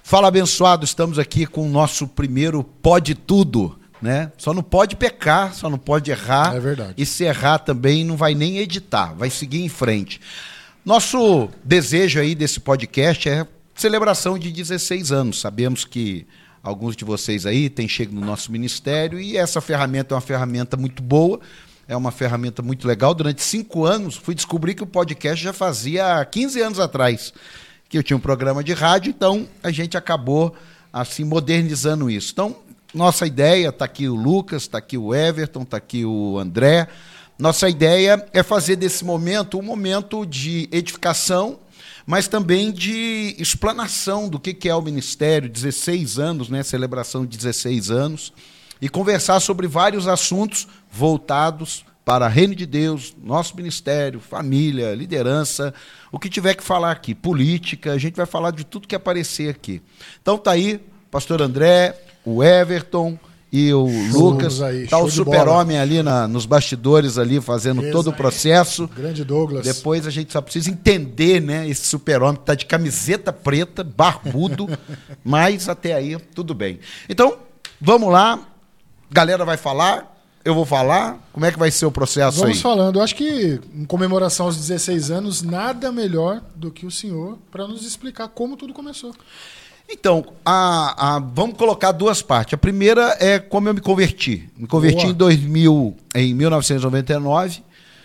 Fala, abençoado, estamos aqui com o nosso primeiro Pode Tudo, né? Só não pode pecar, só não pode errar. É verdade. E se errar também não vai nem editar, vai seguir em frente. Nosso desejo aí desse podcast é celebração de 16 anos. Sabemos que alguns de vocês aí têm chegado no nosso ministério e essa ferramenta é uma ferramenta muito boa, é uma ferramenta muito legal. Durante 5 anos fui descobrir que o podcast já fazia 15 anos atrás, que eu tinha um programa de rádio, então a gente acabou assim modernizando isso. Então, nossa ideia, está aqui o Lucas, está aqui o Everton, está aqui o André. Nossa ideia é fazer desse momento um momento de edificação, mas também de explanação do que é o ministério, 16 anos, né, celebração de 16 anos, e conversar sobre vários assuntos voltados para o reino de Deus, nosso ministério, família, liderança, o que tiver que falar aqui, política, a gente vai falar de tudo que aparecer aqui. Então tá aí, pastor André, o Everton e o Lucas, tá o super-homem ali nos bastidores ali, fazendo todo o processo. Grande Douglas. Depois a gente só precisa entender, né, esse super-homem que tá de camiseta preta, barbudo, mas até aí tudo bem. Então, vamos lá, galera vai falar, eu vou falar, como é que vai ser o processo aí? Vamos falando, eu acho que em comemoração aos 16 anos, nada melhor do que o senhor para nos explicar como tudo começou. Então, vamos colocar duas partes. A primeira é como eu me converti. Me converti em 1999,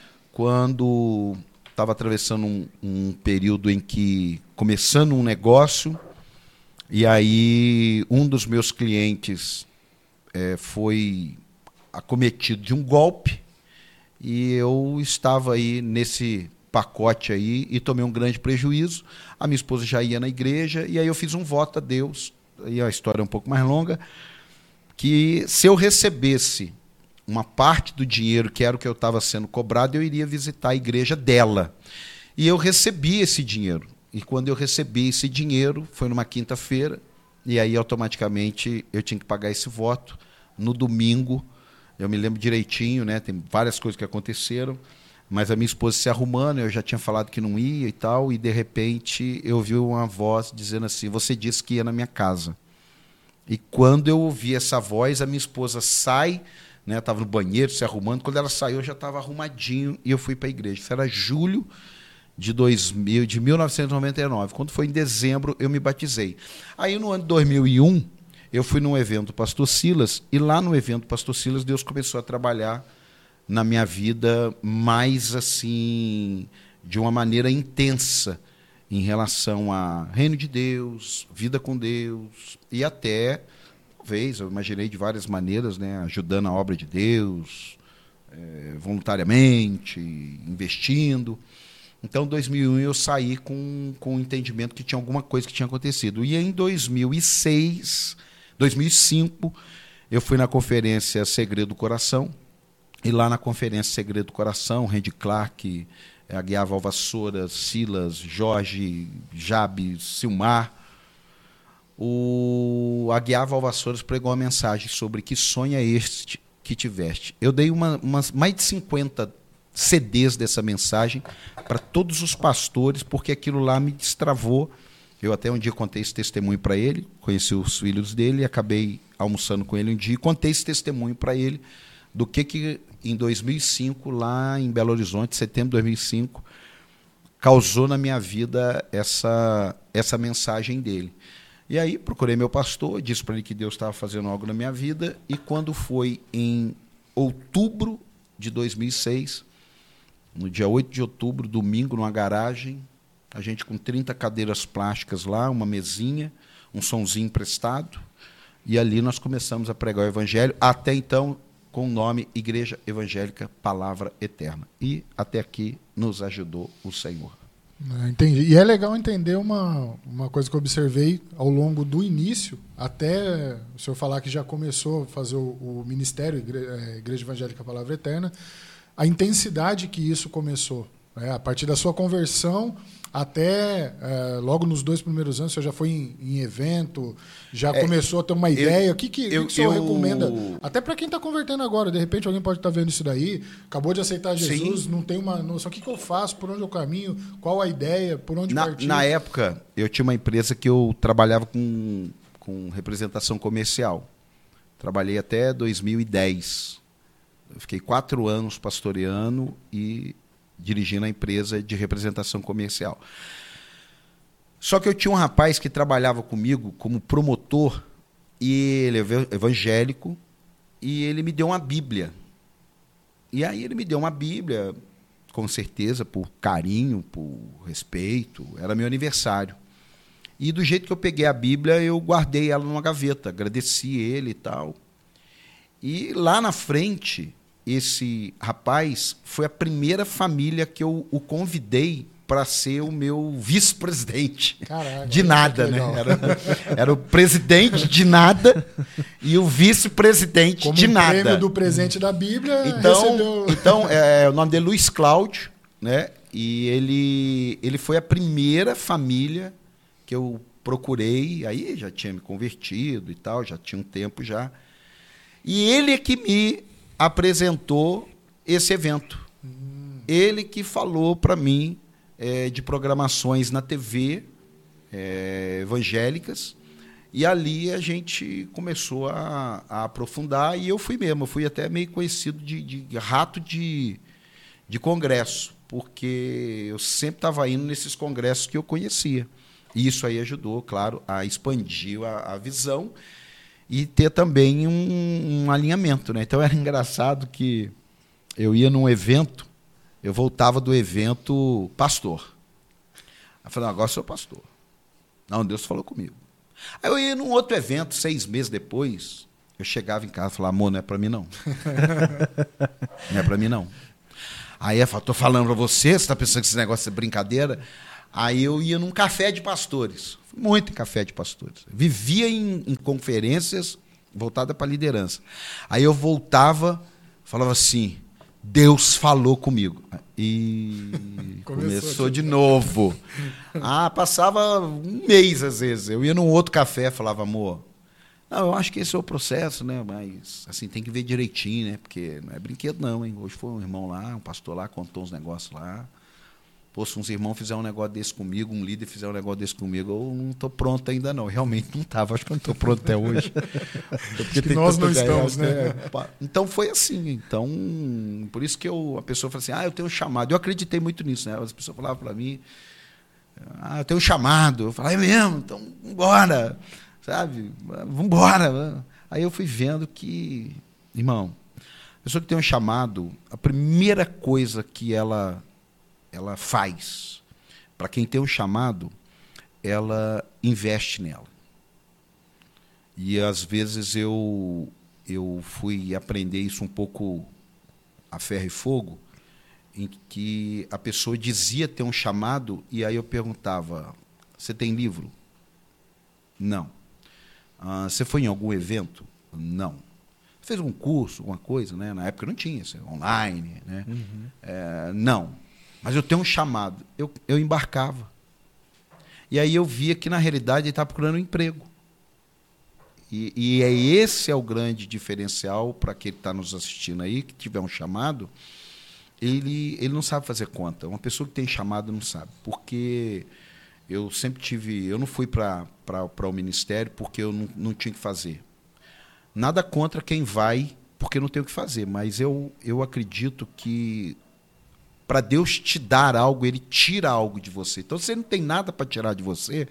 quando estava atravessando um período em que, começando um negócio, e aí um dos meus clientes foi acometido de um golpe, e eu estava aí nesse pacote aí e tomei um grande prejuízo. A minha esposa já ia na igreja e aí eu fiz um voto a Deus, aí a história é um pouco mais longa, que se eu recebesse uma parte do dinheiro que era o que eu estava sendo cobrado, eu iria visitar a igreja dela. E eu recebi esse dinheiro. E quando eu recebi esse dinheiro, foi numa quinta-feira, e aí automaticamente eu tinha que pagar esse voto. No domingo, eu me lembro direitinho, né? Tem várias coisas que aconteceram, mas a minha esposa se arrumando, eu já tinha falado que não ia e tal, e de repente eu ouvi uma voz dizendo assim: você disse que ia na minha casa. E quando eu ouvi essa voz, a minha esposa sai, né? Estava no banheiro se arrumando, quando ela saiu eu já estava arrumadinho e eu fui para a igreja. Isso era julho de 1999, quando foi em dezembro eu me batizei. Aí no ano de 2001, eu fui num evento do pastor Silas, e lá no evento do pastor Silas, Deus começou a trabalhar na minha vida mais assim, de uma maneira intensa, em relação a reino de Deus, vida com Deus, e até, talvez, eu imaginei de várias maneiras, né, ajudando a obra de Deus, voluntariamente, investindo. Então, em 2001, eu saí com o entendimento que tinha alguma coisa que tinha acontecido. E em 2005, eu fui na conferência Segredo do Coração, e lá na conferência Segredo do Coração, Randy Clark, Aguiar Valvassoura, Silas, Jorge, Jabe, Silmar, o Aguiar Valvassouras pregou uma mensagem sobre que sonho é este que tiveste. Eu dei mais de 50 CDs dessa mensagem para todos os pastores, porque aquilo lá me destravou. Eu até um dia contei esse testemunho para ele, conheci os filhos dele, acabei almoçando com ele um dia e contei esse testemunho para ele do que em 2005, lá em Belo Horizonte, setembro de 2005, causou na minha vida essa mensagem dele. E aí procurei meu pastor, disse para ele que Deus estava fazendo algo na minha vida, e quando foi em outubro de 2006, no dia 8 de outubro, domingo, numa garagem, a gente com 30 cadeiras plásticas lá, uma mesinha, um sonzinho emprestado, e ali nós começamos a pregar o evangelho, até então com o nome Igreja Evangélica Palavra Eterna. E até aqui nos ajudou o Senhor. Entendi. E é legal entender uma coisa que eu observei ao longo do início, até o senhor falar que já começou a fazer o ministério Igreja Evangélica Palavra Eterna, a intensidade que isso começou. A partir da sua conversão até logo nos 2 primeiros anos, você já foi em evento, já começou a ter uma ideia. O que o senhor recomenda? Até para quem está convertendo agora, de repente alguém pode estar vendo isso daí, acabou de aceitar Jesus, não tem uma noção. O que eu faço? Por onde eu caminho? Qual a ideia? Por onde partir? Na época, eu tinha uma empresa que eu trabalhava com representação comercial. Trabalhei até 2010. Eu fiquei 4 anos pastoreando e dirigindo a empresa de representação comercial. Só que eu tinha um rapaz que trabalhava comigo como promotor, e ele é evangélico, e ele me deu uma Bíblia. E aí ele me deu uma Bíblia, com certeza, por carinho, por respeito, era meu aniversário. E do jeito que eu peguei a Bíblia, eu guardei ela numa gaveta, agradeci ele e tal. E lá na frente, esse rapaz foi a primeira família que eu o convidei para ser o meu vice-presidente. Caraca, de nada, né? Era o presidente de nada e o vice-presidente como de nada. Como prêmio do presente da Bíblia, então o nome dele é Luiz Cláudio, né? E ele foi a primeira família que eu procurei, aí já tinha me convertido e tal, já tinha um tempo já. E ele é que me apresentou esse evento. Ele que falou para mim de programações na TV evangélicas, e ali a gente começou a aprofundar, e eu fui até meio conhecido de rato de congresso, porque eu sempre estava indo nesses congressos que eu conhecia. E isso aí ajudou, claro, a expandir a visão e ter também um alinhamento, né? Então era engraçado que eu ia num evento, eu voltava do evento pastor. Eu falei, agora eu sou pastor. Não, Deus falou comigo. Aí eu ia num outro evento, 6 meses depois, eu chegava em casa e falava, amor, não é para mim não. Não é para mim não. Aí eu falava, estou falando para você está pensando que esse negócio é brincadeira? Aí eu ia num café de pastores. Fui muito em café de pastores. Vivia em conferências voltadas para a liderança. Aí eu voltava, falava assim, Deus falou comigo. E começou de novo. Passava um mês, às vezes. Eu ia num outro café, falava, amor, não, eu acho que esse é o processo, né? Mas assim, tem que ver direitinho, né? Porque não é brinquedo não, hein? Hoje foi um irmão lá, um pastor lá, contou uns negócios lá. Pô, se uns irmãos fizerem um negócio desse comigo, um líder fizer um negócio desse comigo, eu não estou pronto ainda não. Realmente não estava, acho que eu não estou pronto até hoje. Porque nós não estamos, né? Então foi assim. Então, por isso que a pessoa fala assim, eu tenho um chamado. Eu acreditei muito nisso, né? As pessoas falavam para mim, eu tenho um chamado. Eu falava, é mesmo? Então, vambora. Sabe? Vambora. Aí eu fui vendo que, irmão, a pessoa que tem um chamado, a primeira coisa que ela faz, para quem tem um chamado, ela investe nela. E às vezes eu fui aprender isso um pouco a ferro e fogo, em que a pessoa dizia ter um chamado, e aí eu perguntava, você tem livro? Não. Você foi em algum evento? Não. Fez um curso, alguma coisa, né? Na época não tinha, online, né? Não. Mas eu tenho um chamado. Eu embarcava. E aí eu via que, na realidade, ele estava procurando um emprego. E esse é o grande diferencial para quem está nos assistindo aí, que tiver um chamado, ele não sabe fazer conta. Uma pessoa que tem chamado não sabe. Porque eu sempre tive... Eu não fui para o ministério porque eu não tinha que fazer. Nada contra quem vai porque não tem o que fazer. Mas eu acredito que para Deus te dar algo, Ele tira algo de você. Então, se Ele não tem nada para tirar de você,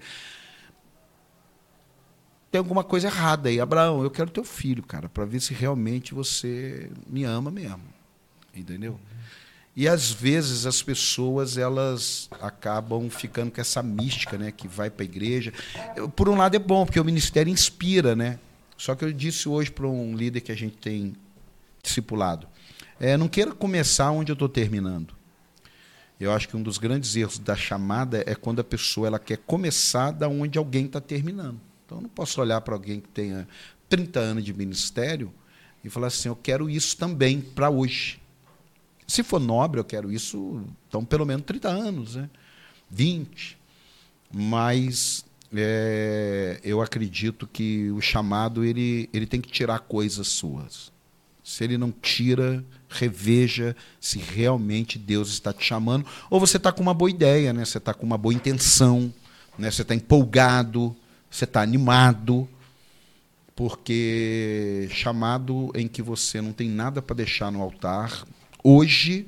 tem alguma coisa errada aí. Abraão, eu quero teu filho, cara, para ver se realmente você me ama mesmo. Entendeu? E, às vezes, as pessoas elas acabam ficando com essa mística, né, que vai para a igreja. Por um lado é bom, porque o ministério inspira, né? Só que eu disse hoje para um líder que a gente tem discipulado, não queira começar onde eu estou terminando. Eu acho que um dos grandes erros da chamada é quando a pessoa ela quer começar da onde alguém está terminando. Então, eu não posso olhar para alguém que tenha 30 anos de ministério e falar assim, eu quero isso também para hoje. Se for nobre, eu quero isso, então pelo menos 30 anos, né? 20. Mas eu acredito que o chamado ele tem que tirar coisas suas. Se ele não tira, reveja se realmente Deus está te chamando. Ou você está com uma boa ideia, né? Você está com uma boa intenção, né? Você está empolgado, você está animado. Porque chamado em que você não tem nada para deixar no altar, hoje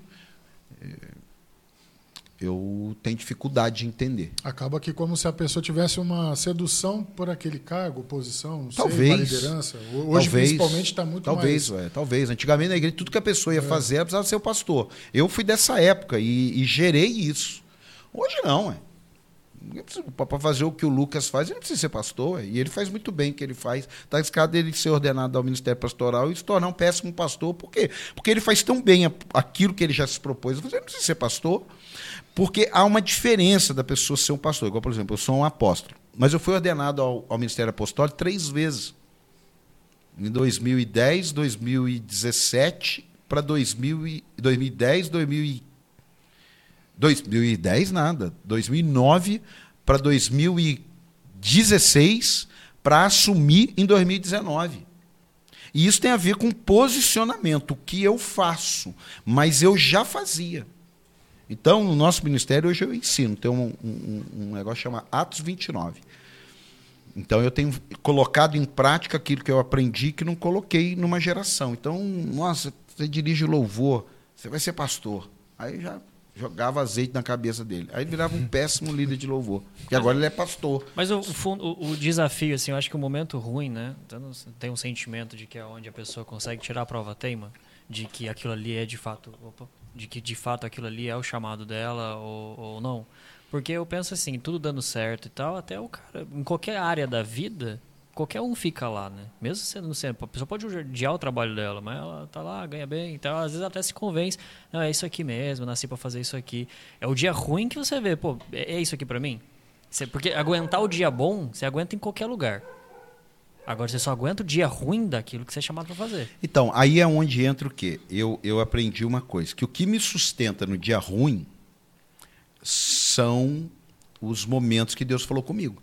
eu tenho dificuldade de entender. Acaba que como se a pessoa tivesse uma sedução por aquele cargo, posição, não talvez, sei, uma liderança. Hoje, principalmente, está muito mais... Talvez. Antigamente, na igreja, tudo que a pessoa ia fazer, ela precisava ser o pastor. Eu fui dessa época e gerei isso. Hoje não, para fazer o que o Lucas faz, ele não precisa ser pastor, e ele faz muito bem o que ele faz. Está arriscado ele ser ordenado ao ministério pastoral e se tornar um péssimo pastor. Por quê? Porque ele faz tão bem aquilo que ele já se propôs. Ele não precisa ser pastor, porque há uma diferença da pessoa ser um pastor. Igual, por exemplo, eu sou um apóstolo, mas eu fui ordenado ao ministério apostólico 3 vezes. Em 2010, 2017, para 2010, 2010 nada, 2009 para 2016 para assumir em 2019. E isso tem a ver com posicionamento, o que eu faço, mas eu já fazia. Então, no nosso ministério, hoje eu ensino, tem um negócio que chama Atos 29. Então, eu tenho colocado em prática aquilo que eu aprendi que não coloquei numa geração. Então, nossa, você dirige louvor, você vai ser pastor. Aí já jogava azeite na cabeça dele. Aí ele virava um péssimo líder de louvor. E agora ele é pastor. Mas o desafio, assim, eu acho que o momento ruim, né? Então, tem um sentimento de que é onde a pessoa consegue tirar a prova teima, de que aquilo ali é de fato... de que de fato aquilo ali é o chamado dela ou não. Porque eu penso assim, tudo dando certo e tal, até o cara, em qualquer área da vida, qualquer um fica lá, né? Mesmo sendo, a pessoa pode odiar o trabalho dela, mas ela tá lá, ganha bem e tal, às vezes até se convence, não, é isso aqui mesmo, nasci pra fazer isso aqui. É o dia ruim que você vê, pô, é isso aqui pra mim? Porque aguentar o dia bom, você aguenta em qualquer lugar. Agora você só aguenta o dia ruim daquilo que você é chamado para fazer. Então, aí é onde entra o quê? Eu aprendi uma coisa, que o que me sustenta no dia ruim são os momentos que Deus falou comigo.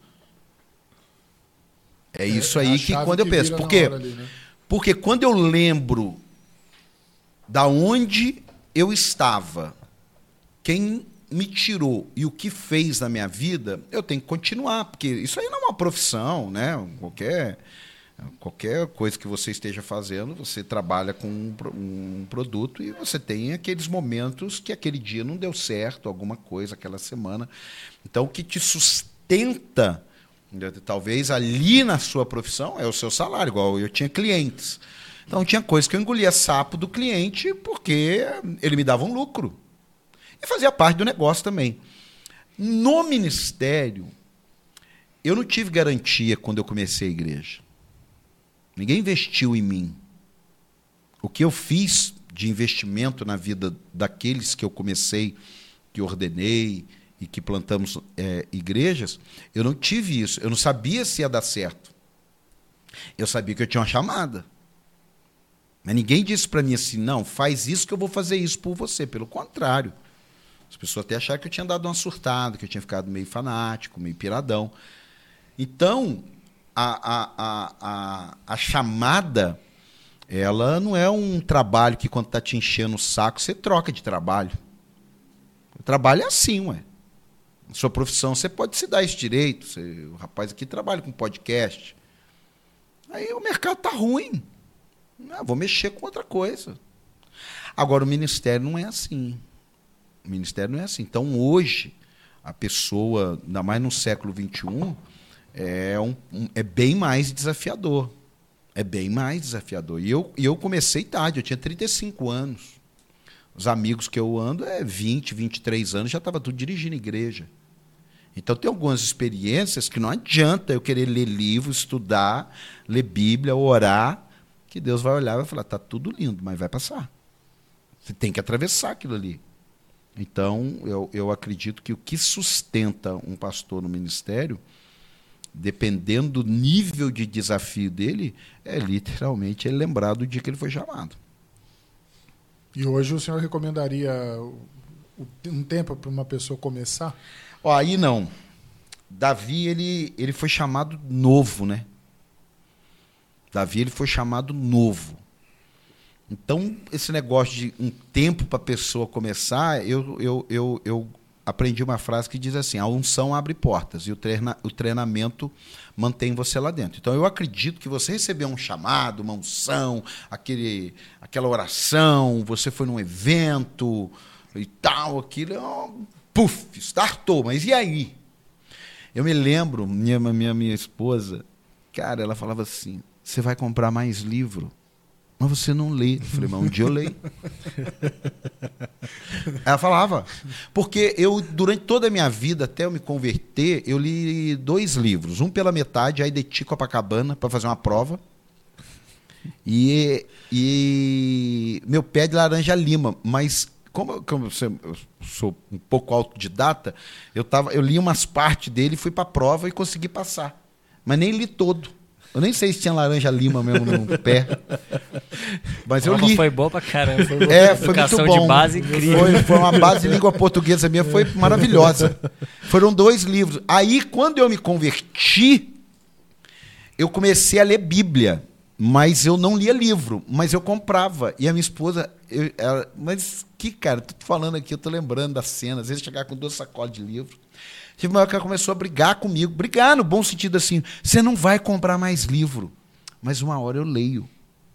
É isso aí que quando eu penso. Por quê? Ali, né? Porque quando eu lembro da onde eu estava, quem me tirou e o que fez na minha vida, eu tenho que continuar, porque isso aí não é uma profissão, né? Qualquer coisa que você esteja fazendo, você trabalha com um produto e você tem aqueles momentos que aquele dia não deu certo, alguma coisa, aquela semana. Então, o que te sustenta, talvez ali na sua profissão, é o seu salário, igual eu tinha clientes. Então, tinha coisas que eu engolia sapo do cliente porque ele me dava um lucro. E fazia parte do negócio também. No ministério, eu não tive garantia quando eu comecei a igreja. Ninguém investiu em mim. O que eu fiz de investimento na vida daqueles que eu comecei, que ordenei e que plantamos igrejas, eu não tive isso. Eu não sabia se ia dar certo. Eu sabia que eu tinha uma chamada. Mas ninguém disse para mim assim, não, faz isso que eu vou fazer isso por você. Pelo contrário. As pessoas até acharam que eu tinha dado uma surtada, que eu tinha ficado meio fanático, meio piradão. Então, a chamada, ela não é um trabalho que quando está te enchendo o saco, você troca de trabalho. O trabalho é assim, ué. Na sua profissão, você pode se dar esse direito. O rapaz aqui trabalha com podcast. Aí o mercado está ruim. Vou mexer com outra coisa. Agora, o ministério não é assim. O ministério não é assim. Então, hoje, a pessoa, ainda mais no século XXI, é bem mais desafiador. É bem mais desafiador. E eu comecei tarde, eu tinha 35 anos. Os amigos que eu ando 20, 23 anos, já estava tudo dirigindo igreja. Então, tem algumas experiências que não adianta eu querer ler livro, estudar, ler Bíblia, orar, que Deus vai olhar e vai falar, está tudo lindo, mas vai passar. Você tem que atravessar aquilo ali. Então, eu acredito que o que sustenta um pastor no ministério, dependendo do nível de desafio dele, é literalmente ele lembrar do dia que ele foi chamado. E hoje o senhor recomendaria um tempo para uma pessoa começar? Ó, aí não. Davi, ele foi chamado novo, né? Davi, ele foi chamado novo. Então, esse negócio de um tempo para a pessoa começar, eu aprendi uma frase que diz assim: a unção abre portas e o treinamento mantém você lá dentro. Então, eu acredito que você recebeu um chamado, uma unção, aquela oração, você foi num evento e tal, aquilo, puf, startou. Mas e aí? Eu me lembro, minha esposa, cara, ela falava assim: você vai comprar mais livro, mas você não lê. Eu falei: mas um dia eu leio. Ela falava. Porque eu, durante toda a minha vida, até eu me converter, eu li 2 livros. Um pela metade, aí de Copacabana, para fazer uma prova. E Meu Pé de Laranja Lima. Mas, como eu sou um pouco autodidata, eu li umas partes dele, fui para a prova e consegui passar. Mas nem li todo. Eu nem sei se tinha laranja lima mesmo no pé. Mas eu li. Foi boa pra caramba. Foi educação muito bom. De base incrível. Foi uma base de língua portuguesa minha, foi maravilhosa. Foram 2 livros. Aí, quando eu me converti, eu comecei a ler Bíblia. Mas eu não lia livro, mas eu comprava. E a minha esposa, cara, tô falando aqui, eu tô lembrando das cenas. Às vezes chegar com 2 sacolas de livro. Tive uma hora que ela começou a brigar comigo. Brigar no bom sentido assim, você não vai comprar mais livro. Mas uma hora eu leio.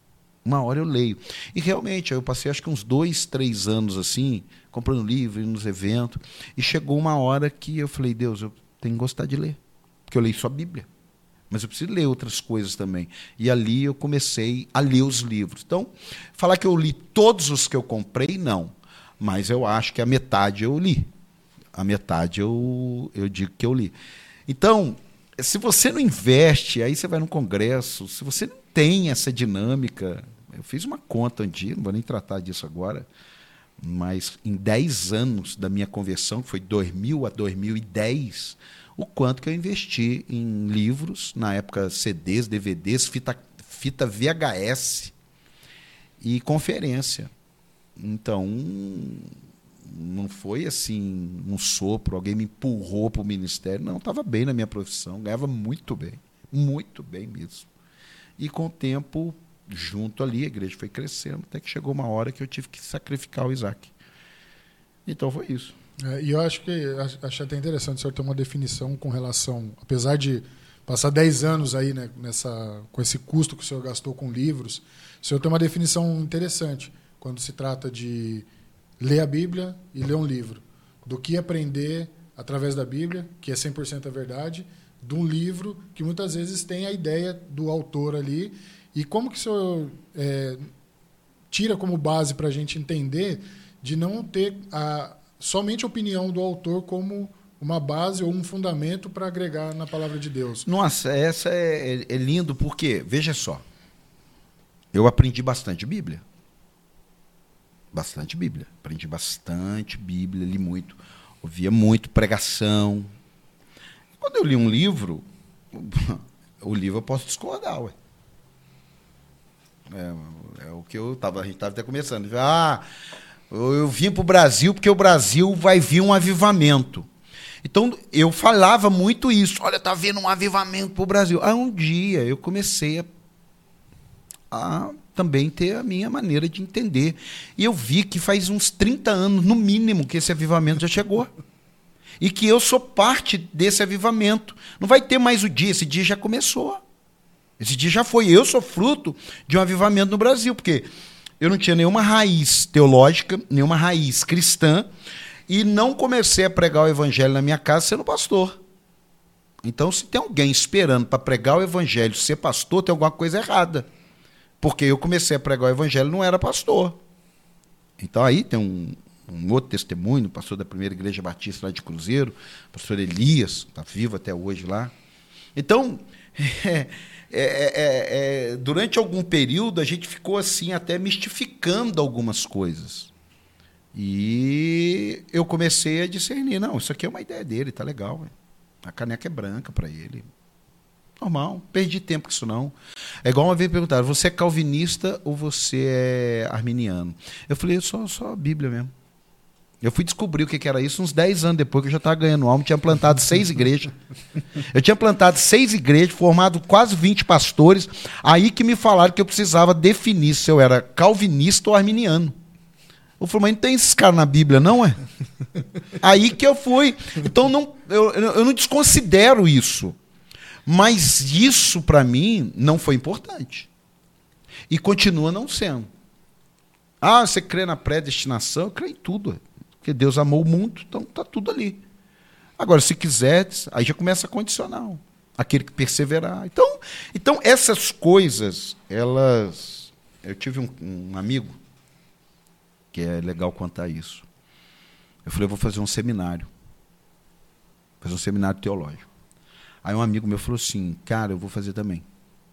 E realmente, eu passei acho que uns 2, 3 anos assim, comprando livro, indo nos eventos. E chegou uma hora que eu falei: Deus, eu tenho que gostar de ler. Porque eu leio só a Bíblia. Mas eu preciso ler outras coisas também. E ali eu comecei a ler os livros. Então, falar que eu li todos os que eu comprei, não. Mas eu acho que a metade eu li. A metade eu digo que eu li. Então, se você não investe, aí você vai num congresso, se você não tem essa dinâmica, eu fiz uma conta um dia, não vou nem tratar disso agora, mas em 10 anos da minha conversão, que foi 2000 a 2010, o quanto que eu investi em livros, na época CDs, DVDs, fita VHS e conferência. Então, não foi assim um sopro, alguém me empurrou para o ministério. Não, estava bem na minha profissão, ganhava muito bem mesmo. E com o tempo, junto ali, a igreja foi crescendo, até que chegou uma hora que eu tive que sacrificar o Isaac. Então foi isso. E eu acho acho até interessante o senhor ter uma definição com relação, apesar de passar 10 anos aí, né, com esse custo que o senhor gastou com livros, o senhor tem uma definição interessante quando se trata de ler a Bíblia e ler um livro. Do que aprender através da Bíblia, que é 100% a verdade, de um livro que muitas vezes tem a ideia do autor ali. E como que o senhor tira como base para a gente entender de não ter somente a opinião do autor como uma base ou um fundamento para agregar na palavra de Deus? Nossa, essa é lindo porque, veja só, eu aprendi bastante Bíblia. Aprendi bastante Bíblia, li muito, ouvia muito pregação. Quando eu li um livro, o livro eu posso discordar, ué. É o que a gente estava até começando. Eu vim para o Brasil porque o Brasil vai vir um avivamento. Então, eu falava muito isso. Olha, está vindo um avivamento para o Brasil. Aí um dia eu comecei a também ter a minha maneira de entender. E eu vi que faz uns 30 anos, no mínimo, que esse avivamento já chegou. E que eu sou parte desse avivamento. Não vai ter mais o dia, esse dia já começou. Esse dia já foi. Eu sou fruto de um avivamento no Brasil, porque eu não tinha nenhuma raiz teológica, nenhuma raiz cristã, e não comecei a pregar o evangelho na minha casa sendo pastor. Então, se tem alguém esperando para pregar o evangelho, ser pastor, tem alguma coisa errada. Porque eu comecei a pregar o evangelho e não era pastor. Então, aí tem um outro testemunho, pastor da primeira igreja batista lá de Cruzeiro, pastor Elias, está vivo até hoje lá. Então, durante algum período, a gente ficou assim, até mistificando algumas coisas. E eu comecei a discernir, não, isso aqui é uma ideia dele, tá legal. A caneca é branca para ele. Normal. Perdi tempo com isso, não. É igual uma vez perguntaram, você é calvinista ou você é arminiano? Eu falei, eu sou a Bíblia mesmo. Eu fui descobrir o que era isso uns 10 anos depois, que eu já estava ganhando alma, tinha plantado 6 igrejas. Eu tinha plantado 6 igrejas, formado quase 20 pastores, aí que me falaram que eu precisava definir se eu era calvinista ou arminiano. Eu falei, mas não tem esses caras na Bíblia, não é? Aí que eu fui. Então, eu não desconsidero isso. Mas isso, para mim, não foi importante. E continua não sendo. Ah, você crê na predestinação? Eu creio em tudo. Porque Deus amou o mundo, então está tudo ali. Agora, se quiser, aí já começa a condicional. Aquele que perseverar. Então essas coisas, elas... Eu tive um amigo, que é legal contar isso. Eu falei, eu vou fazer um seminário. Fazer um seminário teológico. Aí um amigo meu falou assim, cara, eu vou fazer também.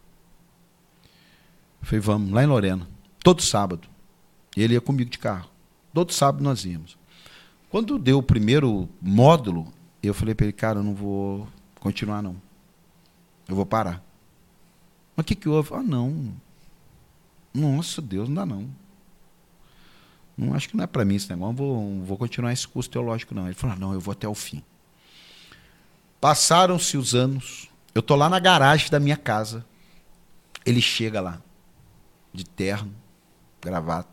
Eu falei, vamos, lá em Lorena. Todo sábado. E ele ia comigo de carro. Todo sábado nós íamos. Quando deu o primeiro módulo, eu falei para ele, cara, eu não vou continuar, não. Eu vou parar. Mas o que houve? Ah, não. Nossa, Deus, não dá, não. Não, acho que não é para mim esse negócio. Não vou continuar esse curso teológico, não. Ele falou, não, eu vou até o fim. Passaram-se os anos. Eu estou lá na garagem da minha casa. Ele chega lá, de terno, gravata.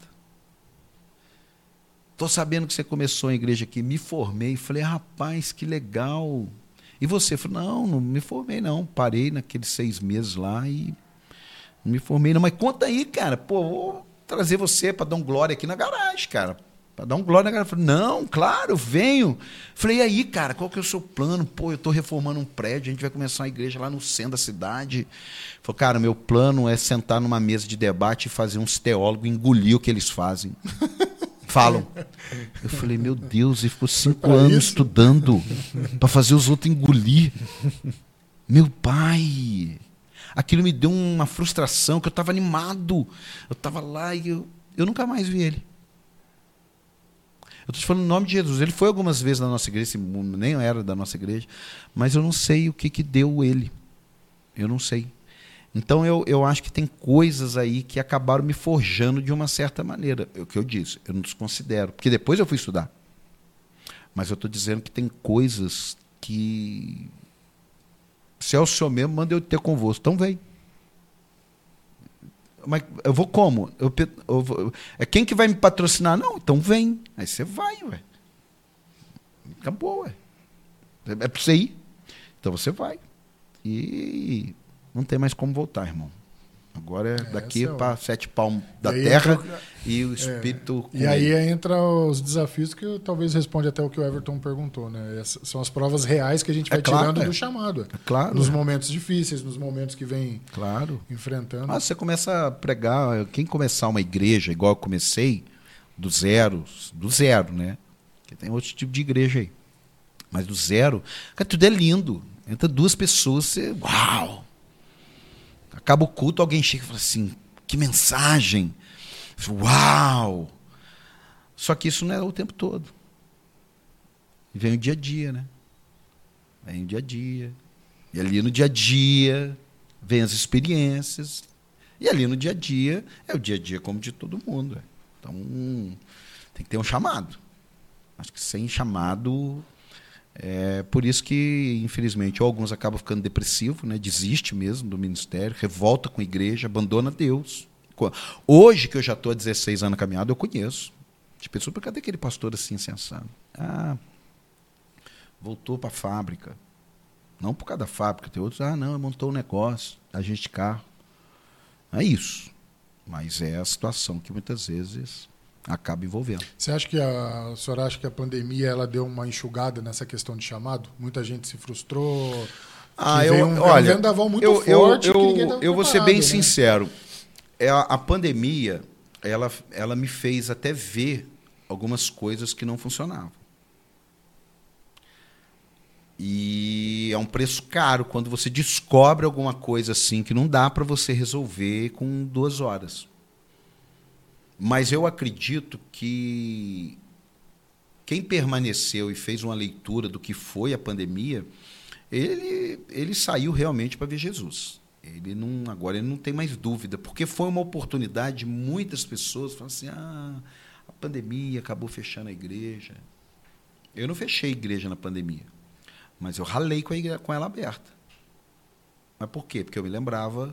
Estou sabendo que você começou a igreja aqui. Me formei. Falei, rapaz, que legal. E você? Falei, não me formei, não. Parei naqueles 6 meses lá e não me formei, não. Mas conta aí, cara. Pô, vou trazer você para dar um glória aqui na garagem, cara. Para dar um glória na garagem. Falei, não, claro, eu venho. Falei, e aí, cara, qual que é o seu plano? Pô, eu estou reformando um prédio, a gente vai começar uma igreja lá no centro da cidade. Falei, cara, meu plano é sentar numa mesa de debate e fazer uns teólogos engolir o que eles fazem. Falam. Eu falei, meu Deus, ele ficou 5 anos estudando para fazer os outros engolir. Meu pai. Aquilo me deu uma frustração, que eu estava animado. Eu estava lá e eu nunca mais vi ele. Eu estou te falando em nome de Jesus. Ele foi algumas vezes na nossa igreja, nem era da nossa igreja, mas eu não sei o que deu ele. Eu não sei. Então, eu acho que tem coisas aí que acabaram me forjando de uma certa maneira. É o que eu disse, eu não desconsidero. Porque depois eu fui estudar. Mas eu estou dizendo que tem coisas que... Se é o senhor mesmo, manda eu ter convosco. Então, vem. Mas eu vou como? É quem que vai me patrocinar? Não, então vem. Aí você vai, ué. Acabou, ué. É para você ir. Então, você vai. E... não tem mais como voltar, irmão. Agora é daqui para 7 palmos da terra e o Espírito... E aí entra os desafios que talvez responde até o que o Everton perguntou, né? Essas são as provas reais que a gente vai tirando do chamado. Claro. Nos momentos difíceis, nos momentos que vem enfrentando. Mas você começa a pregar... Quem começar uma igreja, igual eu comecei, do zero, né? Porque tem outro tipo de igreja aí. Mas do zero, cara, tudo é lindo. Entra 2 pessoas, você... Uau! Acaba o culto, alguém chega e fala assim, que mensagem! Uau! Só que isso não é o tempo todo. E vem o dia a dia, né? Vem o dia a dia. E ali no dia a dia vem as experiências. E ali no dia a dia é o dia a dia como de todo mundo. Então tem que ter um chamado. Acho que sem chamado... É por isso que, infelizmente, alguns acabam ficando depressivos, né? Desiste mesmo do ministério, revolta com a igreja, abandona Deus. Hoje, que eu já estou há 16 anos caminhado, eu conheço. De pessoas, cadê aquele pastor assim, insensado? Ah, voltou para a fábrica. Não por causa da fábrica, tem outros, não, montou um negócio, agente de carro. É isso. Mas é a situação que muitas vezes... acaba envolvendo. Você acha que a senhora acha que a pandemia ela deu uma enxugada nessa questão de chamado? Muita gente se frustrou. Olha, um vendaval muito forte que ninguém estava eu vou ser bem sincero. A pandemia, ela me fez até ver algumas coisas que não funcionavam. E é um preço caro quando você descobre alguma coisa assim que não dá para você resolver com 2 horas. Mas eu acredito que quem permaneceu e fez uma leitura do que foi a pandemia, Ele saiu realmente para ver Jesus. Agora ele não tem mais dúvida, porque foi uma oportunidade de muitas pessoas falam assim, a pandemia acabou fechando a igreja. Eu não fechei a igreja na pandemia, mas eu ralei com ela aberta. Mas por quê? Porque eu me lembrava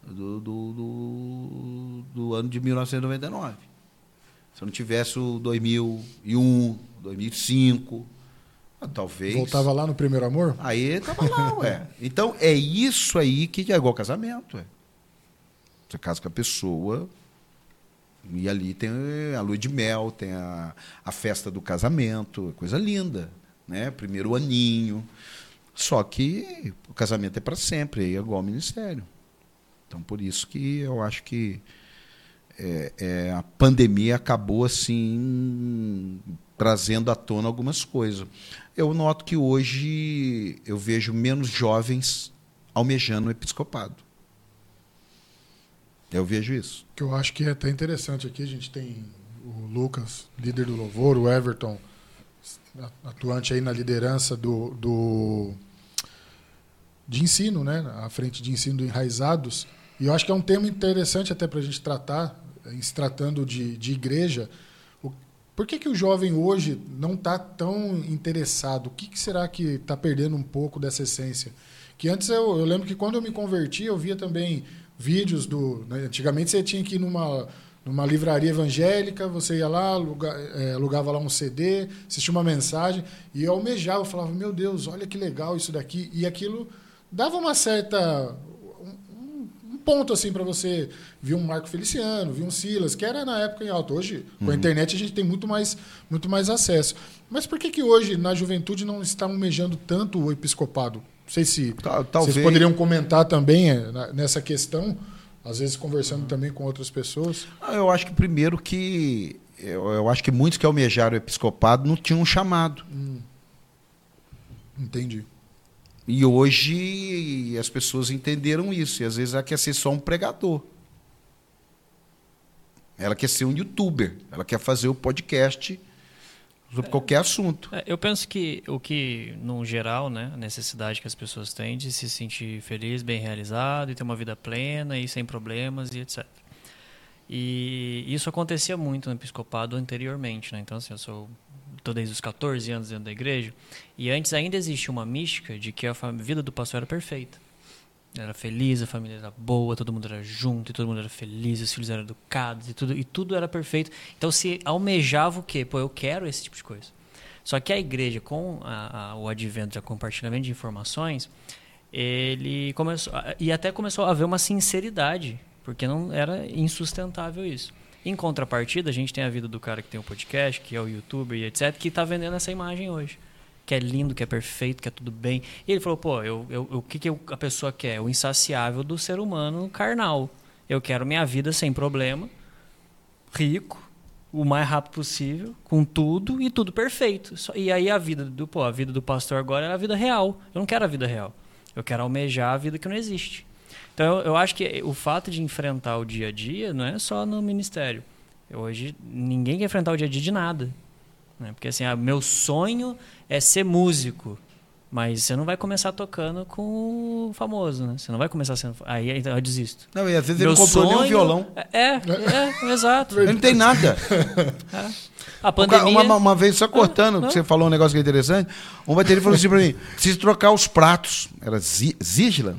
do ano de 1999. Se eu não tivesse o 2001, 2005, talvez... Voltava lá no primeiro amor? Aí estava lá, ué. Então, é isso aí que é igual casamento, ué. Você casa com a pessoa e ali tem a lua de mel, tem a festa do casamento, coisa linda, né? Primeiro aninho. Só que o casamento é para sempre, é igual ao ministério. Então, por isso que eu acho que a pandemia acabou assim trazendo à tona algumas coisas. Eu noto que hoje eu vejo menos jovens almejando o episcopado. Eu vejo isso. Que eu acho que é até interessante aqui. A gente tem o Lucas, líder do louvor, o Everton, atuante aí na liderança de ensino, né? À frente de ensino do Enraizados. E eu acho que é um tema interessante até para a gente tratar, em se tratando de igreja. Por que o jovem hoje não está tão interessado? O que será que está perdendo um pouco dessa essência? Que antes eu lembro que quando eu me converti, eu via também vídeos né? Antigamente você tinha que ir numa livraria evangélica, você ia lá, alugava lá um CD, assistia uma mensagem, e eu almejava, eu falava, meu Deus, olha que legal isso daqui. E aquilo dava uma certa... um ponto assim para você ver um Marco Feliciano, ver um Silas, que era na época em alta. Hoje, com a internet, a gente tem muito mais acesso. Mas por que hoje, na juventude, não está almejando tanto o episcopado? Não sei se talvez vocês poderiam comentar também nessa questão, às vezes conversando também com outras pessoas. Eu acho que primeiro que... Eu acho que muitos que almejaram o episcopado não tinham um chamado. Entendi. E hoje as pessoas entenderam isso. E às vezes ela quer ser só um pregador. Ela quer ser um youtuber. Ela quer fazer o podcast sobre qualquer assunto. Eu penso que no geral, né, a necessidade que as pessoas têm de se sentir feliz, bem realizado, e ter uma vida plena e sem problemas e etc. E isso acontecia muito no episcopado anteriormente, né? Então, assim, estou desde os 14 anos dentro da igreja, e antes ainda existia uma mística de que a vida do pastor era perfeita. Era feliz, a família era boa, todo mundo era junto, e todo mundo era feliz, os filhos eram educados, e tudo era perfeito. Então se almejava o quê? Pô, eu quero esse tipo de coisa. Só que a igreja, com o advento do compartilhamento de informações, ele começou a haver uma sinceridade, porque não era insustentável isso. Em contrapartida, a gente tem a vida do cara que tem o podcast, que é o youtuber e etc., que está vendendo essa imagem hoje. Que é lindo, que é perfeito, que é tudo bem. E ele falou, pô, o que a pessoa quer? O insaciável do ser humano carnal. Eu quero minha vida sem problema, rico, o mais rápido possível, com tudo e tudo perfeito. E aí a vida do pastor agora é a vida real. Eu não quero a vida real. Eu quero almejar a vida que não existe. Então eu acho que o fato de enfrentar o dia a dia não é só no ministério. Hoje ninguém quer enfrentar o dia a dia de nada. Né? Porque assim, meu sonho é ser músico, mas você não vai começar tocando com o famoso, né? Você não vai começar sendo... Aí eu desisto. Não, e às vezes ele não comprou nem um violão. Exato. Ele não tem nada. A pandemia... Uma vez, só cortando, que você falou um negócio que é interessante, um baterista falou assim pra mim, preciso trocar os pratos. Era Zildjian.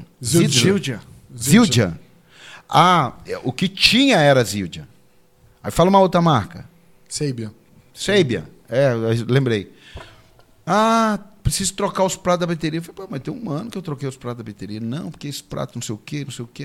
O que tinha era Zildjian. Aí fala uma outra marca. Sabian. Eu lembrei. Preciso trocar os pratos da bateria. Eu falei, pô, mas tem um ano que eu troquei os pratos da bateria. Não, porque esse prato não sei o quê.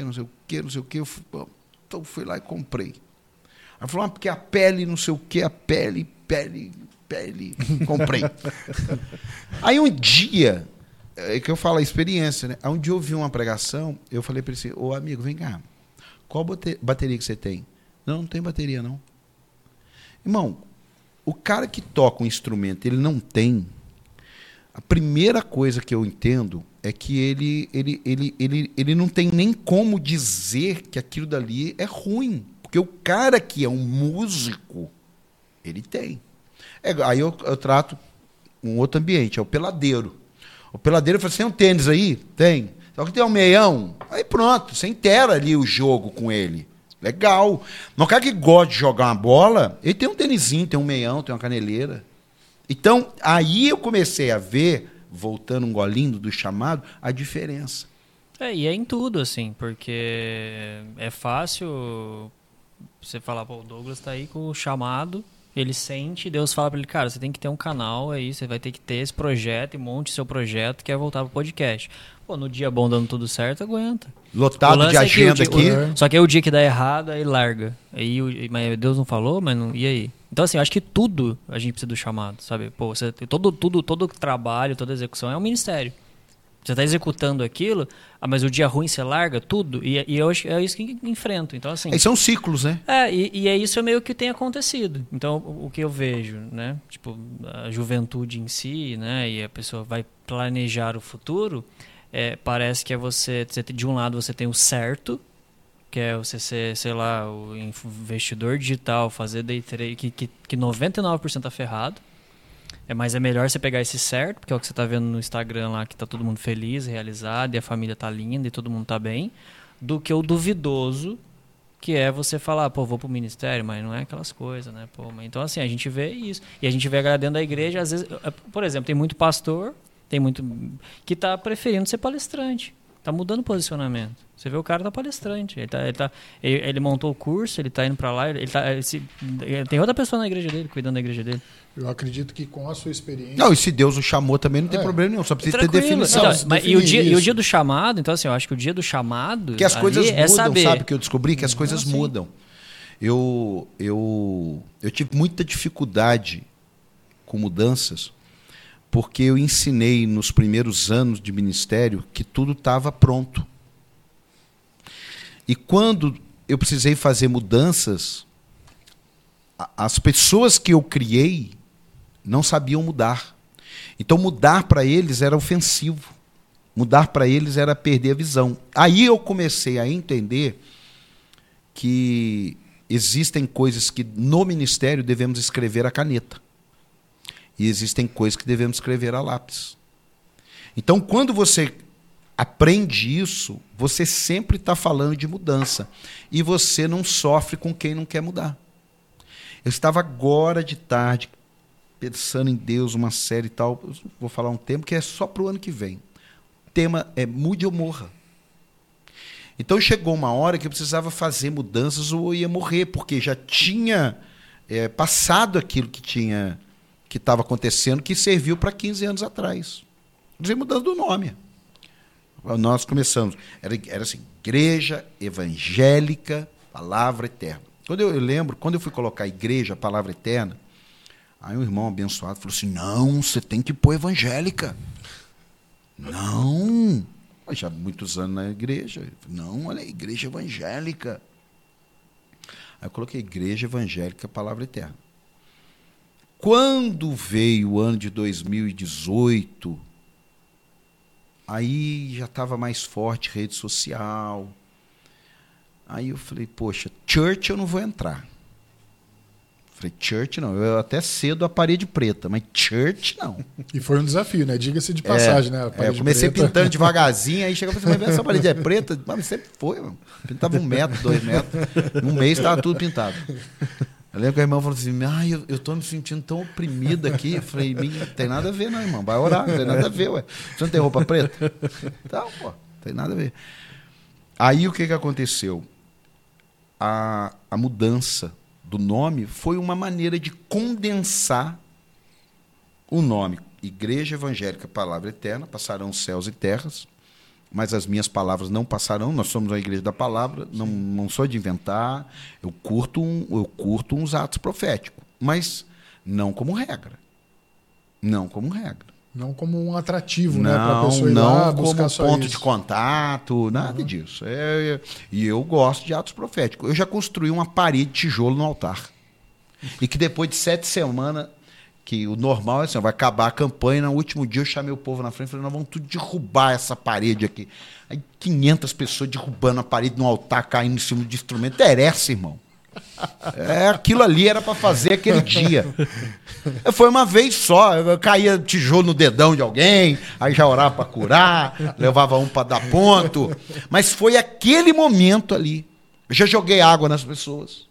Então fui lá e comprei. Aí falou, porque a pele não sei o quê, pele. Comprei. Aí um dia, é que eu falo a experiência, né? Aí um dia eu ouvi uma pregação, eu falei para ele assim, amigo, vem cá, qual bateria que você tem? Não tem bateria, não. Irmão, o cara que toca um instrumento, ele não tem. A primeira coisa que eu entendo é que ele não tem nem como dizer que aquilo dali é ruim. Porque o cara que é um músico, ele tem. Aí eu trato um outro ambiente, é o peladeiro. O peladeiro falou, você tem um tênis aí? Tem. Só que tem um meião. Aí pronto, você inteira ali o jogo com ele. Legal. Mas o cara que gosta de jogar uma bola, ele tem um tênisinho, tem um meião, tem uma caneleira. Então, aí eu comecei a ver, voltando um golinho do chamado, a diferença. E é em tudo, assim, porque é fácil você falar, pô, o Douglas tá aí com o chamado, ele sente, Deus fala pra ele, cara, você tem que ter um canal aí, você vai ter que ter esse projeto e monte seu projeto que é voltar pro podcast. Pô, no dia bom dando tudo certo, aguenta. Lotado de agenda aqui. Só que aí o dia que dá errado, aí larga. Mas Deus não falou, mas não, e aí? Então, assim, eu acho que tudo a gente precisa do chamado, sabe? Pô, todo trabalho, toda execução é um ministério. Você está executando aquilo, mas o dia ruim você larga tudo, e eu acho, é isso que enfrento. Então, assim, são ciclos, né? E é isso meio que tem acontecido. Então, o que eu vejo, né? Tipo, a juventude em si, né? E a pessoa vai planejar o futuro, parece que você, de um lado, você tem o certo, que é você ser, sei lá, o investidor digital, fazer day trade, que 99% tá ferrado. Mas é melhor você pegar esse certo, porque é o que você tá vendo no Instagram lá, que tá todo mundo feliz, realizado, e a família tá linda, e todo mundo tá bem, do que o duvidoso, que é você falar, pô, vou pro ministério, mas não é aquelas coisas, né? Pô, então, assim, a gente vê isso. E a gente vê a galera dentro da igreja, às vezes, por exemplo, tem muito pastor, tem muito que tá preferindo ser palestrante. Tá mudando o posicionamento. Você vê o cara tá palestrante. Ele montou o curso, ele tá indo para lá, tem outra pessoa na igreja dele, cuidando da igreja dele. Eu acredito que com a sua experiência... Não, e se Deus o chamou também não tem problema nenhum, só precisa ter definição. Então, e o dia do chamado, então assim, eu acho que o dia do chamado... Que as coisas mudam, saber. Sabe que eu descobri? Que as coisas mudam. Eu tive muita dificuldade com mudanças, porque eu ensinei nos primeiros anos de ministério que tudo estava pronto. E quando eu precisei fazer mudanças, as pessoas que eu criei não sabiam mudar. Então mudar para eles era ofensivo. Mudar para eles era perder a visão. Aí eu comecei a entender que existem coisas que no ministério devemos escrever a caneta. E existem coisas que devemos escrever a lápis. Então, quando você aprende isso, você sempre está falando de mudança. E você não sofre com quem não quer mudar. Eu estava agora de tarde pensando em Deus, uma série e tal. Eu vou falar um tema que é só para o ano que vem. O tema é Mude ou Morra. Então, chegou uma hora que eu precisava fazer mudanças ou eu ia morrer, porque já tinha passado aquilo que estava acontecendo, que serviu para 15 anos atrás. Mudando do nome. Nós começamos, era assim, Igreja Evangélica Palavra Eterna. Quando eu lembro, quando eu fui colocar Igreja Palavra Eterna, aí um irmão abençoado falou assim, não, você tem que pôr evangélica. Não, mas já há muitos anos na igreja. Não, olha, Igreja Evangélica. Aí eu coloquei Igreja Evangélica Palavra Eterna. Quando veio o ano de 2018, aí já estava mais forte rede social. Aí eu falei, poxa, church eu não vou entrar. Falei, church não, eu até cedo a parede preta, mas church não. E foi um desafio, né? Diga-se de passagem, né? Eu comecei preta. Pintando devagarzinho, aí chegava e falei, mas essa parede é preta? Mas sempre foi, mano. Pintava 1 metro, 2 metros. Num mês estava tudo pintado. Eu lembro que a irmã falou assim, eu estou me sentindo tão oprimida aqui. Eu falei, não tem nada a ver não, irmão, vai orar, não tem nada a ver, ué. Você não tem roupa preta? Então, pô, não tem nada a ver. Aí o que aconteceu? A mudança do nome foi uma maneira de condensar o nome. Igreja Evangélica Palavra Eterna, passarão céus e terras, mas as minhas palavras não passarão. Nós somos a igreja da palavra, não sou de inventar, eu curto uns atos proféticos, mas não como regra. Não como regra. Não como um atrativo, né, para a pessoa ir lá buscar como só ponto isso. de contato, nada disso. E eu gosto de atos proféticos. Eu já construí uma parede de tijolo no altar. E que depois de 7 semanas, que o normal é assim, vai acabar a campanha, no último dia eu chamei o povo na frente e falei, nós vamos tudo derrubar essa parede aqui. Aí 500 pessoas derrubando a parede no altar, caindo em cima de instrumento. Interessa, irmão. Aquilo ali era para fazer aquele dia. Foi uma vez só, eu caía tijolo no dedão de alguém, aí já orava para curar, levava um para dar ponto. Mas foi aquele momento ali. Eu já joguei água nas pessoas.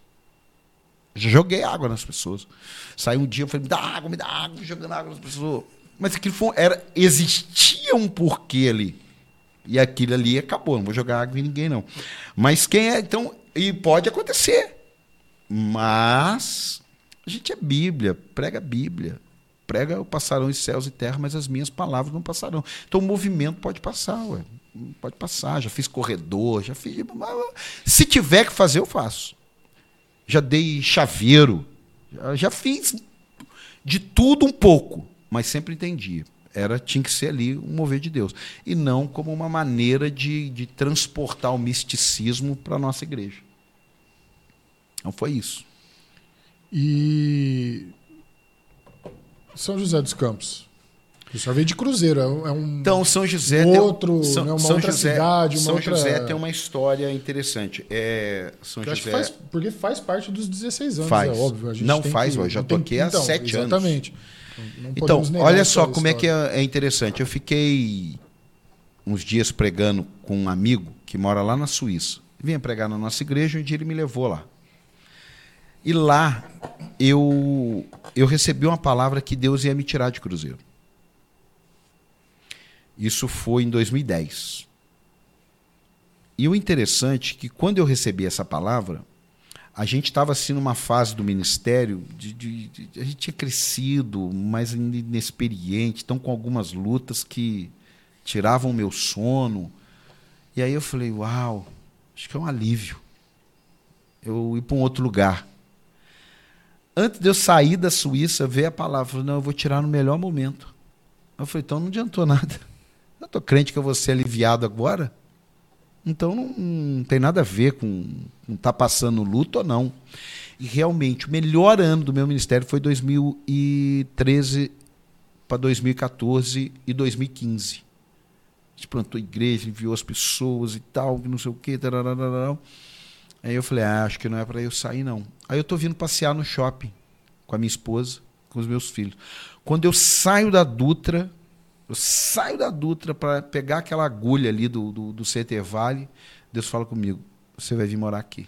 Saiu um dia, eu falei, me dá água, jogando água nas pessoas. Mas aquilo existia um porquê ali. E aquilo ali acabou, não vou jogar água em ninguém, não. Mas quem é, então, e pode acontecer. Mas a gente é Bíblia, prega passarão os céus e terra, mas as minhas palavras não passarão. Então o movimento pode passar, pode passar. Já fiz corredor, já fiz. Se tiver que fazer, eu faço. Já dei chaveiro, já fiz de tudo um pouco, mas sempre entendi. Tinha que ser ali um mover de Deus. E não como uma maneira de transportar o misticismo para a nossa igreja. Então foi isso. E São José dos Campos? O senhor veio de cruzeiro, Então, São José uma outra cidade. São José tem uma história interessante. São José... porque faz parte dos 16 anos, é óbvio. A gente eu já estou aqui há 7 anos. Exatamente. Então, olha só como é que é interessante. Eu fiquei uns dias pregando com um amigo que mora lá na Suíça. Vinha pregar na nossa igreja e um dia ele me levou lá. E lá eu recebi uma palavra que Deus ia me tirar de cruzeiro. Isso foi em 2010. E o interessante é que quando eu recebi essa palavra, a gente estava assim numa fase do ministério, a gente tinha crescido, mas ainda inexperiente, então com algumas lutas que tiravam o meu sono. E aí eu falei, uau, acho que é um alívio eu ir para um outro lugar. Antes de eu sair da Suíça, veio a palavra, não, eu vou tirar no melhor momento. Eu falei, então não adiantou nada. Eu estou crente que eu vou ser aliviado agora? Então não tem nada a ver com estar passando luto ou não. E realmente, o melhor ano do meu ministério foi 2013 para 2014 e 2015. A gente plantou igreja, enviou as pessoas e tal, não sei o quê. Tararara. Aí eu falei, acho que não é para eu sair, não. Aí eu estou vindo passear no shopping com a minha esposa, com os meus filhos. Quando eu saio da Dutra para pegar aquela agulha ali do CT Vale, Deus fala comigo, você vai vir morar aqui.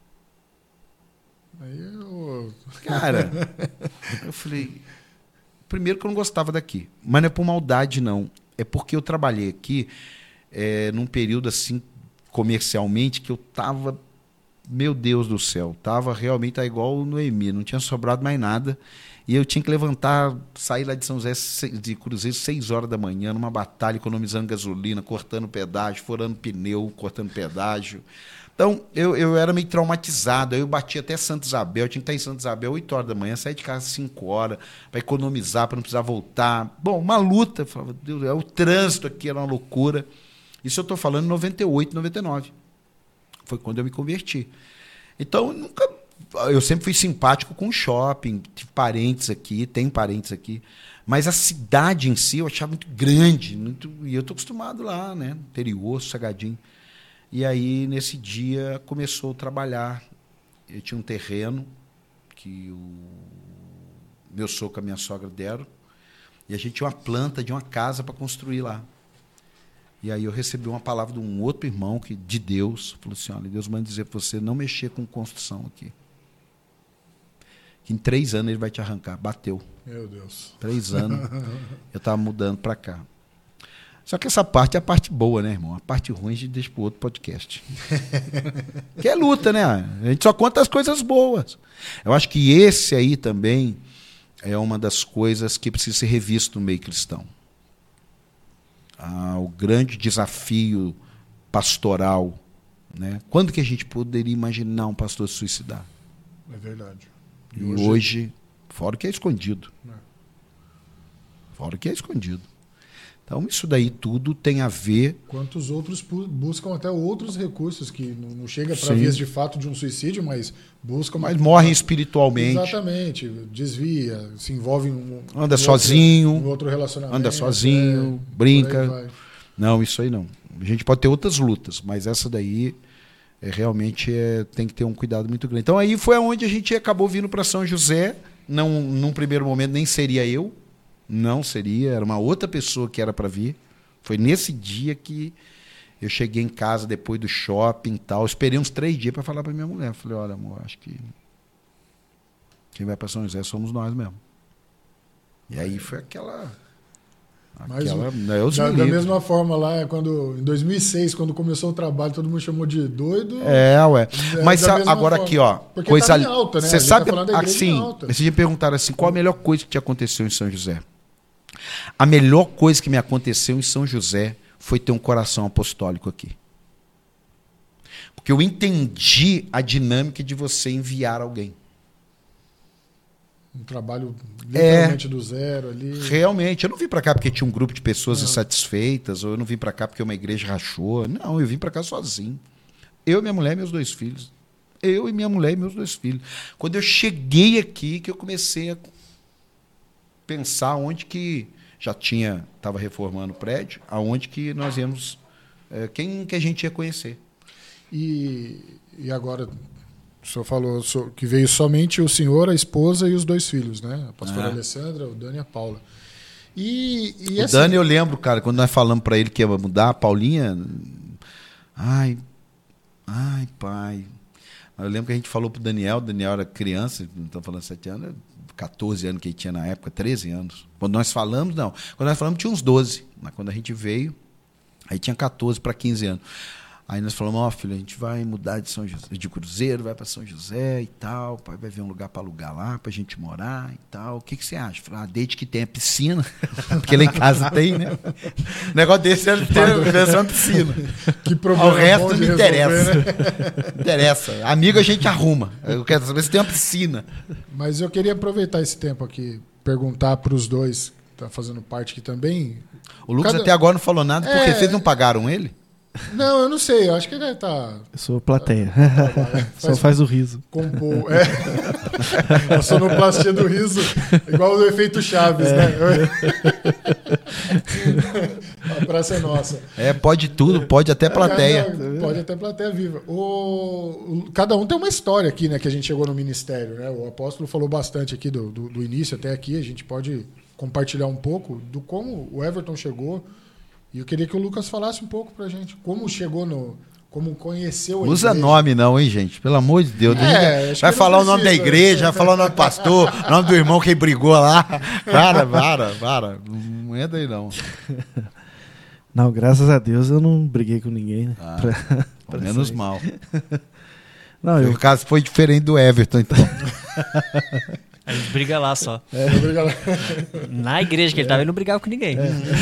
Aí eu... Cara, eu falei, primeiro que eu não gostava daqui, mas não é por maldade, não. É porque eu trabalhei aqui num período assim, comercialmente, que eu estava, meu Deus do céu, estava realmente igual o Noemi, não tinha sobrado mais nada. E eu tinha que levantar, sair lá de São José de Cruzeiro 6 horas da manhã, numa batalha, economizando gasolina, cortando pedágio, furando pneu, cortando pedágio. Então, eu era meio traumatizado. Aí eu batia até Santa Isabel, eu tinha que estar em Santa Isabel 8 horas da manhã, sair de casa 5 horas, para economizar, para não precisar voltar. Bom, uma luta. Eu falava, Deus, o trânsito aqui era uma loucura. Isso eu estou falando em 98, 99. Foi quando eu me converti. Então, eu sempre fui simpático com o shopping, tive parentes aqui, tenho parentes aqui, mas a cidade em si eu achava muito grande, e eu estou acostumado lá, né, interior, sossegadinho. E aí, nesse dia, começou a trabalhar. Eu tinha um terreno que o meu sogro e a minha sogra deram, e a gente tinha uma planta de uma casa para construir lá. E aí eu recebi uma palavra de um outro irmão de Deus, falou assim, olha, Deus manda dizer para você não mexer com construção aqui. Que em 3 anos ele vai te arrancar. Bateu. Meu Deus. 3 anos eu estava mudando para cá. Só que essa parte é a parte boa, né, irmão? A parte ruim a gente deixa para o outro podcast. Que é luta, né? A gente só conta as coisas boas. Eu acho que esse aí também é uma das coisas que precisa ser revisto no meio cristão. O grande desafio pastoral, né? Quando que a gente poderia imaginar um pastor se suicidar? É verdade. E hoje, fora que é escondido. Fora que é escondido. Então, isso daí tudo tem a ver... Quantos outros buscam até outros recursos, que não chega para vias de fato de um suicídio, mas buscam... Mas morrem espiritualmente. Exatamente. Desvia, se envolve em anda sozinho. Um outro relacionamento. Anda sozinho, brinca. Não, isso aí não. A gente pode ter outras lutas, mas essa daí realmente tem que ter um cuidado muito grande. Então aí foi onde a gente acabou vindo para São José. Não, num primeiro momento nem seria eu, não seria, era uma outra pessoa que era para vir. Foi nesse dia que eu cheguei em casa depois do shopping e tal. Esperei uns 3 dias para falar para minha mulher. Falei, olha, amor, acho que quem vai para São José somos nós mesmo. E aí foi aquela da mesma forma lá, em 2006, quando começou o trabalho, todo mundo chamou de doido. Mas agora forma. Aqui, ó. Porque coisa tá alta, né? Você sabe, tá assim, vocês me perguntaram assim, qual a melhor coisa que te aconteceu em São José? A melhor coisa que me aconteceu em São José foi ter um coração apostólico aqui. Porque eu entendi a dinâmica de você enviar alguém. Um trabalho literalmente do zero ali. Realmente. Eu não vim para cá porque tinha um grupo de pessoas insatisfeitas, ou eu não vim para cá porque uma igreja rachou. Não, eu vim para cá sozinho. Eu, minha mulher e meus 2 filhos. Eu e minha mulher e meus 2 filhos. Quando eu cheguei aqui, que eu comecei a pensar onde que já estava reformando o prédio, aonde que nós íamos, quem que a gente ia conhecer. E agora... O senhor falou que veio somente o senhor, a esposa e os 2 filhos, né? A pastora Alessandra, o Dani e a Paula. O Dani, eu lembro, cara, quando nós falamos para ele que ia mudar, a Paulinha... Ai, pai. Eu lembro que a gente falou pro Daniel, o Daniel era criança, não estou falando 7 anos, 14 anos que ele tinha na época, 13 anos. Quando nós falamos, não. Quando nós falamos, tinha uns 12. Mas quando a gente veio, aí tinha 14 para 15 anos. Aí nós falamos, filho, a gente vai mudar de Cruzeiro, vai para São José e tal, pai vai ver um lugar para alugar lá, para a gente morar e tal. O que você acha? Falei, desde que tenha piscina, porque lá em casa tem, né? O negócio desse é ter uma piscina. Que problema. O resto não me interessa. Né? Não interessa. Amigo a gente arruma. Eu quero saber se tem uma piscina. Mas eu queria aproveitar esse tempo aqui, perguntar para os 2, que tá fazendo parte aqui também. O Lucas até agora não falou nada, porque vocês não pagaram ele? Não, eu não sei, eu acho que ele deve estar... Eu sou plateia. Só faz o riso. A sonoplastia do riso, igual o efeito Chaves, né? A praça é nossa. Pode tudo, pode até plateia. Pode até plateia viva. Cada um tem uma história aqui, né, que a gente chegou no ministério, né? O apóstolo falou bastante aqui do início até aqui, a gente pode compartilhar um pouco do como o Everton chegou. E eu queria que o Lucas falasse um pouco pra gente. Como chegou como conheceu a igreja. Usa nome não, hein, gente? Pelo amor de Deus. Vai falar o nome da igreja, vai falar o nome do pastor, o nome do irmão que brigou lá. Para. Não entra aí, não. Não, graças a Deus eu não briguei com ninguém, né? Menos sair. Mal. Não, O caso foi diferente do Everton, então. A gente briga lá só. Na igreja que ele estava, ele não brigava com ninguém.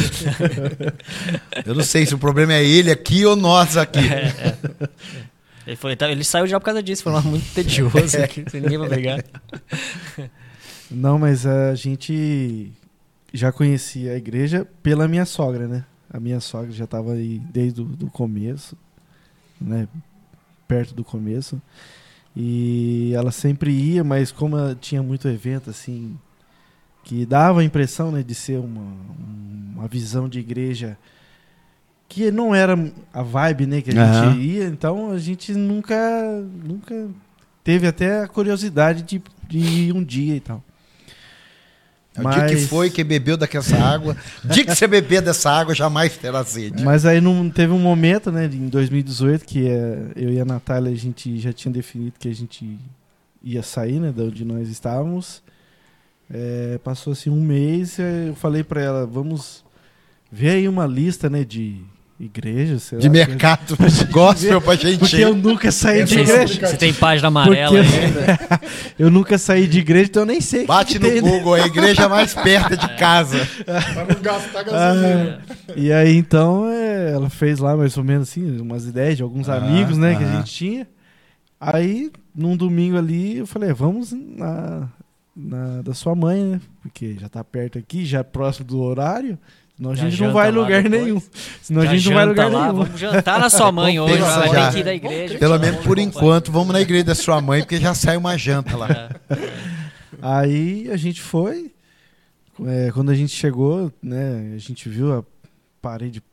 Eu não sei se o problema é ele aqui ou nós aqui. Ele saiu já por causa disso, foi muito tedioso aqui, sem ninguém vai brigar. Não, mas a gente já conhecia a igreja pela minha sogra, né? A minha sogra já estava aí desde o começo, né? Perto do começo. E ela sempre ia, mas como ela tinha muito evento, assim, que dava a impressão, né, de ser uma visão de igreja que não era a vibe, né, que a gente ia, então a gente nunca teve até a curiosidade de ir um dia e tal. O dia que foi, que bebeu daquela água, o dia que você beber dessa água, jamais terá sede. Mas aí teve um momento, né, em 2018, que eu e a Natália, a gente já tinha definido que a gente ia sair, né, de onde nós estávamos. Passou assim um mês, eu falei para ela, vamos ver aí uma lista, né, de igrejas, sei lá, de mercado gospel pra gente. Porque eu nunca saí de igreja. Você tem página amarela ainda. Eu nunca saí de igreja, então eu nem sei. Bate no Google, a igreja mais perto de casa. Pra não gastar gasolina. E aí, então, ela fez lá mais ou menos assim, umas ideias de alguns amigos, né, que a gente tinha. Aí, num domingo ali, eu falei, vamos da sua mãe, né? Porque já tá perto aqui, já próximo do horário. Senão a gente não vai em lugar nenhum. Senão a gente não vai em lugar nenhum. Vamos jantar na sua mãe hoje, vai ter que ir da igreja. Pelo menos por enquanto, vamos na igreja da sua mãe, porque já sai uma janta lá. Aí a gente foi. Quando a gente chegou, né, a gente viu a parede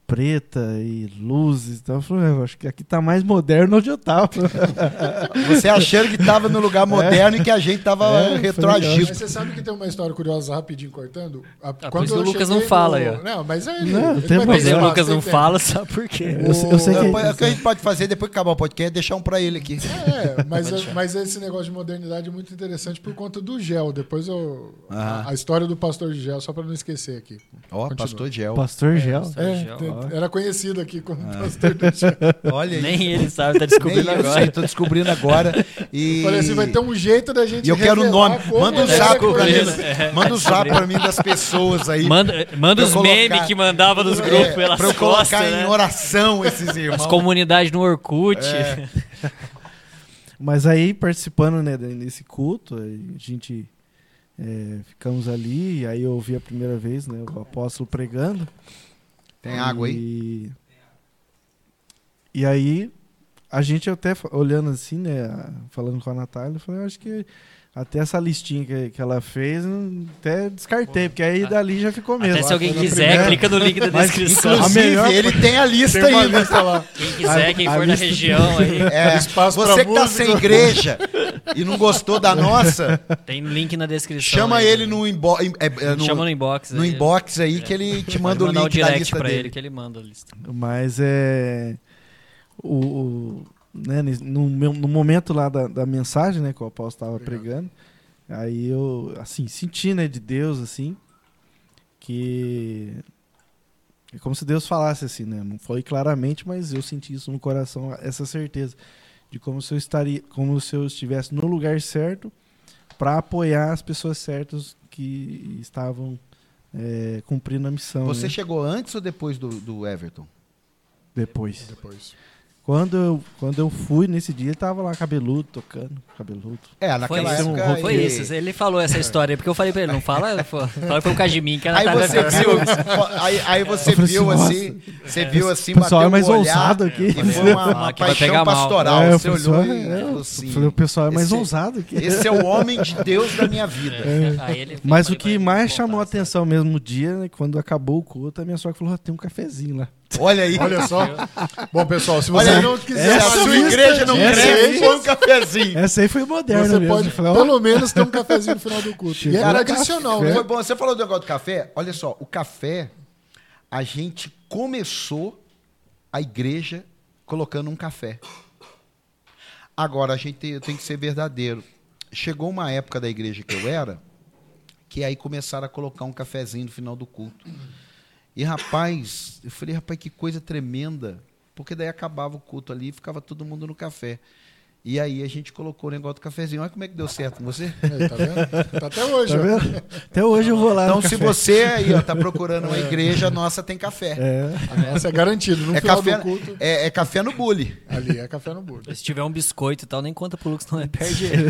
preta e luzes. Então eu falei, eu acho que aqui tá mais moderno onde eu tava. Você achando que tava no lugar moderno e que a gente tava retroagido. Mas você sabe que tem uma história curiosa, rapidinho cortando? Por isso o Lucas não fala aí, ó. Não, mas é Mas o Lucas não fala, sabe por quê? Eu sei que o que a gente pode fazer depois que acabar o podcast é deixar um pra ele aqui. Mas esse negócio de modernidade é muito interessante por conta do gel. Depois a história do pastor Gel, só pra não esquecer aqui. Ó, pastor Gel. Pastor Gel. Era conhecido aqui como pastor do Gel. Olha aí. Nem ele sabe, tá descobrindo Nem agora. Eu sei, tô descobrindo agora. E Falei assim, vai ter um jeito da gente e eu quero o nome. Manda um zap pra mim. Manda um zap pra mim das pessoas aí. Manda os memes que mandava nos grupos pelas pra eu costas, colocar né? em oração esses irmãos. As comunidades no Orkut. Mas aí, participando, né, desse culto, a gente ficamos ali, e aí eu ouvi a primeira vez, né, o apóstolo pregando. Tem água aí? E aí, a gente até olhando assim, né, falando com a Natália, eu falei, eu acho que até essa listinha que ela fez, até descartei, porque aí dali já ficou mesmo. Até se alguém quiser, clica no link da descrição. Inclusive, ele tem a lista Tem uma aí, né? lista lá. Quem quiser, quem for da região aí. Espaço Você pra que tá música. sem igreja e não gostou da nossa, Tem link na descrição. chama aí, ele né? no inbox. Chama no inbox. No aí. inbox aí que ele te manda o Pode mandar link da direct lista pra dele. ele que ele manda a lista. Mas né, no momento lá da mensagem, né, que o apóstolo estava pregando, aí eu, assim, senti, né, de Deus, assim, que é como se Deus falasse assim, né, não foi claramente, mas eu senti isso no coração, essa certeza de como se eu estivesse no lugar certo para apoiar as pessoas certas que estavam cumprindo a missão. Você né? chegou antes ou depois do Everton? Depois. Quando eu fui nesse dia, ele tava lá cabeludo, tocando, cabeludo. Naquela época... Foi isso. Ele falou essa história, porque eu falei pra ele, não fala, fala foi o Cajimin, que ela Aí você viu, aí você Eu falei viu assim, assim, você viu assim, o pessoal bateu é mais um olhar, ousado aqui. E foi uma que vai pegar paixão mal. pastoral. Você o pessoal, olhou e falou assim... falei, o pessoal é mais esse- ousado aqui. Esse é o homem de Deus da minha vida. Aí ele- Mas falei o pra que ele mais contar, chamou a sabe? atenção mesmo no dia, né, quando acabou o culto, a minha sogra falou, tem um cafezinho lá. Olha aí. Olha só. Bom, pessoal, se Olha você aí. não Se quiser a fazer sua isso, igreja não essa cresce, aí- põe um cafezinho. Essa aí foi moderna você mesmo. pode Eu falei, ó, pelo menos ter um cafezinho no final do culto. E é Chegou tradicional, café. né? Foi bom. Você falou do negócio do café? Olha só, o café, a gente começou a igreja colocando um café. Agora, a gente tem que ser verdadeiro. Chegou uma época da igreja que eu era, que aí começaram a colocar um cafezinho no final do culto. E, rapaz, eu falei, rapaz, que coisa tremenda. Porque daí acabava o culto ali e ficava todo mundo no café. E aí a gente colocou o negócio do cafezinho. Olha como é que deu certo com você. Aí, tá vendo? Tá até hoje, tá ó. vendo? Até hoje eu vou lá Então, no se café. você aí ó, tá procurando uma igreja, a nossa tem café. Essa é garantido. No É final café, do culto, é café no bule. ali é café no bolo. Se tiver um biscoito e tal, nem conta pro Lucas, não é perde ele.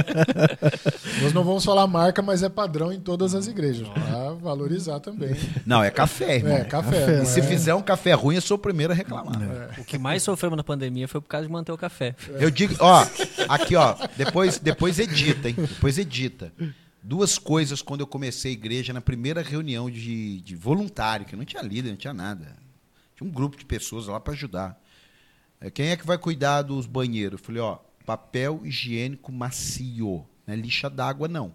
Nós não vamos falar marca, mas é padrão em todas as igrejas, pra valorizar também. Não, é café, irmão. É, café. não E se é- fizer um café ruim, eu sou o primeiro a reclamar. O que mais sofremos na pandemia foi por causa de manter o café. Eu digo, ó, aqui, ó, depois edita, hein? Depois edita. Duas coisas quando eu comecei a igreja, na primeira reunião de voluntário, que não tinha líder, não tinha nada. Tinha um grupo de pessoas lá para ajudar. Quem é que vai cuidar dos banheiros? Eu falei, ó, papel higiênico macio, não é lixa d'água, não.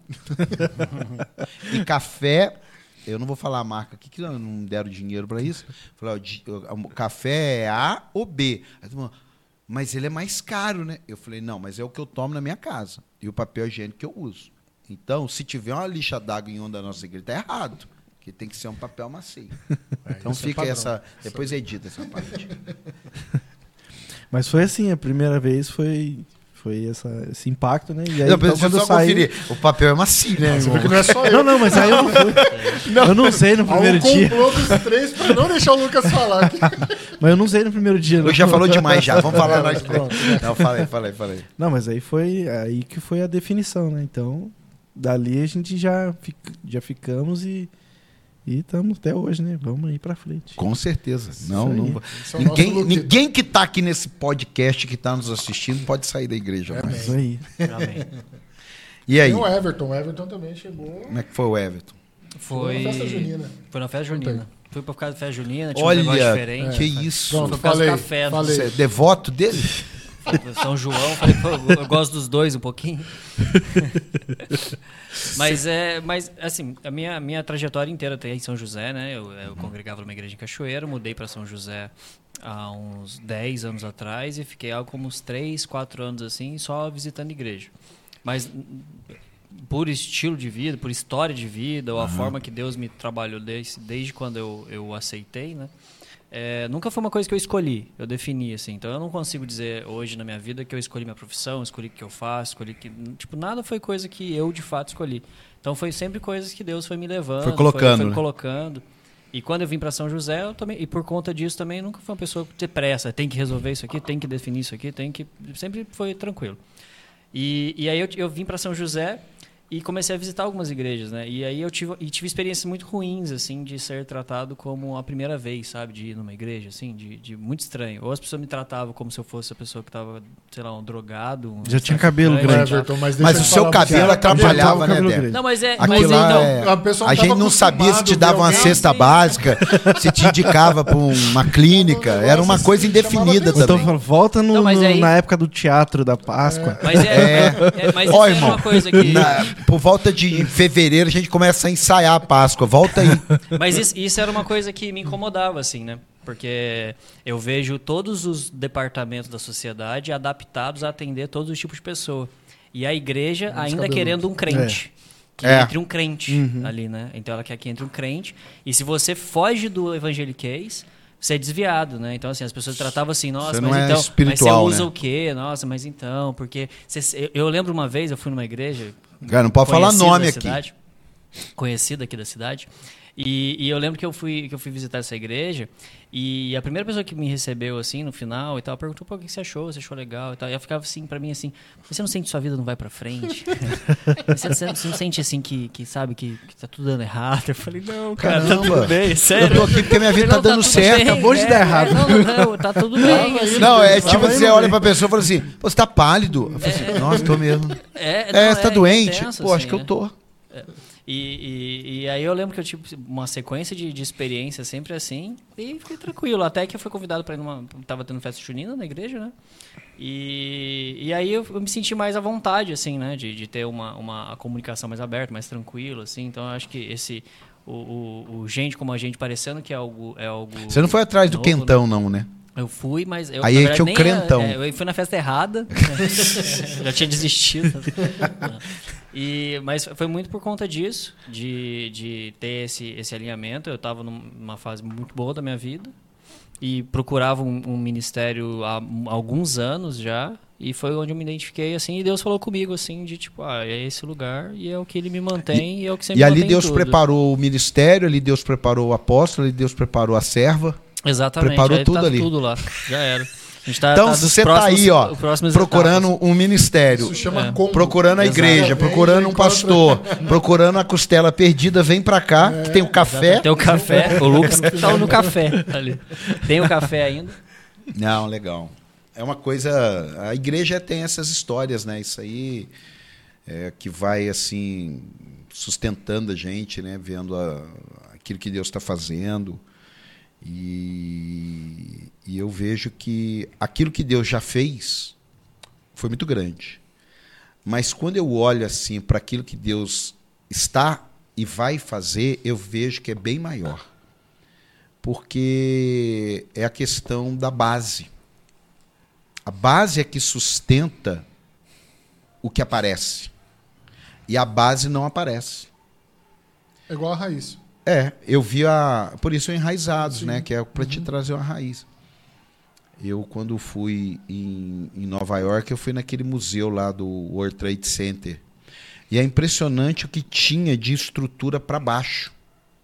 E café, eu não vou falar a marca aqui, que não deram dinheiro para isso. Eu falei, ó, o café é A ou B? Aí todo mundo, mas ele é mais caro, né? Eu falei, não, mas é o que eu tomo na minha casa. E o papel higiênico que eu uso. Então, se tiver uma lixa d'água em uma da nossa igreja, tá errado. Porque tem que ser um papel macio. Então isso é fica padrão. essa... Depois edita essa parte. Mas foi assim, a primeira vez foi esse impacto, né? E aí, Não, então, deixa eu quando eu só saí... conferir. O papel é macio, né, Você irmão? vê que não é só eu. Não, mas aí eu não fui. Eu não usei no Há primeiro um dia. complô dos três pra não deixar o Lucas falar aqui. Mas eu não usei no primeiro dia. Hoje não. já falou demais já. Vamos falar nós. Pronto. Não, falei. Não, mas aí foi aí que foi a definição, né? Então, dali a gente já ficamos e estamos até hoje, né? Vamos aí pra frente. Com certeza. Isso Não, aí. não. Esse é o nosso Luquita. Ninguém que está aqui nesse podcast, que está nos assistindo, pode sair da igreja. É mais. Isso aí. Amém. E aí? Tem o Everton. O Everton também chegou Como é que foi o Everton? Foi na festa junina. Foi na festa junina. Fui pra casa de festa junina, tinha Olha, um negócio diferente. que isso. Pronto, Por causa do falei. café. Você é devoto dele? São João, falei, pô, eu gosto dos dois um pouquinho. mas assim, a minha trajetória inteira tem em São José, né? Eu congregava numa igreja em Cachoeira, mudei para São José há uns 10 anos atrás e fiquei algo como uns 3, 4 anos assim, só visitando igreja. Mas por estilo de vida, por história de vida, ou a forma que Deus me trabalhou desde quando eu aceitei, né? Nunca foi uma coisa que eu escolhi, eu defini, assim. Então eu não consigo dizer hoje na minha vida que eu escolhi minha profissão, escolhi o que eu faço, escolhi que... Tipo, nada foi coisa que eu de fato escolhi. Então foi sempre coisas que Deus foi me levando, foi colocando. Foi né? colocando. E quando eu vim para São José, eu também, e por conta disso também nunca fui uma pessoa que ter pressa, tem que resolver isso aqui, tem que definir isso aqui, sempre foi tranquilo. E aí eu vim para São José e comecei a visitar algumas igrejas, né? E aí eu tive experiências muito ruins, assim, de ser tratado como a primeira vez, sabe? De ir numa igreja, assim, de muito estranho. Ou as pessoas me tratavam como se eu fosse a pessoa que estava, sei lá, um drogado. Já tinha cabelo grande. Everton, mas o seu cabelo atrapalhava, né, Débora? Não, mas então... A gente não sabia se te dava uma cesta básica, se te indicava para uma clínica. Era uma coisa indefinida também. Então, volta na época do teatro da Páscoa. Mas isso é uma coisa que... Por volta de fevereiro a gente começa a ensaiar a Páscoa. Volta aí. Mas isso era uma coisa que me incomodava, assim, né? Porque eu vejo todos os departamentos da sociedade adaptados a atender todos os tipos de pessoa. E a igreja ainda querendo um crente. Que entre um crente ali, né? Então ela quer que entre um crente. E se você foge do evangeliquez, você é desviado, né? Então, assim, as pessoas tratavam assim, nossa, mas você usa o quê? Nossa, mas então, porque... Eu lembro uma vez, eu fui numa igreja... Cara, não pode falar nome aqui. Conhecida aqui da cidade. E eu lembro que eu fui visitar essa igreja e a primeira pessoa que me recebeu, assim, no final e tal, perguntou, pô, o que você achou? Você achou legal e tal? E eu ficava assim, pra mim, assim, você não sente que sua vida não vai pra frente? você não sente, assim, que sabe, que tá tudo dando errado? Eu falei, não, cara, tá tudo bem, sério. Eu tô aqui porque minha vida tá dando certo. Bem, acabou de dar errado. Não, tá tudo bem. Assim, não, é tipo, você olha pra pessoa e fala assim, pô, você tá pálido. Eu falo assim, nossa, tô mesmo. Você tá doente? Intenso, pô, assim, acho que eu tô. E aí eu lembro que eu tive uma sequência de experiências sempre assim e fiquei tranquilo, até que eu fui convidado para ir tava tendo festa junina na igreja, né? E aí eu me senti mais à vontade, assim, né? De ter uma comunicação mais aberta, mais tranquila, assim. Então eu acho que o gente como a gente parecendo que é algo Você não foi atrás do quentão, não, né? Eu fui, mas... Aí tinha o crentão. Eu fui na festa errada. Já tinha desistido. Mas foi muito por conta disso, de ter esse alinhamento. Eu estava numa fase muito boa da minha vida e procurava um ministério há alguns anos já. E foi onde eu me identifiquei, assim, e Deus falou comigo, assim, de tipo, é esse lugar e é o que ele me mantém e é o que sempre me mantém. E ali Deus preparou o ministério, ali Deus preparou o apóstolo, ali Deus preparou a serva. Exatamente. Preparou tudo ali. Tudo lá, já era. Então, se você tá aí, ó, procurando um ministério, procurando a igreja, procurando um pastor, procurando a costela perdida, vem pra cá, que tem o café. Tem o café, o Lucas que tá no café ali. Tem o café ainda? Não, legal. É uma coisa... A igreja tem essas histórias, né? Isso aí que vai, assim, sustentando a gente, né? Vendo aquilo que Deus está fazendo. E eu vejo que aquilo que Deus já fez foi muito grande. Mas quando eu olho assim para aquilo que Deus está e vai fazer, eu vejo que é bem maior. Porque é a questão da base. A base é que sustenta o que aparece. E a base não aparece. É igual a raiz. Eu vi por isso Enraizados, sim, né? Que é para te trazer uma raiz. Eu, quando fui em Nova York, eu fui naquele museu lá do World Trade Center. E é impressionante o que tinha de estrutura para baixo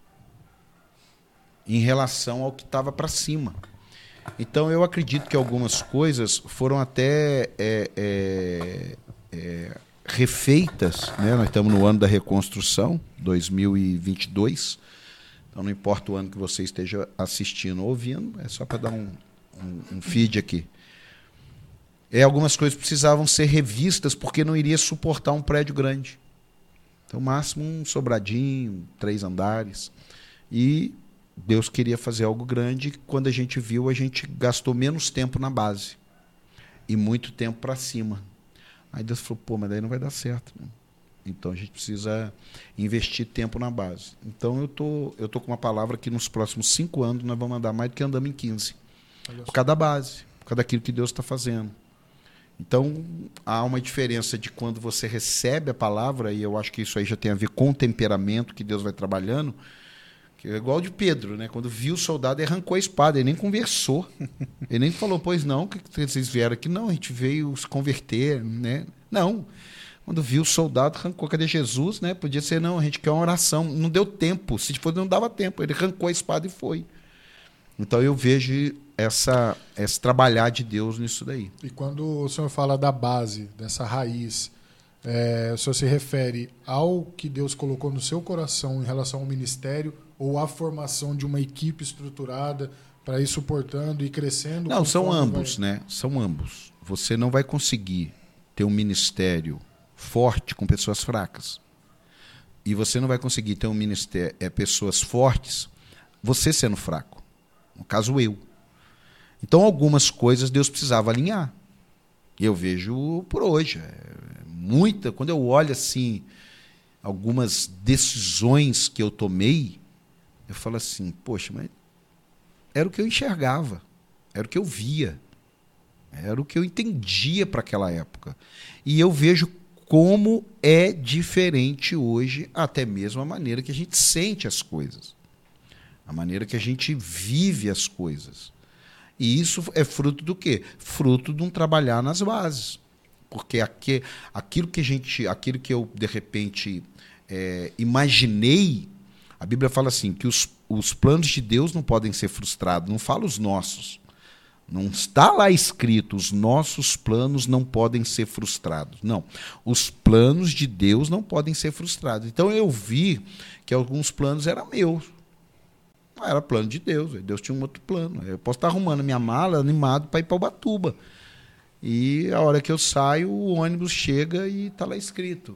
em relação ao que estava para cima. Então, eu acredito que algumas coisas foram até refeitas, né? Nós estamos no ano da reconstrução, 2022. Então, não importa o ano que você esteja assistindo ou ouvindo, é só para dar um feed aqui. Algumas coisas precisavam ser revistas porque não iria suportar um prédio grande. Então, máximo um sobradinho, 3 andares. E Deus queria fazer algo grande. Quando a gente viu, a gente gastou menos tempo na base e muito tempo para cima. Aí Deus falou, pô, mas daí não vai dar certo, né? Então a gente precisa investir tempo na base. Então eu tô com uma palavra que nos próximos 5 anos nós vamos andar mais do que andamos em 15. Por causa da base, por causa daquilo que Deus está fazendo. Então há uma diferença de quando você recebe a palavra, e eu acho que isso aí já tem a ver com o temperamento que Deus vai trabalhando, que é igual de Pedro, né? Quando viu o soldado, ele arrancou a espada, ele nem conversou. Ele nem falou, pois não, que vocês vieram aqui? Não, a gente veio se converter, né? Não. Quando viu o soldado, arrancou. Cadê Jesus? Né? Podia ser, não, a gente quer uma oração. Não deu tempo. Se fosse, não dava tempo. Ele arrancou a espada e foi. Então eu vejo esse trabalhar de Deus nisso daí. E quando o senhor fala da base, dessa raiz, o senhor se refere ao que Deus colocou no seu coração em relação ao ministério ou à formação de uma equipe estruturada para ir suportando e crescendo? Não, são ambos, né? São ambos. Você não vai conseguir ter um ministério forte com pessoas fracas. E você não vai conseguir ter um ministério, pessoas fortes, você sendo fraco. No caso, eu. Então, algumas coisas Deus precisava alinhar. E eu vejo por hoje. Quando eu olho assim, algumas decisões que eu tomei, eu falo assim, poxa, mas era o que eu enxergava, era o que eu via, era o que eu entendia para aquela época. E eu vejo como é diferente hoje, até mesmo a maneira que a gente sente as coisas, a maneira que a gente vive as coisas. E isso é fruto do quê? Fruto de um trabalhar nas bases. Porque aquilo que eu, de repente, imaginei, a Bíblia fala assim, que os planos de Deus não podem ser frustrados, não fala os nossos. Não está lá escrito, os nossos planos não podem ser frustrados. Não, os planos de Deus não podem ser frustrados. Então eu vi que alguns planos eram meus. Não era plano de Deus, Deus tinha um outro plano. Eu posso estar arrumando minha mala animado para ir para Ubatuba. E a hora que eu saio, o ônibus chega e está lá escrito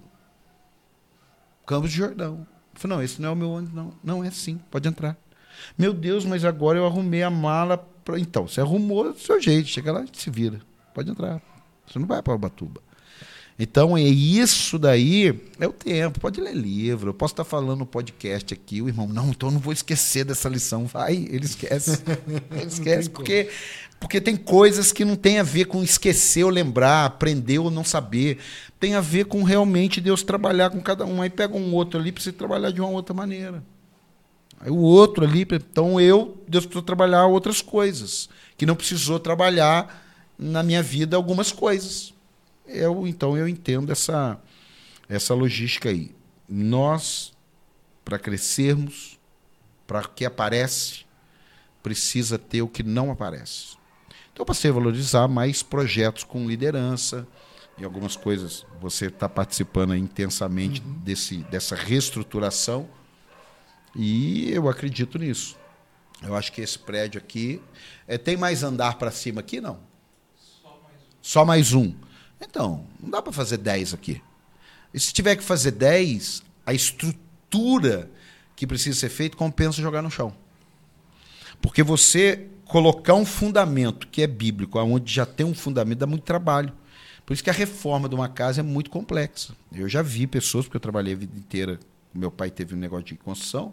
Campos de Jordão. Eu falei, não, esse não é o meu ônibus, não. Não, é sim, pode entrar. Meu Deus, mas agora eu arrumei a mala. Então, você arrumou do seu jeito, chega lá e se vira. Pode entrar. Você não vai para Ubatuba. Então, isso daí é o tempo. Pode ler livro. Eu posso estar falando no podcast aqui. O irmão, não, então eu não vou esquecer dessa lição. Vai, ele esquece. Ele esquece. Porque tem coisas que não tem a ver com esquecer ou lembrar, aprender ou não saber. Tem a ver com realmente Deus trabalhar com cada um. Aí pega um outro ali para você trabalhar de uma outra maneira. Aí o outro ali, então Deus precisou trabalhar outras coisas, que não precisou trabalhar na minha vida algumas coisas. Então eu entendo essa logística aí. Nós, para crescermos, para que aparece, precisa ter o que não aparece. Então eu passei a valorizar mais projetos com liderança, e algumas coisas você está participando intensamente dessa reestruturação. E eu acredito nisso. Eu acho que esse prédio aqui... tem mais andar para cima aqui, não? Só mais um. Então, não dá para fazer 10 aqui. E se tiver que fazer 10, a estrutura que precisa ser feita compensa jogar no chão. Porque você colocar um fundamento que é bíblico, onde já tem um fundamento, dá muito trabalho. Por isso que a reforma de uma casa é muito complexa. Eu já vi pessoas, porque eu trabalhei a vida inteira, meu pai teve um negócio de construção,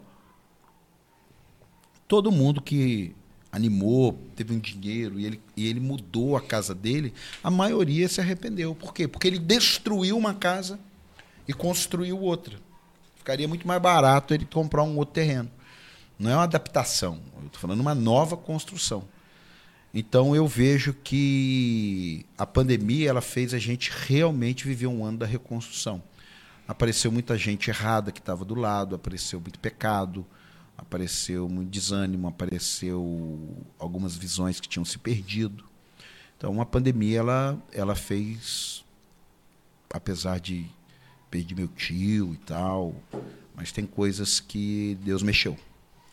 todo mundo que animou, teve um dinheiro e ele mudou a casa dele, a maioria se arrependeu. Por quê? Porque ele destruiu uma casa e construiu outra. Ficaria muito mais barato ele comprar um outro terreno. Não é uma adaptação, eu estou falando uma nova construção. Então eu vejo que a pandemia ela fez a gente realmente viver um ano da reconstrução. Apareceu muita gente errada que estava do lado, apareceu muito pecado, apareceu muito desânimo, apareceu algumas visões que tinham se perdido. Então, a pandemia, ela fez, apesar de perder meu tio e tal, mas tem coisas que Deus mexeu.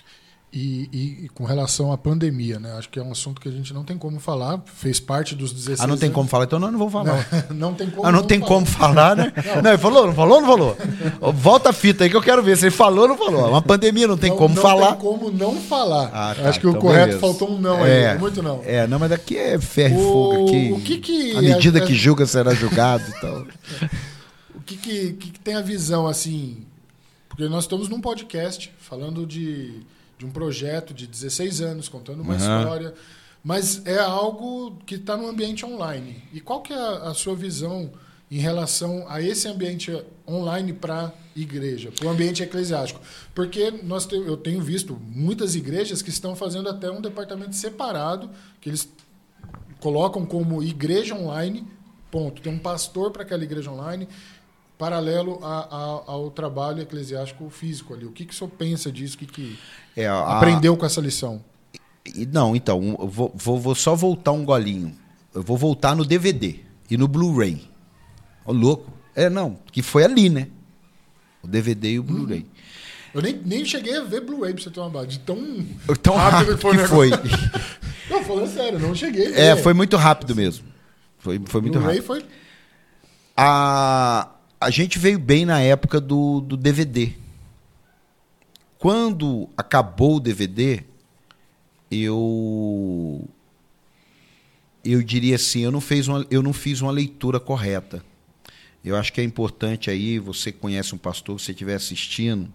E com relação à pandemia, né? Acho que é um assunto que a gente não tem como falar, fez parte dos 16 não tem anos. como falar, então não vou falar. Não tem como não tem como falar, né? Não, ele falou, não falou? Volta a fita aí que eu quero ver se ele falou ou não falou. Uma pandemia não tem como falar. Não tem como não falar. Tá, acho que então o correto faltou um não aí, muito não. Não, mas daqui é ferro e fogo aqui. À medida que julga, será julgado e tal. O que tem a visão, assim... Porque nós estamos num podcast falando de um projeto de 16 anos, contando uma história, mas é algo que está no ambiente online. E qual que é a sua visão em relação a esse ambiente online para a igreja, para o ambiente eclesiástico? Porque eu tenho visto muitas igrejas que estão fazendo até um departamento separado, que eles colocam como igreja online, ponto. Tem um pastor para aquela igreja online, paralelo ao trabalho eclesiástico físico ali. O que o senhor pensa disso? O que aprendeu com essa lição? Não, então, vou só voltar um golinho. Eu vou voltar no DVD e no Blu-ray. Ô, louco. Que foi ali, né? O DVD e o Blu-ray. Eu nem cheguei a ver Blu-ray, pra você ter uma base. De tão rápido que foi. Não, falando sério, não cheguei a ver. Foi muito rápido mesmo. Foi muito rápido. Foi... A gente veio bem na época do DVD. Quando acabou o DVD, eu diria assim, eu não fiz uma leitura correta. Eu acho que é importante aí, você conhece um pastor, se você estiver assistindo,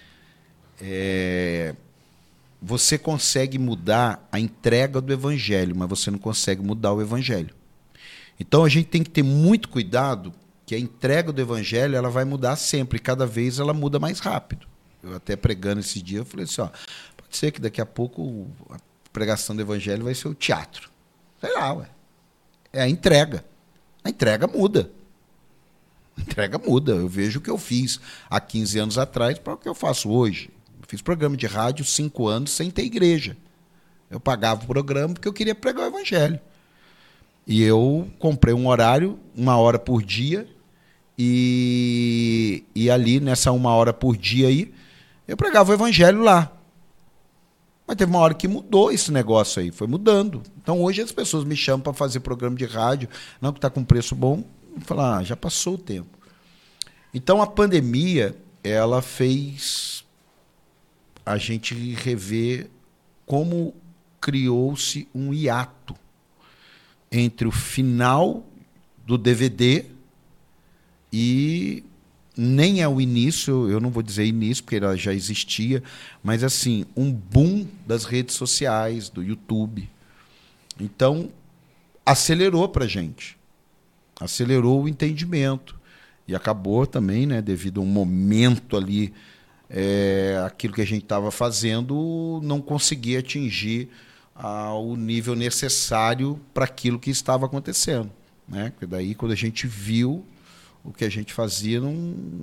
você consegue mudar a entrega do evangelho, mas você não consegue mudar o evangelho. Então a gente tem que ter muito cuidado, que a entrega do evangelho ela vai mudar sempre, e cada vez ela muda mais rápido. Eu até pregando esse dia, eu falei assim, pode ser que daqui a pouco a pregação do evangelho vai ser o teatro. Sei lá, ué. É a entrega. A entrega muda. A entrega muda. Eu vejo o que eu fiz há 15 anos atrás para o que eu faço hoje. Eu fiz programa de rádio 5 anos sem ter igreja. Eu pagava o programa porque eu queria pregar o evangelho. E eu comprei um horário, 1 hora por dia, e ali, nessa 1 hora por dia aí, eu pregava o evangelho lá. Mas teve uma hora que mudou esse negócio aí, foi mudando. Então hoje as pessoas me chamam para fazer programa de rádio, não que está com preço bom, eu falo, já passou o tempo. Então a pandemia, ela fez a gente rever como criou-se um hiato entre o final do DVD e nem é o início, eu não vou dizer início, porque ela já existia, mas assim, um boom das redes sociais, do YouTube. Então, acelerou para a gente. Acelerou o entendimento. E acabou também, né, devido a um momento ali, aquilo que a gente estava fazendo não conseguia atingir o nível necessário para aquilo que estava acontecendo, né? Porque daí, quando a gente viu, o que a gente fazia não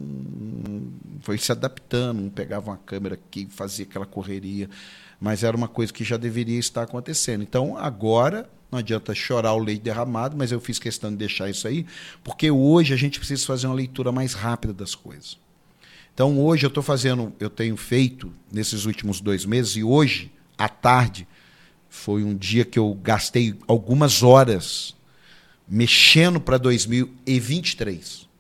foi se adaptando, não pegava uma câmera aqui, fazia aquela correria, mas era uma coisa que já deveria estar acontecendo. Então, agora, não adianta chorar o leite derramado, mas eu fiz questão de deixar isso aí, porque hoje a gente precisa fazer uma leitura mais rápida das coisas. Então, hoje eu tenho feito, nesses últimos 2 meses, e hoje, à tarde, foi um dia que eu gastei algumas horas mexendo para 2023.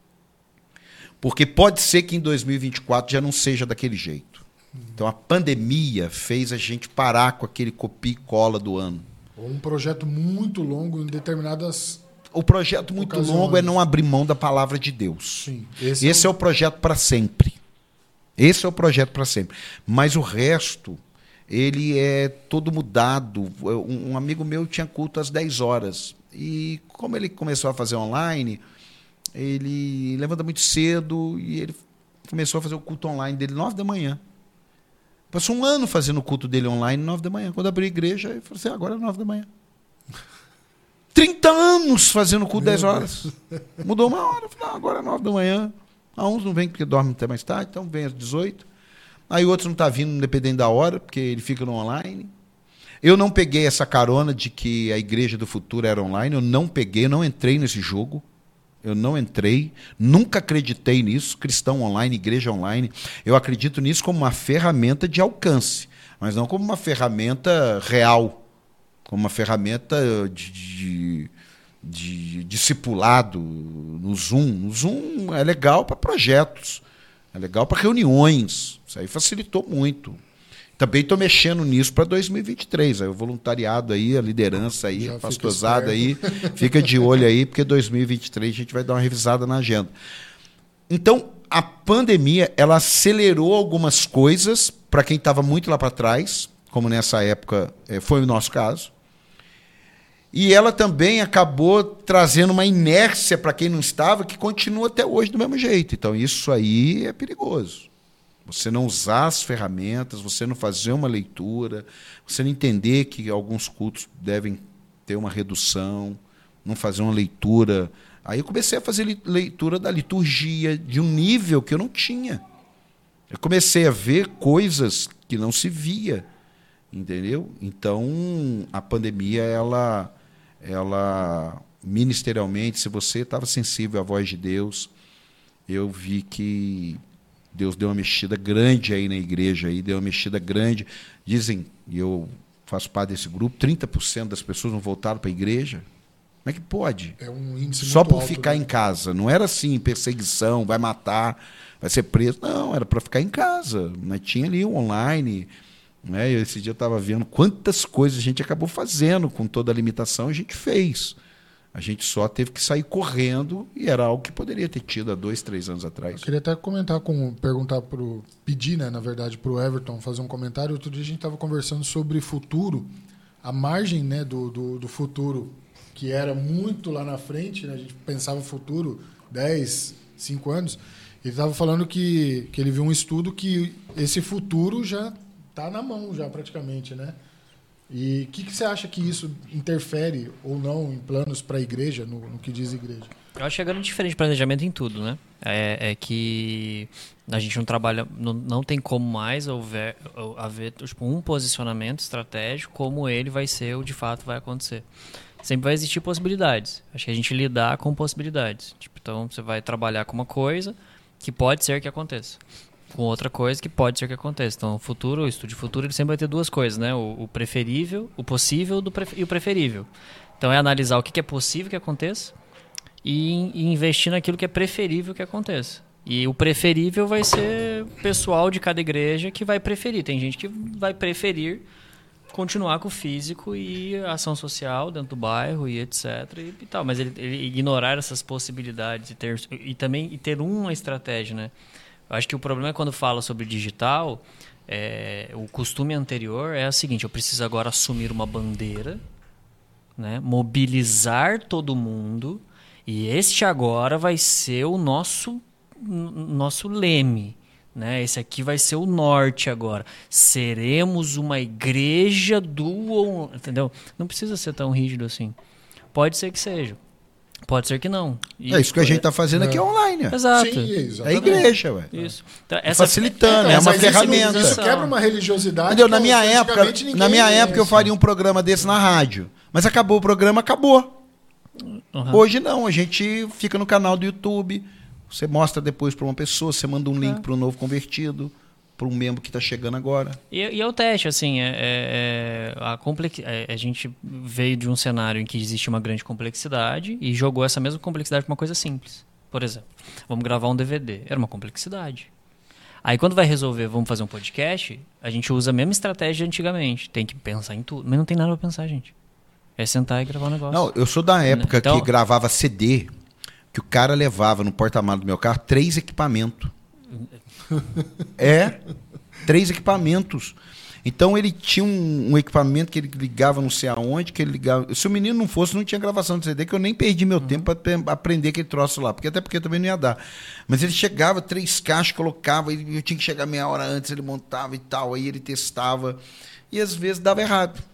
Porque pode ser que em 2024 já não seja daquele jeito. Então a pandemia fez a gente parar com aquele copia e cola do ano. Um projeto muito longo em determinadas... O projeto muito longo é não abrir mão da palavra de Deus. Sim, esse é o projeto para sempre. Esse é o projeto para sempre. Mas o resto, ele é todo mudado. Um amigo meu tinha culto às 10 horas. E como ele começou a fazer online, ele levanta muito cedo e ele começou a fazer o culto online dele 9 da manhã. Passou 1 ano fazendo o culto dele online 9 da manhã. Quando abriu a igreja, ele falou assim, agora é 9 da manhã. 30 anos fazendo o culto 10 horas. Mudou 1 hora. Falei, agora é 9 da manhã. Uns não vêm porque dormem até mais tarde, então vem às 18. Aí outros não estão vindo dependendo da hora, porque ele fica no online. Eu não peguei essa carona de que a Igreja do Futuro era online. Eu não peguei, eu não entrei nesse jogo. Eu não entrei, nunca acreditei nisso, cristão online, igreja online. Eu acredito nisso como uma ferramenta de alcance. mas não como uma ferramenta real, como uma ferramenta de discipulado no Zoom. No Zoom é legal para projetos, é legal para reuniões, isso aí facilitou muito. Também estou mexendo nisso para 2023. Aí o voluntariado aí, a liderança aí, a pastorzada aí, fica de olho aí, porque 2023 a gente vai dar uma revisada na agenda. Então, a pandemia, ela acelerou algumas coisas para quem estava muito lá para trás, como nessa época foi o nosso caso. E ela também acabou trazendo uma inércia para quem não estava, que continua até hoje do mesmo jeito. Então, isso aí é perigoso. Você não usar as ferramentas, você não fazer uma leitura, você não entender que alguns cultos devem ter uma redução, não fazer uma leitura. Aí eu comecei a fazer leitura da liturgia de um nível que eu não tinha. Eu comecei a ver coisas que não se via, entendeu? Então, a pandemia, ela ministerialmente, se você estava sensível à voz de Deus, eu vi que Deus deu uma mexida grande aí na igreja, aí, deu uma mexida grande. Dizem, e eu faço parte desse grupo, 30% das pessoas não voltaram para a igreja. Como é que pode? É um índice só muito por alto, ficar em casa. Não era assim, perseguição, vai matar, vai ser preso. Não, era para ficar em casa. Né? Tinha ali o online. Né? Esse dia eu estava vendo quantas coisas a gente acabou fazendo com toda a limitação, a gente fez. A gente só teve que sair correndo e era algo que poderia ter tido há 2, 3 anos atrás. Eu queria até pedir, né, na verdade, para o Everton fazer um comentário. Outro dia a gente estava conversando sobre futuro, a margem, né, do futuro, que era muito lá na frente, né, a gente pensava futuro 10, 5 anos. Ele estava falando que ele viu um estudo que esse futuro já está na mão, já praticamente, né? E o que você acha que isso interfere ou não em planos para a igreja, no que diz a igreja? Eu acho que é grande diferença de planejamento em tudo, né? É que a gente não trabalha, não tem como mais haver tipo, um posicionamento estratégico como ele vai ser ou de fato vai acontecer. Sempre vai existir possibilidades. Acho que a gente lidar com possibilidades. Tipo, então você vai trabalhar com uma coisa que pode ser que aconteça, com outra coisa que pode ser que aconteça. Então, o estudo de futuro, ele sempre vai ter duas coisas, né? O preferível, o possível e o preferível. Então, é analisar o que é possível que aconteça e investir naquilo que é preferível que aconteça. E o preferível vai ser o pessoal de cada igreja que vai preferir. Tem gente que vai preferir continuar com o físico e a ação social dentro do bairro e etc. E tal. Mas ele ignorar essas possibilidades e ter uma estratégia, né? Eu acho que o problema é quando fala sobre digital, o costume anterior é o seguinte: eu preciso agora assumir uma bandeira, né, mobilizar todo mundo, e este agora vai ser o nosso leme. Né? Esse aqui vai ser o norte agora. Seremos uma igreja do... Entendeu? Não precisa ser tão rígido assim. Pode ser que seja. Pode ser que não. Isso que a gente está fazendo aqui online. Exato. Sim, é a igreja, ué. Isso. Então, facilitando, é uma ferramenta. Isso quebra uma religiosidade. Entendeu? Na minha época eu faria um programa desse na rádio. Mas acabou o programa, acabou. Uhum. Hoje não, a gente fica no canal do YouTube, você mostra depois para uma pessoa, você manda um link para um novo convertido, para um membro que está chegando agora. E é o teste, assim, a gente veio de um cenário em que existe uma grande complexidade e jogou essa mesma complexidade para uma coisa simples. Por exemplo, vamos gravar um DVD. Era uma complexidade. Aí quando vai resolver, vamos fazer um podcast, a gente usa a mesma estratégia de antigamente. Tem que pensar em tudo, mas não tem nada para pensar, gente. É sentar e gravar um negócio. Não, eu sou da época que gravava CD, que o cara levava no porta-malas do meu carro 3 equipamentos. 3 equipamentos. Então ele tinha um equipamento que ele ligava não sei aonde, que ele ligava. Se o menino não fosse, não tinha gravação de CD, que eu nem perdi meu tempo para aprender aquele troço lá, até porque também não ia dar. Mas ele chegava, 3 caixas, colocava, eu tinha que chegar meia hora antes, ele montava e tal, aí ele testava, e às vezes dava errado.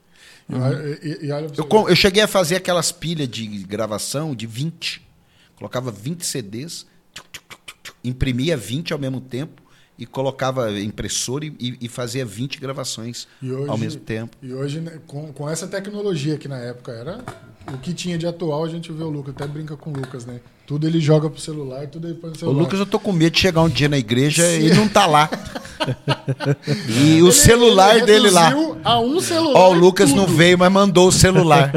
Eu cheguei a fazer aquelas pilhas de gravação de 20. Colocava 20 CDs, imprimia 20 ao mesmo tempo e colocava impressora e fazia 20 gravações ao mesmo tempo. E hoje, né, com essa tecnologia que na época era o que tinha de atual, a gente vê o Lucas, até brinca com o Lucas, né? Tudo ele joga pro celular, tudo ele põe no celular. O Lucas, eu tô com medo de chegar um dia na igreja e ele não tá lá. E o celular dele lá. A um celular. Ó, o Lucas não veio, mas mandou o celular.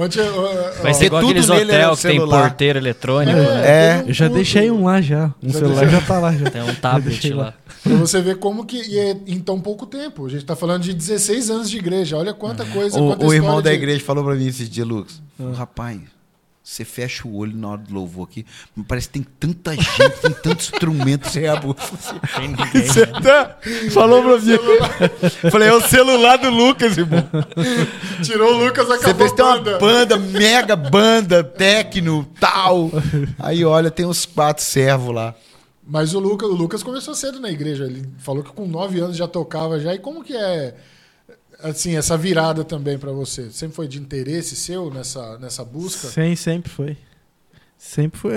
Vai ser igual aqueles hotel que tem porteiro eletrônico. É. Eu já deixei um lá já. Um celular já tá lá. Já. Tem um tablet lá. Pra você ver como que é em tão pouco tempo. A gente tá falando de 16 anos de igreja. Olha quanta coisa. O irmão da igreja falou pra mim esse dia, Lucas. Rapaz, você fecha o olho na hora do louvor aqui. Parece que tem tanta gente, tem tanto instrumento. Você abre. Tem ninguém, Você tá... Falou pra mim. Falei, é o celular do Lucas, irmão. Tirou o Lucas, acabou. Você fez tem uma banda, mega banda, techno, tal. Aí olha, tem uns 4 servos lá. Mas o Lucas começou cedo na igreja. Ele falou que com 9 anos já tocava já. E como que é assim, essa virada também para você? Sempre foi de interesse seu nessa busca? Sim, sempre foi. Sempre foi.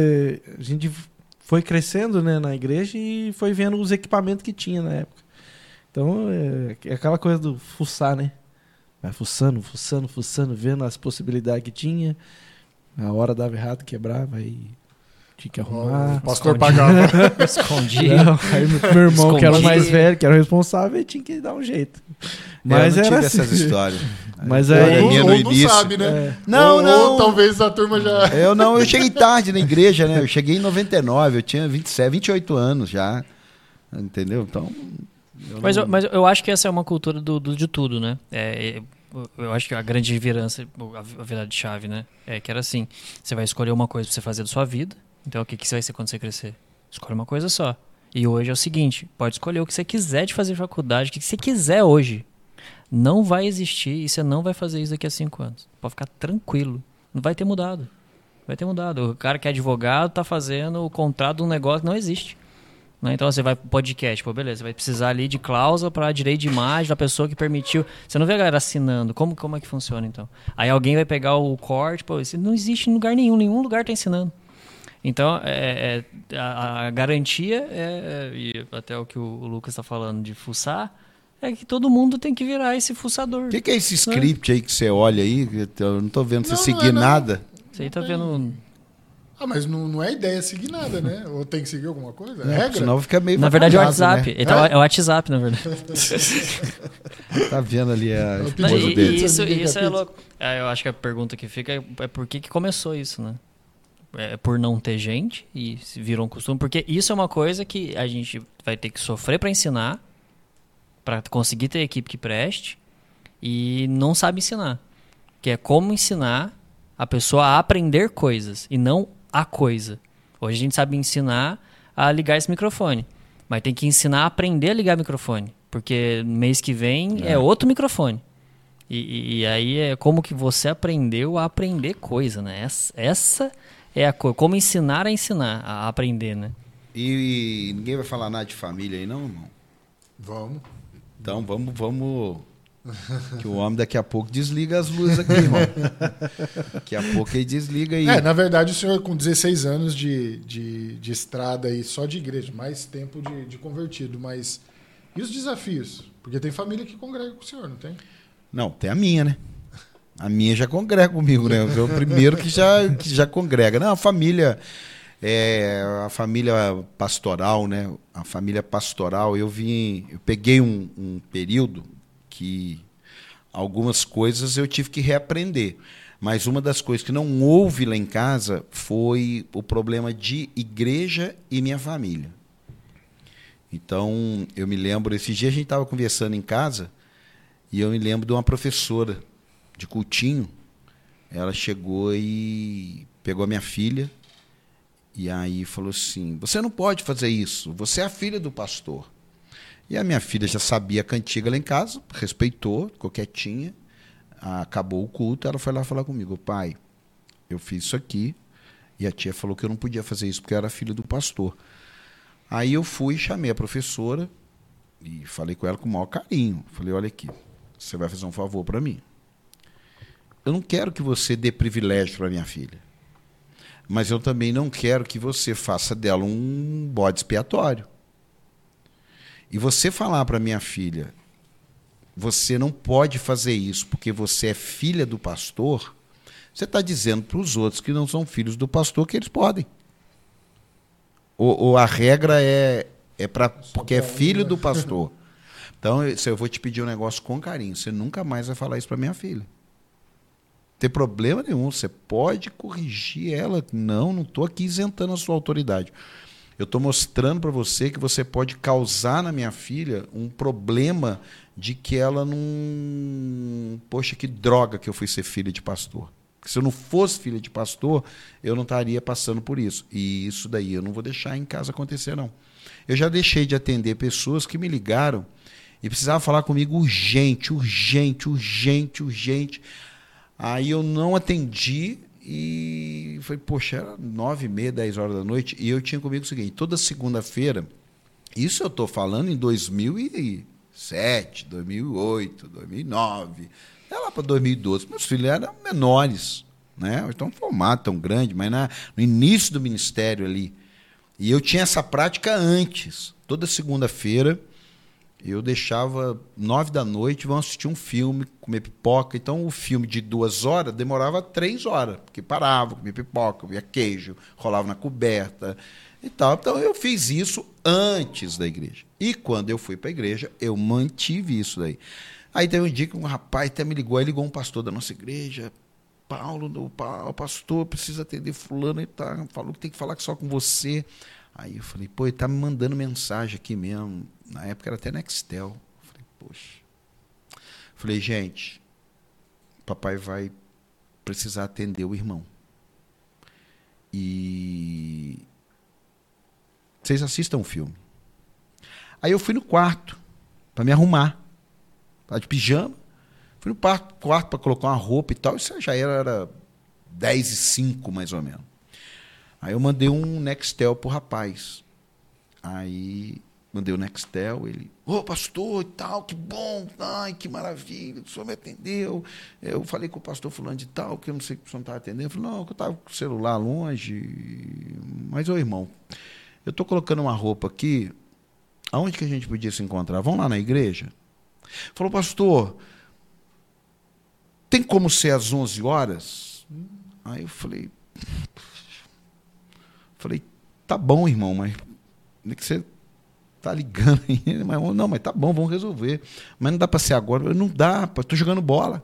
A gente foi crescendo, né, na igreja e foi vendo os equipamentos que tinha na época. Então, é aquela coisa do fuçar, né? Vai fuçando, vendo as possibilidades que tinha. A hora dava errado, quebrava, aí tinha que arrumar. O pastor pagava. Escondia. Não, aí meu irmão, que era o mais velho, que era o responsável, tinha que dar um jeito. Mas eu não era tive assim. essas histórias. Mas aí Não sabe, né? Não. Ou talvez a turma já... Eu cheguei tarde na igreja, né? Eu cheguei em 99, eu tinha 28 anos já. Entendeu? Então... Mas eu acho que essa é uma cultura de tudo, né? Eu acho que a grande virança, a virada de chave, né? É que era assim, você vai escolher uma coisa pra você fazer da sua vida. Então o que você vai ser quando você crescer? Escolhe uma coisa só. E hoje é o seguinte, pode escolher o que você quiser de fazer faculdade, o que você quiser hoje. Não vai existir e você não vai fazer isso daqui a 5 anos. Pode ficar tranquilo. Não vai ter mudado. Vai ter mudado. O cara que é advogado tá fazendo o contrato de um negócio que não existe. Né? Então você vai pro podcast, pô, beleza, você vai precisar ali de cláusula para direito de imagem da pessoa que permitiu. Você não vê a galera assinando. Como é que funciona então? Aí alguém vai pegar o corte, pô, isso não existe em lugar nenhum lugar tá ensinando. Então, a garantia, e até o que o Lucas está falando de fuçar, é que todo mundo tem que virar esse fuçador. O que é esse script aí que você olha aí? Eu não tô vendo você seguir nada. Você aí tá vendo... mas não é ideia seguir nada, né? Ou tem que seguir alguma coisa? É regra? Senão fica meio na verdade é o vacalhado, WhatsApp. né? Então, é o WhatsApp, na verdade. Tá vendo ali a esposa E dele. isso é louco. Eu acho que a pergunta que fica é por que começou isso, né? É por não ter gente e virou um costume. Porque isso é uma coisa que a gente vai ter que sofrer para ensinar, para conseguir ter equipe que preste, e não sabe ensinar. Que é como ensinar a pessoa a aprender coisas e não a coisa. Hoje a gente sabe ensinar a ligar esse microfone, mas tem que ensinar a aprender a ligar o microfone, porque no mês que vem é outro microfone. E aí é como que você aprendeu a aprender coisa, né? Essa é a coisa. Como ensinar a ensinar, a aprender, né? E ninguém vai falar nada de família aí, não, irmão? Vamos. Então vamos... Que o homem daqui a pouco desliga as luzes aqui, irmão. Daqui a pouco ele desliga aí. Na verdade, o senhor com 16 anos de estrada aí, só de igreja, mais tempo de convertido, mas... E os desafios? Porque tem família que congrega com o senhor, não tem? Não, tem a minha, né? A minha já congrega comigo, né? Eu sou o primeiro que já congrega. Não, a família pastoral, né? A família pastoral, eu peguei um período que algumas coisas eu tive que reaprender. Mas uma das coisas que não houve lá em casa foi o problema de igreja e minha família. Então, eu me lembro, esse dia a gente estava conversando em casa e eu me lembro de uma professora de cultinho. Ela chegou e pegou a minha filha e aí falou assim, você não pode fazer isso, você é a filha do pastor. E a minha filha já sabia a cantiga lá em casa, respeitou, ficou quietinha, acabou o culto, ela foi lá falar comigo, pai, eu fiz isso aqui, e a tia falou que eu não podia fazer isso porque eu era filho do pastor. Aí eu fui, chamei a professora e falei com ela com o maior carinho. Falei, olha aqui, você vai fazer um favor para mim. Eu não quero que você dê privilégio para minha filha, mas eu também não quero que você faça dela um bode expiatório. E você falar para minha filha, você não pode fazer isso porque você é filha do pastor, você está dizendo para os outros que não são filhos do pastor que eles podem. Ou a regra é porque é filho do pastor. Então, eu vou te pedir um negócio com carinho. Você nunca mais vai falar isso para minha filha. Não tem problema nenhum. Você pode corrigir ela. Não estou aqui isentando a sua autoridade. Eu estou mostrando para você que você pode causar na minha filha um problema de que ela não... Poxa, que droga que eu fui ser filha de pastor. Se eu não fosse filha de pastor, eu não estaria passando por isso. E isso daí eu não vou deixar em casa acontecer, não. Eu já deixei de atender pessoas que me ligaram e precisavam falar comigo urgente. Aí eu não atendi e foi, poxa, era 9h30, 10 horas da noite, e eu tinha comigo o seguinte, toda segunda-feira, isso eu estou falando em 2007, 2008, 2009, até lá para 2012, meus filhos eram menores, né? Estão formados, tão grande, mas no início do ministério ali. E eu tinha essa prática antes, toda segunda-feira, eu deixava 9 da noite, vamos assistir um filme, comer pipoca. Então, o filme de 2 horas demorava 3 horas, porque parava, comia pipoca, comia queijo, rolava na coberta e tal. Então, eu fiz isso antes da igreja. E quando eu fui para a igreja, eu mantive isso daí. Aí teve um dia que um rapaz até me ligou, aí ligou um pastor da nossa igreja, Paulo, o pastor precisa atender fulano e tá, falou que tem que falar só com você. Aí eu falei, pô, ele tá me mandando mensagem aqui mesmo. Na época era até Nextel. Falei, poxa. Falei, gente, papai vai precisar atender o irmão. E vocês assistam o filme. Aí eu fui no quarto para me arrumar. Tava de pijama. Fui no quarto para colocar uma roupa e tal. Isso já era 10h05, mais ou menos. Aí eu mandei um Nextel pro rapaz. Aí mandei o Nextel, ele, pastor e tal, que bom, ai, que maravilha, o senhor me atendeu. Eu falei com o pastor fulano de tal, que eu não sei que o senhor não estava atendendo. Ele falou, não, que eu estava com o celular longe. Mas, irmão, eu estou colocando uma roupa aqui, aonde que a gente podia se encontrar? Vamos lá na igreja? Falou, pastor, tem como ser às 11 horas? Aí eu falei, tá bom, irmão, mas que você tá ligando aí. Não, mas tá bom, vamos resolver. Mas não dá para ser agora. Não dá, tô jogando bola.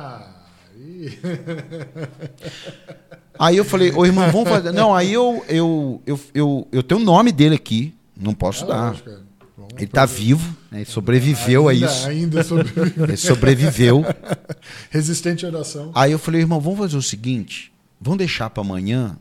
Aí eu falei, irmão, vamos fazer. Não, aí eu tenho o nome dele aqui, não posso dar. Lógico, ele tá vivo, né? Ele sobreviveu a isso. Ainda sobreviveu. Ele sobreviveu. Resistente à oração. Aí eu falei, irmão, vamos fazer o seguinte, vamos deixar para amanhã.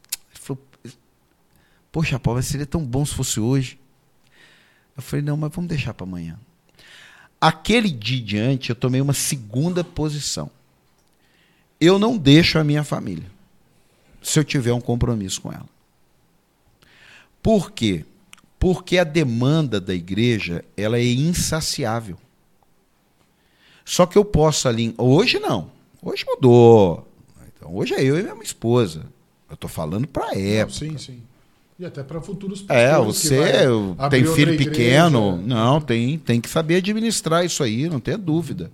Poxa, Paulo, seria tão bom se fosse hoje. Eu falei, não, mas vamos deixar para amanhã. Aquele dia em diante, eu tomei uma segunda posição. Eu não deixo a minha família, se eu tiver um compromisso com ela. Por quê? Porque a demanda da igreja, ela é insaciável. Só que eu posso ali... Hoje não. Hoje mudou. Então, hoje é eu e minha esposa. Eu estou falando para a época. Sim, sim. E até para futuros pastores. Você tem filho pequeno. Não, tem que saber administrar isso aí, não tenha dúvida.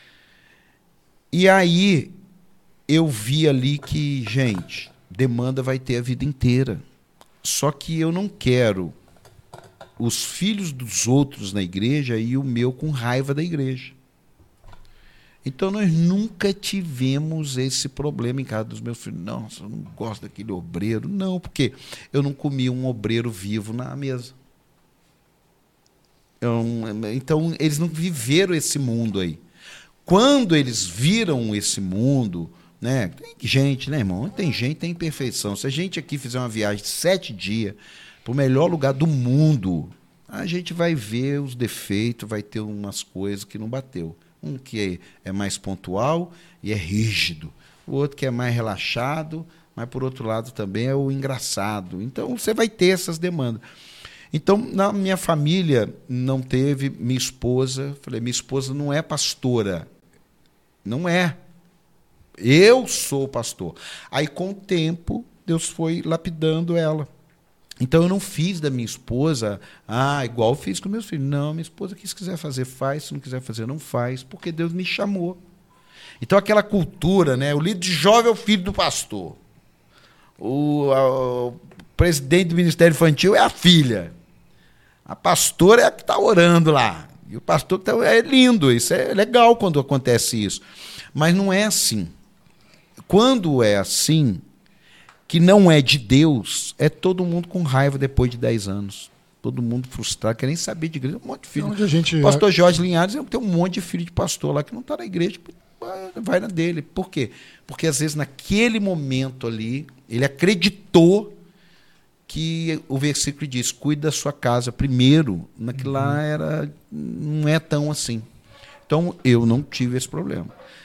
E aí, eu vi ali que, gente, demanda vai ter a vida inteira. Só que eu não quero os filhos dos outros na igreja e o meu com raiva da igreja. Então, nós nunca tivemos esse problema em casa dos meus filhos. Não, eu não gosto daquele obreiro. Não, porque eu não comi um obreiro vivo na mesa. Então, eles não viveram esse mundo aí. Quando eles viram esse mundo, né? Tem gente, né, irmão? Tem gente, tem imperfeição. Se a gente aqui fizer uma viagem de 7 dias para o melhor lugar do mundo, a gente vai ver os defeitos, vai ter umas coisas que não bateu. Um que é mais pontual e é rígido. O outro que é mais relaxado, mas, por outro lado, também é o engraçado. Então, você vai ter essas demandas. Então, na minha família, não teve minha esposa. Falei, minha esposa não é pastora. Não é. Eu sou pastor. Aí, com o tempo, Deus foi lapidando ela. Então, eu não fiz da minha esposa, igual eu fiz com meus filhos. Não, minha esposa, se quiser fazer, faz. Se não quiser fazer, não faz. Porque Deus me chamou. Então, aquela cultura, né? O líder de jovem é o filho do pastor. O presidente do Ministério Infantil é a filha. A pastora é a que está orando lá. E o pastor é lindo, isso é legal quando acontece isso. Mas não é assim. Quando é assim, que não é de Deus, é todo mundo com raiva depois de 10 anos. Todo mundo frustrado, quer nem saber de igreja. Um monte de filho. O pastor Jorge Linhares tem um monte de filho de pastor lá que não está na igreja, vai na dele. Por quê? Porque às vezes naquele momento ali, ele acreditou que o versículo diz, cuide da sua casa primeiro. Naquilo lá não é tão assim. Então, eu não tive esse problema.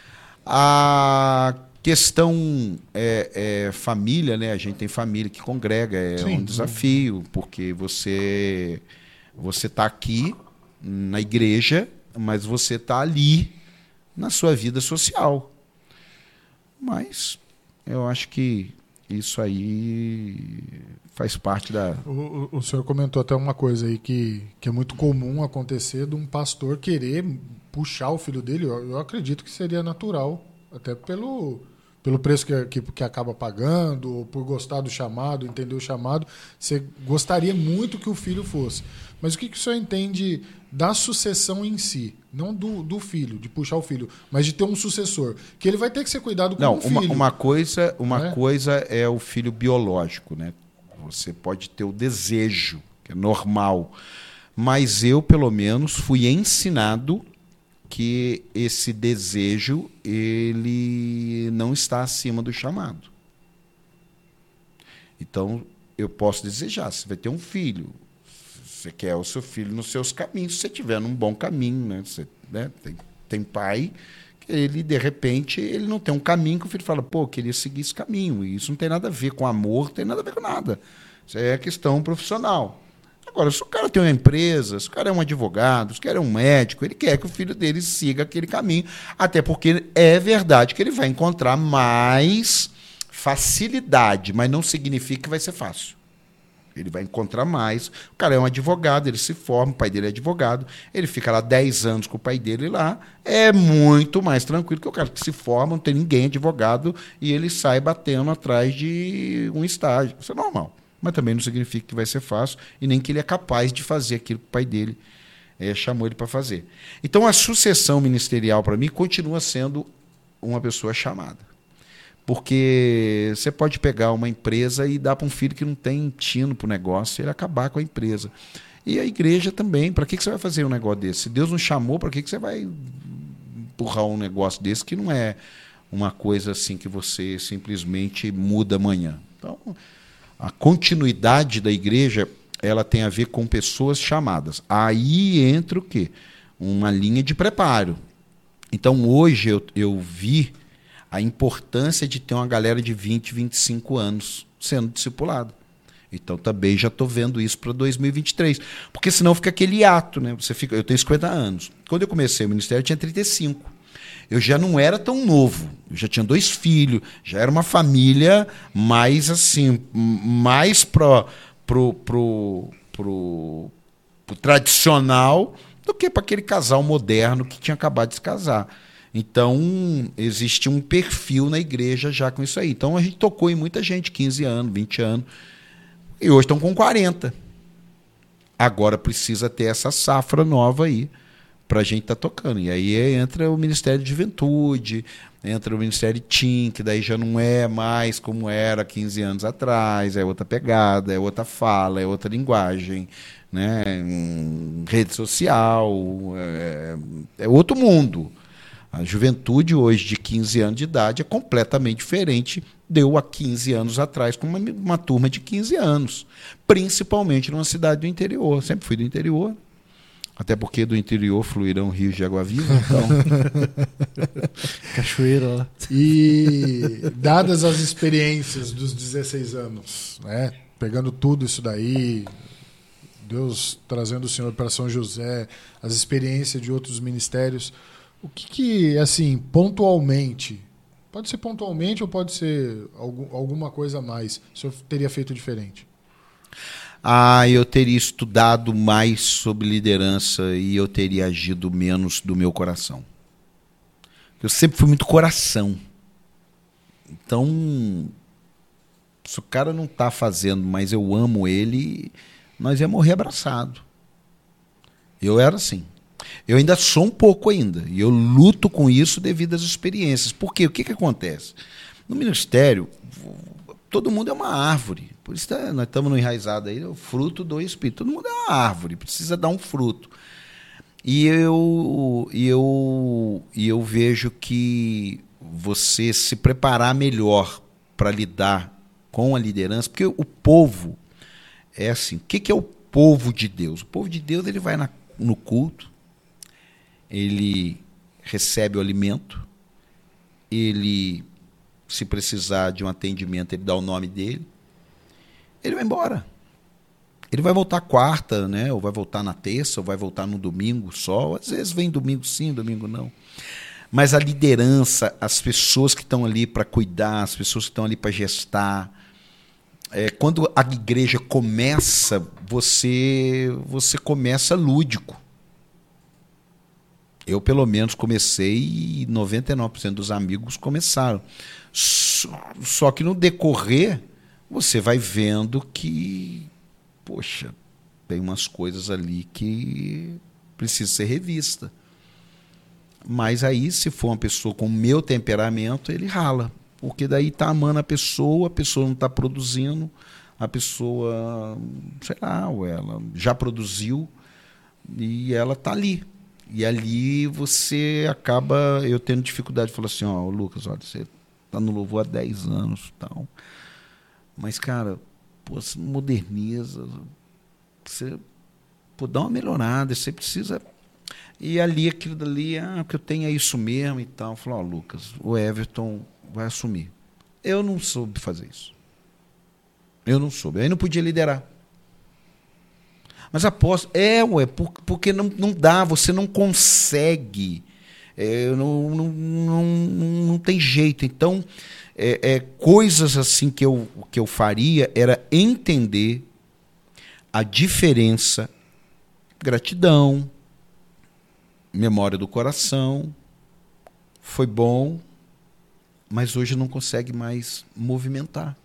A questão família, né? A gente tem família que congrega, um desafio, porque você está aqui na igreja, mas você está ali na sua vida social. Mas eu acho que isso aí faz parte da... O senhor comentou até uma coisa aí que é muito comum acontecer de um pastor querer puxar o filho dele. Eu acredito que seria natural, até pelo preço que acaba pagando, por gostar do chamado, entender o chamado. Você gostaria muito que o filho fosse. Mas o que o senhor entende da sucessão em si? Não do filho, de puxar o filho, mas de ter um sucessor. Que ele vai ter que ser cuidado com o filho. Uma coisa é o filho biológico, né? Você pode ter o desejo, que é normal. Mas eu, pelo menos, fui ensinado que esse desejo ele não está acima do chamado. Então, eu posso desejar. Você vai ter um filho. Você quer o seu filho nos seus caminhos. Se você estiver num bom caminho, né? Você, né? Tem pai que ele, de repente, ele não tem um caminho que o filho fala, pô, eu queria seguir esse caminho. E isso não tem nada a ver com amor, não tem nada a ver com nada. Isso é questão profissional. Agora, se o cara tem uma empresa, se o cara é um advogado, se o cara é um médico, ele quer que o filho dele siga aquele caminho, até porque é verdade que ele vai encontrar mais facilidade, mas não significa que vai ser fácil. Ele vai encontrar mais. O cara é um advogado, ele se forma, o pai dele é advogado, ele fica lá 10 anos com o pai dele lá, é muito mais tranquilo que o cara que se forma, não tem ninguém advogado, e ele sai batendo atrás de um estágio. Isso é normal. Mas também não significa que vai ser fácil e nem que ele é capaz de fazer aquilo que o pai dele chamou ele para fazer. Então, a sucessão ministerial, para mim, continua sendo uma pessoa chamada. Porque você pode pegar uma empresa e dar para um filho que não tem tino para o negócio e ele acabar com a empresa. E a igreja também. Para que você vai fazer um negócio desse? Se Deus não chamou, para que você vai empurrar um negócio desse que não é uma coisa assim que você simplesmente muda amanhã? Então... A continuidade da igreja, ela tem a ver com pessoas chamadas. Aí entra o quê? Uma linha de preparo. Então, hoje eu vi a importância de ter uma galera de 20, 25 anos sendo discipulado. Então, também já estou vendo isso para 2023. Porque senão fica aquele ato, né? Eu tenho 50 anos. Quando eu comecei o ministério, eu tinha 35. Eu já não era tão novo, eu já tinha 2 filhos, já era uma família mais assim, mais pro tradicional do que para aquele casal moderno que tinha acabado de se casar. Então, existe um perfil na igreja já com isso aí. Então, a gente tocou em muita gente, 15 anos, 20 anos, e hoje estão com 40. Agora precisa ter essa safra nova aí, para a gente estar tocando. E aí entra o Ministério de Juventude, entra o Ministério Tim, que daí já não é mais como era 15 anos atrás, é outra pegada, é outra fala, é outra linguagem, né? Rede social, é outro mundo. A juventude hoje de 15 anos de idade é completamente diferente deu há 15 anos atrás com uma turma de 15 anos, principalmente numa cidade do interior. Sempre fui do interior. Até porque do interior fluirão rios de água viva, então... Cachoeira lá. E dadas as experiências dos 16 anos, né? Pegando tudo isso daí, Deus trazendo o Senhor para São José, as experiências de outros ministérios, o que assim, pontualmente, pode ser pontualmente ou pode ser alguma coisa a mais, o senhor teria feito diferente? Eu teria estudado mais sobre liderança e eu teria agido menos do meu coração. Eu sempre fui muito coração. Então, se o cara não está fazendo, mas eu amo ele, nós ia morrer abraçado. Eu era assim. Eu ainda sou um pouco ainda, e eu luto com isso devido às experiências. Por quê? O que acontece? No ministério, todo mundo é uma árvore. Por isso nós estamos no enraizado aí, o fruto do Espírito. Todo mundo é uma árvore, precisa dar um fruto. E eu vejo que você se preparar melhor para lidar com a liderança, porque o povo é assim. O que é o povo de Deus? O povo de Deus, ele vai no culto, ele recebe o alimento, ele, se precisar de um atendimento, ele dá o nome dele, ele vai embora. Ele vai voltar quarta, né? Ou vai voltar na terça, ou vai voltar no domingo só. Às vezes vem domingo sim, domingo não. Mas a liderança, as pessoas que estão ali para cuidar, as pessoas que estão ali para gestar, quando a igreja começa, você começa lúdico. Eu, pelo menos, comecei e 99% dos amigos começaram. Só que no decorrer, você vai vendo que, poxa, tem umas coisas ali que precisam ser revistas. Mas aí, se for uma pessoa com o meu temperamento, ele rala. Porque daí está amando a pessoa não está produzindo, a pessoa, sei lá, ela já produziu e ela está ali. E ali você acaba, eu tendo dificuldade de falar assim, ó, Lucas, olha, você está no louvor há 10 anos, tal. Mas, cara, pô, você moderniza, você dá uma melhorada, você precisa... E ali, aquilo dali, o que eu tenho é isso mesmo e tal. Eu falo, ó, Lucas, o Everton vai assumir. Eu não soube fazer isso. Eu não soube. Aí não podia liderar. Mas aposto, porque não dá, você não consegue. Não tem jeito. Então, coisas assim que eu faria era entender a diferença, gratidão, memória do coração, foi bom, mas hoje não consegue mais movimentar.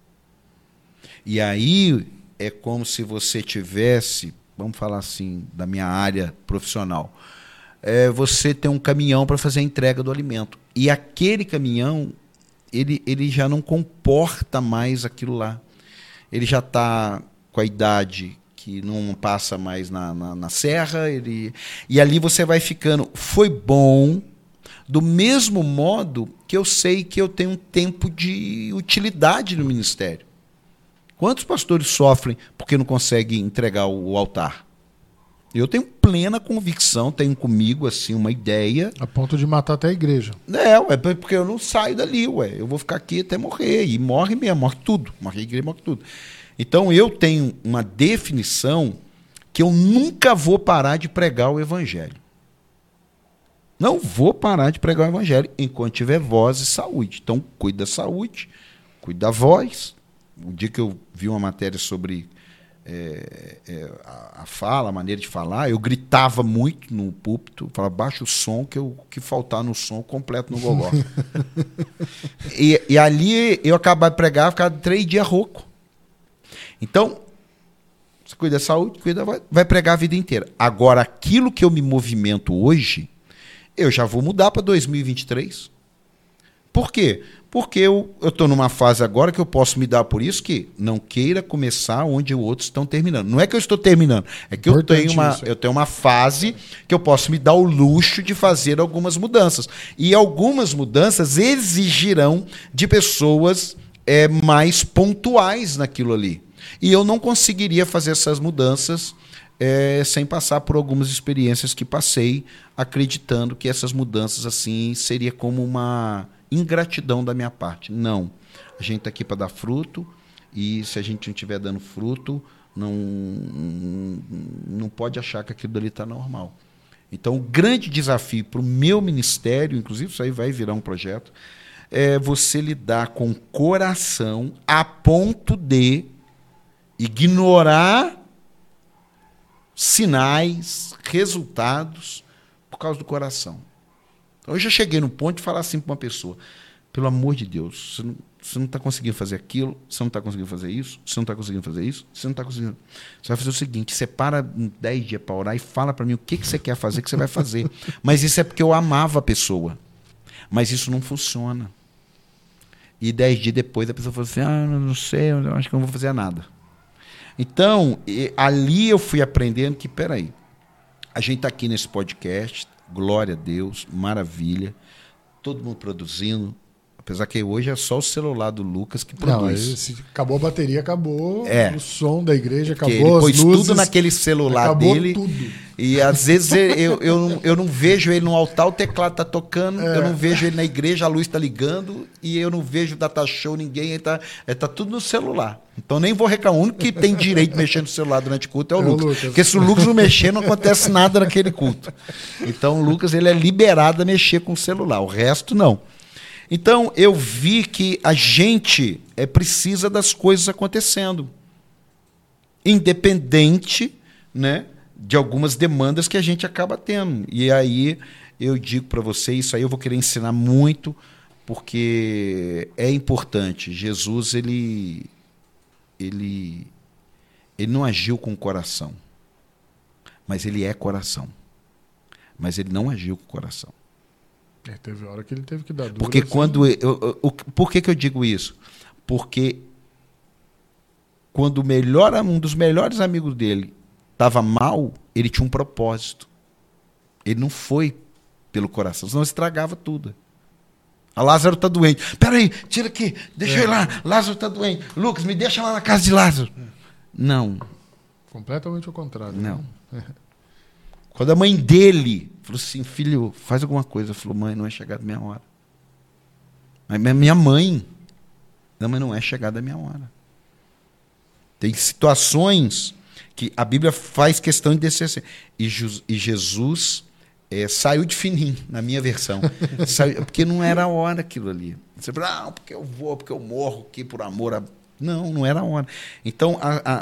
E aí é como se você tivesse, vamos falar assim, da minha área profissional, você tem um caminhão para fazer a entrega do alimento. E aquele caminhão, ele já não comporta mais aquilo lá. Ele já está com a idade que não passa mais na serra, e ali você vai ficando. Foi bom, do mesmo modo que eu sei que eu tenho um tempo de utilidade no ministério. Quantos pastores sofrem porque não conseguem entregar o altar? Eu tenho plena convicção, tenho comigo assim uma ideia. A ponto de matar até a igreja. Porque eu não saio dali, eu vou ficar aqui até morrer. E morre mesmo, morre tudo. Morre a igreja, morre tudo. Então eu tenho uma definição que eu nunca vou parar de pregar o evangelho. Não vou parar de pregar o evangelho enquanto tiver voz e saúde. Então cuide da saúde, cuide da voz. O dia que eu vi uma matéria sobre a fala, a maneira de falar, eu gritava muito no púlpito, falava, baixa o som, que o que faltar no som, completo no gogó. e ali eu acabava de pregar, ficava 3 dias rouco. Então, você cuida da saúde, vai pregar a vida inteira. Agora, aquilo que eu me movimento hoje, eu já vou mudar para 2023. Por quê? Porque eu estou numa fase agora que eu posso me dar por isso que não queira começar onde outros estão terminando. Não é que eu estou terminando, é que eu tenho uma fase que eu posso me dar o luxo de fazer algumas mudanças. E algumas mudanças exigirão de pessoas mais pontuais naquilo ali. E eu não conseguiria fazer essas mudanças sem passar por algumas experiências que passei, acreditando que essas mudanças assim seria como uma ingratidão da minha parte. Não. A gente está aqui para dar fruto, e se a gente não estiver dando fruto, não pode achar que aquilo ali está normal. Então, o grande desafio para o meu ministério, inclusive isso aí vai virar um projeto, é você lidar com o coração a ponto de ignorar sinais, resultados, por causa do coração. Então, eu já cheguei no ponto de falar assim para uma pessoa, pelo amor de Deus, você não está conseguindo fazer aquilo, você não está conseguindo fazer isso, você não está conseguindo fazer isso, você não está conseguindo. Você vai fazer o seguinte, separa 10 dias para orar e fala para mim o que você quer fazer, que você vai fazer. Mas isso é porque eu amava a pessoa. Mas isso não funciona. E 10 dias depois a pessoa falou assim, não sei, eu acho que eu não vou fazer nada. Então, ali eu fui aprendendo que, peraí, a gente está aqui nesse podcast, glória a Deus, maravilha, todo mundo produzindo, apesar que hoje é só o celular do Lucas que produz. Não, se acabou a bateria, acabou o som da igreja, acabou ele pôs as luzes, tudo naquele celular acabou dele. Tudo. E às vezes eu não vejo ele no altar, o teclado está tocando, eu não vejo ele na igreja, a luz está ligando, e eu não vejo o data show, ninguém, tá tudo no celular. Então nem vou reclamar, o único que tem direito de mexer no celular durante o culto é o Lucas. Porque se o Lucas não mexer, não acontece nada naquele culto. Então o Lucas ele é liberado a mexer com o celular, o resto não. Então eu vi que a gente precisa das coisas acontecendo. Independente, né, de algumas demandas que a gente acaba tendo. E aí eu digo para você, isso aí eu vou querer ensinar muito, porque é importante. Jesus, ele não agiu com o coração, mas ele é coração. Mas ele não agiu com o coração. Teve hora que ele teve que dar dura. Porque quando por que eu digo isso? Porque quando um dos melhores amigos dele estava mal, ele tinha um propósito. Ele não foi pelo coração, senão estragava tudo. A Lázaro está doente. Peraí, tira aqui, deixa eu ir lá. Lázaro está doente. Lucas, me deixa lá na casa de Lázaro. Não. Completamente ao contrário. Não. Quando a mãe dele falou assim, filho, faz alguma coisa. Falou, mãe, não é chegada a minha hora. Mas minha mãe, não é chegada a minha hora. Tem situações que a Bíblia faz questão de descer assim. E Jesus saiu de fininho, na minha versão. Porque não era a hora aquilo ali. Você fala, porque eu vou, porque eu morro aqui por amor a... Não era a hora. Então,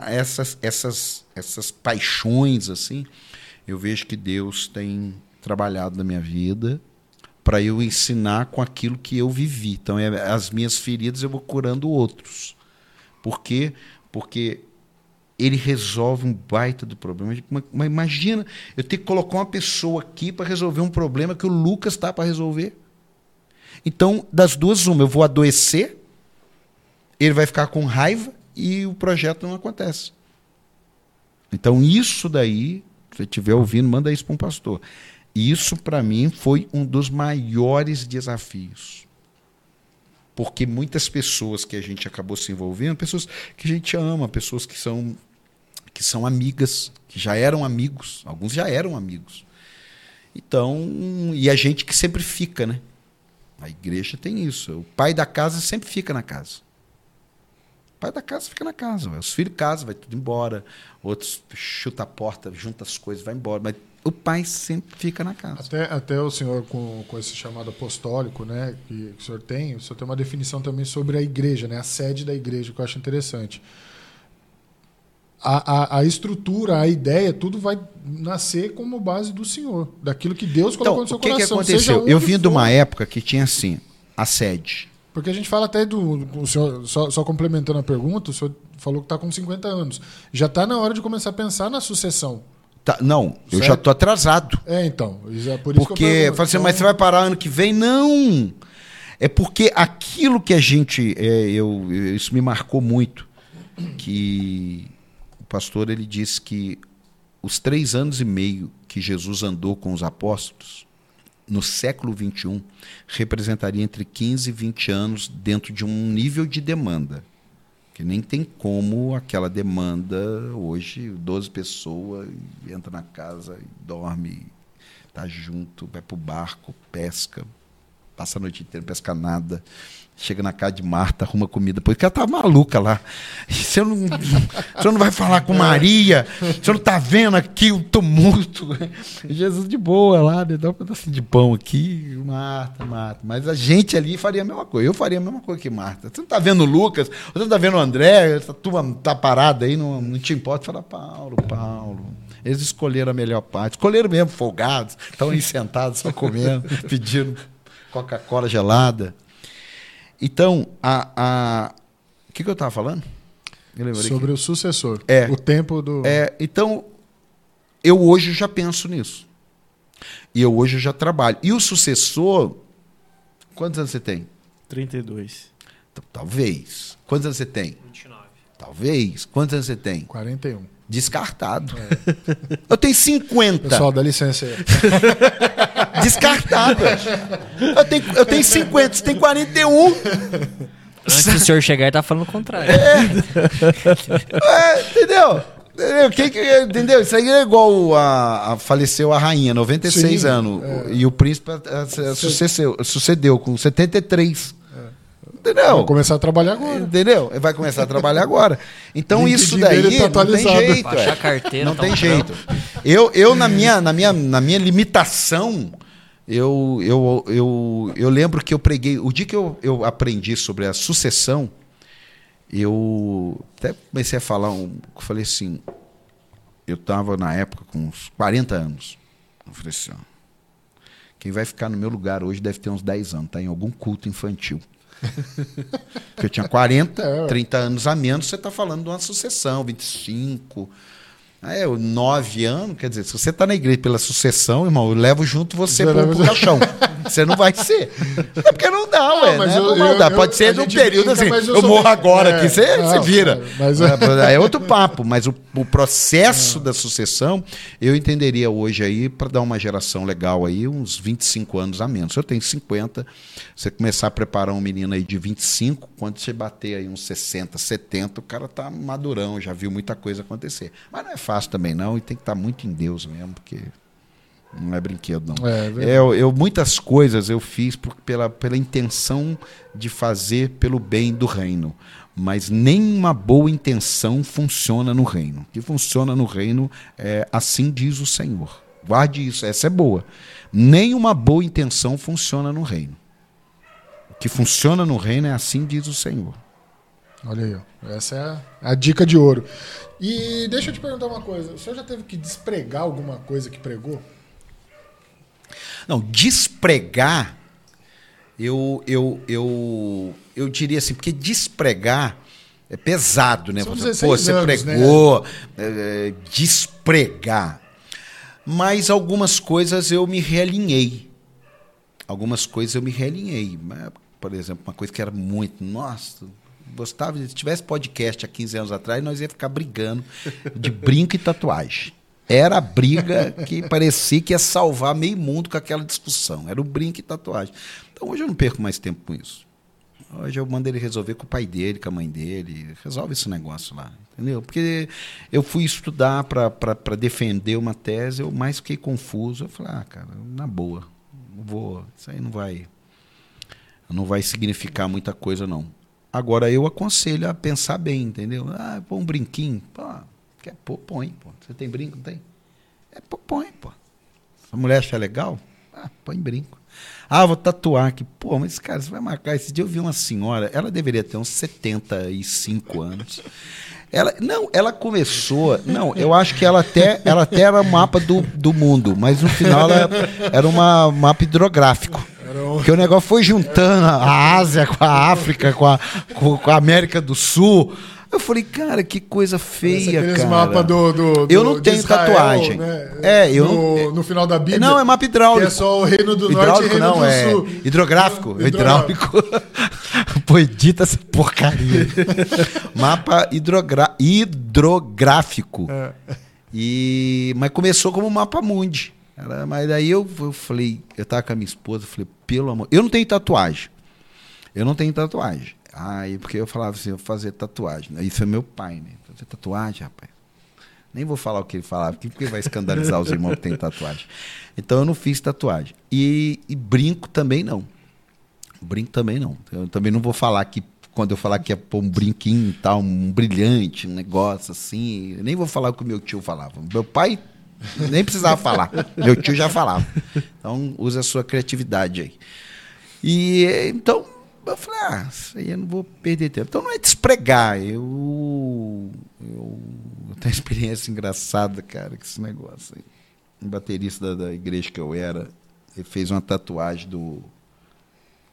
essas paixões, assim, eu vejo que Deus tem trabalhado na minha vida para eu ensinar com aquilo que eu vivi. Então, as minhas feridas eu vou curando outros. Por quê? Porque ele resolve um baita do problema. Mas imagina, eu ter que colocar uma pessoa aqui para resolver um problema que o Lucas está para resolver. Então, das duas, uma, eu vou adoecer, ele vai ficar com raiva e o projeto não acontece. Então, isso daí, se você estiver ouvindo, manda isso para um pastor. Isso, para mim, foi um dos maiores desafios. Porque muitas pessoas que a gente acabou se envolvendo, pessoas que a gente ama, pessoas que são amigas, que já eram amigos, alguns já eram amigos. Então, e a gente que sempre fica, né? A igreja tem isso. O pai da casa sempre fica na casa. O pai da casa fica na casa. Os filhos casam, vai tudo embora. Outros chuta a porta, junta as coisas, vai embora. Mas o pai sempre fica na casa. Até o senhor, com esse chamado apostólico, né, que o senhor tem uma definição também sobre a igreja, né, a sede da igreja, que eu acho interessante. A estrutura, a ideia, tudo vai nascer como base do Senhor, daquilo que Deus colocou no seu coração. O que aconteceu? Eu vim de uma época que tinha assim, a sede. Porque a gente fala até o senhor, só complementando a pergunta, o senhor falou que está com 50 anos. Já está na hora de começar a pensar na sucessão. Não, certo? Eu já estou atrasado. Então. Por isso porque, eu falo assim, mas você vai parar ano que vem? Não! É porque aquilo que a gente... isso me marcou muito, que o pastor ele disse que os 3 anos e meio que Jesus andou com os apóstolos, no século XXI, representaria entre 15 e 20 anos dentro de um nível de demanda. Que nem tem como aquela demanda hoje, 12 pessoas, entra na casa, dorme, tá junto, vai pro barco, pesca, passa a noite inteira, não pesca nada, chega na casa de Marta, arruma comida, porque ela tá maluca lá. O senhor não vai falar com Maria? O senhor não tá vendo aqui o tumulto? Jesus de boa lá, dá um pedacinho de pão aqui, Marta. Mas a gente ali faria a mesma coisa. Eu faria a mesma coisa que Marta. Você não tá vendo o Lucas? Você não tá vendo o André? Essa turma tá parada aí, não te importa. Fala, Paulo. Eles escolheram a melhor parte. Escolheram mesmo, folgados. Estão aí sentados, só comendo, pedindo Coca-Cola gelada. Então, o que eu estava falando? Sobre o sucessor. O tempo do... Então, eu hoje já penso nisso. E eu hoje já trabalho. E o sucessor... Quantos anos você tem? 32. Talvez. Quantos anos você tem? 29. Talvez. Quantos anos você tem? 41. Descartado. Eu tenho 50. Pessoal, dá licença aí. Descartado. Eu tenho 50, você tem 41. Antes do senhor chegar, ele tá falando o contrário. Entendeu? Entendeu? Isso aí é igual faleceu a rainha, 96 anos. E o príncipe sucedeu com 73. Entendeu? Vai começar a trabalhar agora. Entendeu? Vai começar a trabalhar agora. Então isso daí não tem jeito. Baixar a carteira, não tem jeito. Eu na minha limitação, eu lembro que eu preguei, o dia que eu aprendi sobre a sucessão, eu até comecei a falar, eu falei assim, eu estava na época com uns 40 anos. Eu falei assim, quem vai ficar no meu lugar hoje deve ter uns 10 anos, está em algum culto infantil. Porque eu tinha 40, 30 anos a menos, você está falando de uma sucessão, 25. 9 anos, quer dizer, se você está na igreja pela sucessão, irmão, eu levo junto você pro caixão. Você não vai ser. É porque não dá, ué. Mas né? Pode ser num período assim, eu morro agora aqui, você vira. É outro papo, mas o processo da sucessão, eu entenderia hoje aí, para dar uma geração legal aí, uns 25 anos a menos. Eu tenho 50, você começar a preparar um menino aí de 25, quando você bater aí uns 60, 70, o cara tá madurão, já viu muita coisa acontecer. Mas não é fácil também não, e tem que estar muito em Deus mesmo, porque não é brinquedo não. Muitas coisas eu fiz pela intenção de fazer pelo bem do reino, mas nenhuma boa intenção funciona no reino. O que funciona no reino é assim diz o Senhor. Guarde isso, essa é boa. Nenhuma boa intenção funciona no reino. O que funciona no reino é assim diz o Senhor. Olha aí, essa é a dica de ouro. E deixa eu te perguntar uma coisa. O senhor já teve que despregar alguma coisa que pregou? Não, despregar, eu diria assim, porque despregar é pesado, né? Você pregou, né? Despregar. Mas algumas coisas eu me realinhei. Por exemplo, uma coisa que era muito... Nossa... Gostava, se tivesse podcast há 15 anos atrás, nós ia ficar brigando de brinco e tatuagem. Era a briga que parecia que ia salvar meio mundo com aquela discussão. Era o brinco e tatuagem. Então hoje eu não perco mais tempo com isso. Hoje eu mando ele resolver com o pai dele, com a mãe dele. Resolve esse negócio lá, entendeu? Porque eu fui estudar para defender uma tese, eu mais fiquei confuso. Eu falei, cara, na boa, isso aí não vai significar muita coisa, não. Agora, eu aconselho a pensar bem, entendeu? Pô, um brinquinho. Quer pôr? Põe, pô. Você tem brinco? Não tem? Põe, pô. A mulher acha legal? Põe brinco. Vou tatuar aqui. Pô, mas, cara, você vai marcar. Esse dia eu vi uma senhora, ela deveria ter uns 75 anos. Ela começou... Não, eu acho que ela até era um mapa do mundo, mas no final ela era um mapa hidrográfico. Porque o negócio foi juntando a Ásia com a África, com a América do Sul. Eu falei, cara, que coisa feia, cara. Mapa eu não tenho Israel, tatuagem. Né? No final da Bíblia. Não, é mapa hidráulico. Que é só o reino do norte e o reino do sul. Hidrográfico. Pô, edita essa porcaria. Mapa hidrográfico. Mas começou como mapa mundi. Mas daí eu falei, eu tava com a minha esposa, eu falei, pelo amor... Eu não tenho tatuagem. Porque eu falava assim, eu vou fazer tatuagem. Isso é meu pai, né? Fazer tatuagem, rapaz. Nem vou falar o que ele falava, porque vai escandalizar os irmãos que têm tatuagem. Então eu não fiz tatuagem. E brinco também não. Eu também não vou falar que, quando eu falar que ia pôr um brinquinho e tal, um brilhante, um negócio assim, eu nem vou falar o que o meu tio falava. Meu pai nem precisava falar. Meu tio já falava. Então, usa a sua criatividade aí. E então, eu falei, isso aí eu não vou perder tempo. Então, não é despregar. Eu tenho uma experiência engraçada, cara, com esse negócio aí. Um baterista da igreja que eu era, ele fez uma tatuagem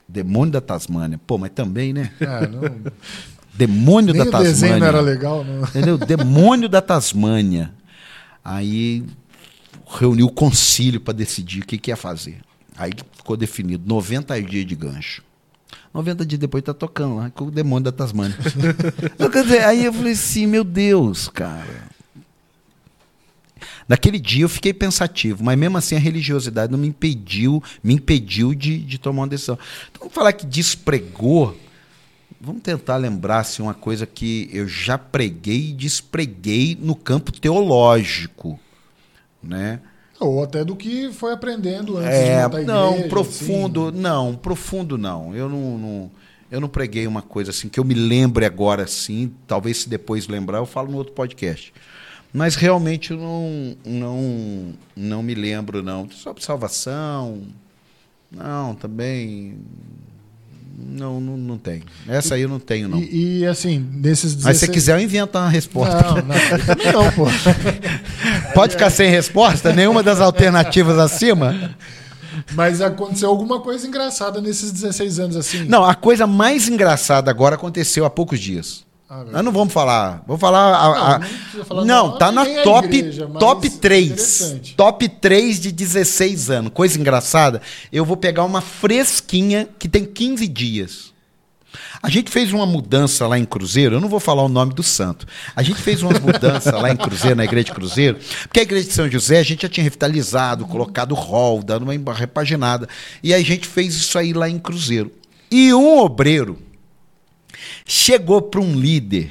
Demônio da Tasmânia. Pô, mas também, né? Não... Demônio Nem da Tasmânia. O desenho não era legal, não. Entendeu? Demônio da Tasmânia. Aí reuniu o concílio para decidir o que ia fazer. Aí ficou definido 90 dias de gancho. 90 dias depois tá tocando lá com o Demônio da Tasmânia. Então, quer dizer, aí eu falei assim, meu Deus, cara. Naquele dia eu fiquei pensativo, mas mesmo assim a religiosidade não me impediu de tomar uma decisão. Então, vamos falar que despregou. Vamos tentar lembrar assim, uma coisa que eu já preguei e despreguei no campo teológico, né? Ou até do que foi aprendendo antes de montar a igreja. Não, profundo, assim. Não, profundo não. Eu não preguei uma coisa assim que eu me lembre agora assim, talvez se depois lembrar eu falo no outro podcast. Mas realmente eu não me lembro não. Sobre salvação, não, também não tem. Essa aí eu não tenho não. E assim, nesses 16... Mas se você quiser eu invento uma resposta. Não, pô. Pode ficar sem resposta? Nenhuma das alternativas acima? Mas aconteceu alguma coisa engraçada nesses 16 anos assim? Não, a coisa mais engraçada agora aconteceu há poucos dias. Nós não vamos falar. Vou falar. Não, tá na top 3. Top 3 de 16 anos. Coisa engraçada. Eu vou pegar uma fresquinha que tem 15 dias. A gente fez uma mudança lá em Cruzeiro. Eu não vou falar o nome do santo. A gente fez uma mudança lá em Cruzeiro, na igreja de Cruzeiro. Porque a igreja de São José a gente já tinha revitalizado, colocado hall, dando uma repaginada. E a gente fez isso aí lá em Cruzeiro. E um obreiro chegou para um líder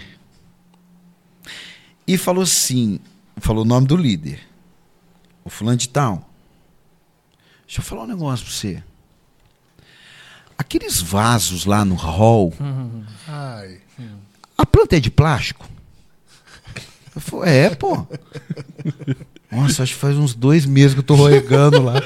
e falou assim, falou o nome do líder, o fulano de tal. Deixa eu falar um negócio para você. Aqueles vasos lá no hall, a planta é de plástico? Eu falei, pô. Nossa, acho que faz uns 2 meses que eu tô regando lá.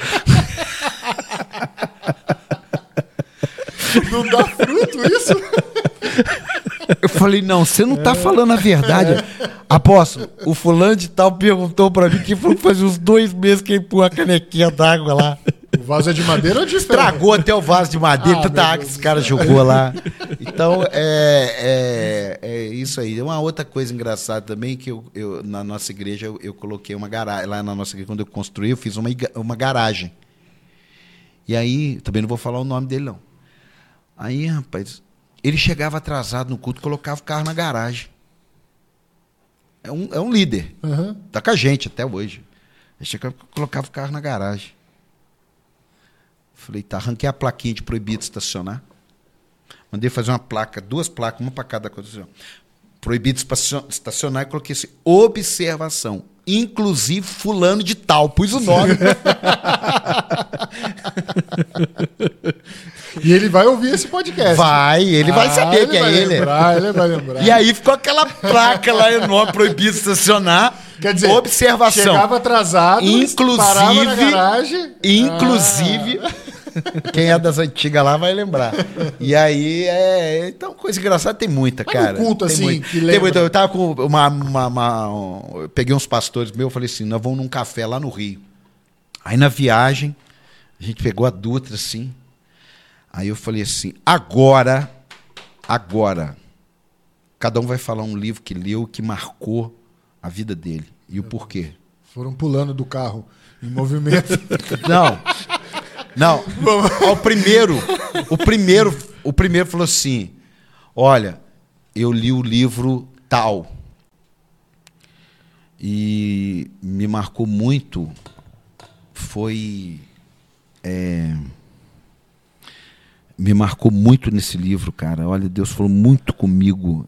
Não dá fruto isso? Eu falei, não, você não tá falando a verdade. Apóstolo, o fulano de tal perguntou pra mim que falou que fazia uns 2 meses que ele pôs a canequinha d'água lá. O vaso é de madeira ou de ferro? Estragou até o vaso de madeira, tanta água que esse cara jogou lá. Então, é isso aí. Uma outra coisa engraçada também, que eu na nossa igreja, eu coloquei uma garagem. Lá na nossa igreja, quando eu construí, eu fiz uma garagem. E aí, também não vou falar o nome dele, não. Aí, rapaz, ele chegava atrasado no culto, colocava o carro na garagem. É um líder. Uhum. Tá com a gente até hoje. Ele chegava, colocava o carro na garagem. Falei, arranquei a plaquinha de proibido estacionar. Mandei fazer 2 placas, uma para cada coisa. Proibido estacionar e coloquei assim, observação. Inclusive fulano de tal. Pus o nome. E ele vai ouvir esse podcast. Ele vai saber que é ele. Ele vai lembrar. E aí ficou aquela placa lá enorme, proibido estacionar. Quer dizer, observação. Chegava atrasado, parava na garagem. Inclusive, quem é das antigas lá vai lembrar. E aí, então, coisa engraçada tem muita, mas cara. Um culto tem assim, muita. que lembra. Tem muita. Eu tava com eu peguei uns pastores meus, eu falei assim, nós vamos num café lá no Rio. Aí na viagem, a gente pegou a Dutra assim. Aí eu falei assim, agora, cada um vai falar um livro que leu, que marcou a vida dele. E o porquê. Foram pulando do carro em movimento. Não. O primeiro falou assim, olha, eu li o livro tal. E me marcou muito, me marcou muito nesse livro, cara. Olha, Deus falou muito comigo.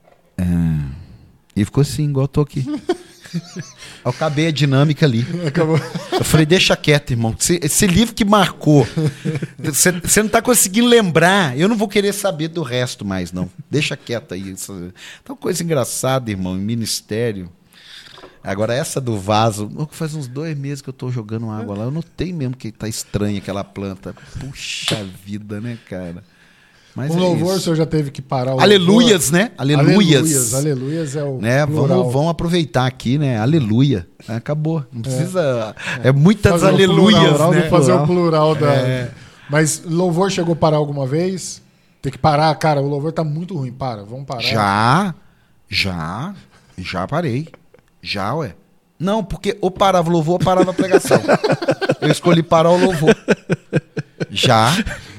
E ficou assim, igual eu tô aqui. Eu acabei a dinâmica ali. Acabou. Eu falei, deixa quieto, irmão. Esse livro que marcou, você não tá conseguindo lembrar. Eu não vou querer saber do resto mais, não. Deixa quieto aí. Então, coisa engraçada, irmão, em ministério. Agora, essa do vaso, faz uns 2 meses que eu tô jogando água lá. Eu notei mesmo que tá estranha aquela planta. Puxa vida, né, cara? Mas louvor, o senhor já teve que parar o Aleluias, louvor. Né? Aleluias. Aleluias é o né? plural. Vamos aproveitar aqui, né? Aleluia. Acabou. Não precisa... muitas fazer aleluias, plural, né? Fazer o plural da... Mas louvor chegou a parar alguma vez? Tem que parar, cara, o louvor tá muito ruim. Vamos parar. Já parei. Já, ué. Não, porque ou parava o louvor ou parava a pregação. Eu escolhi parar o louvor. Já,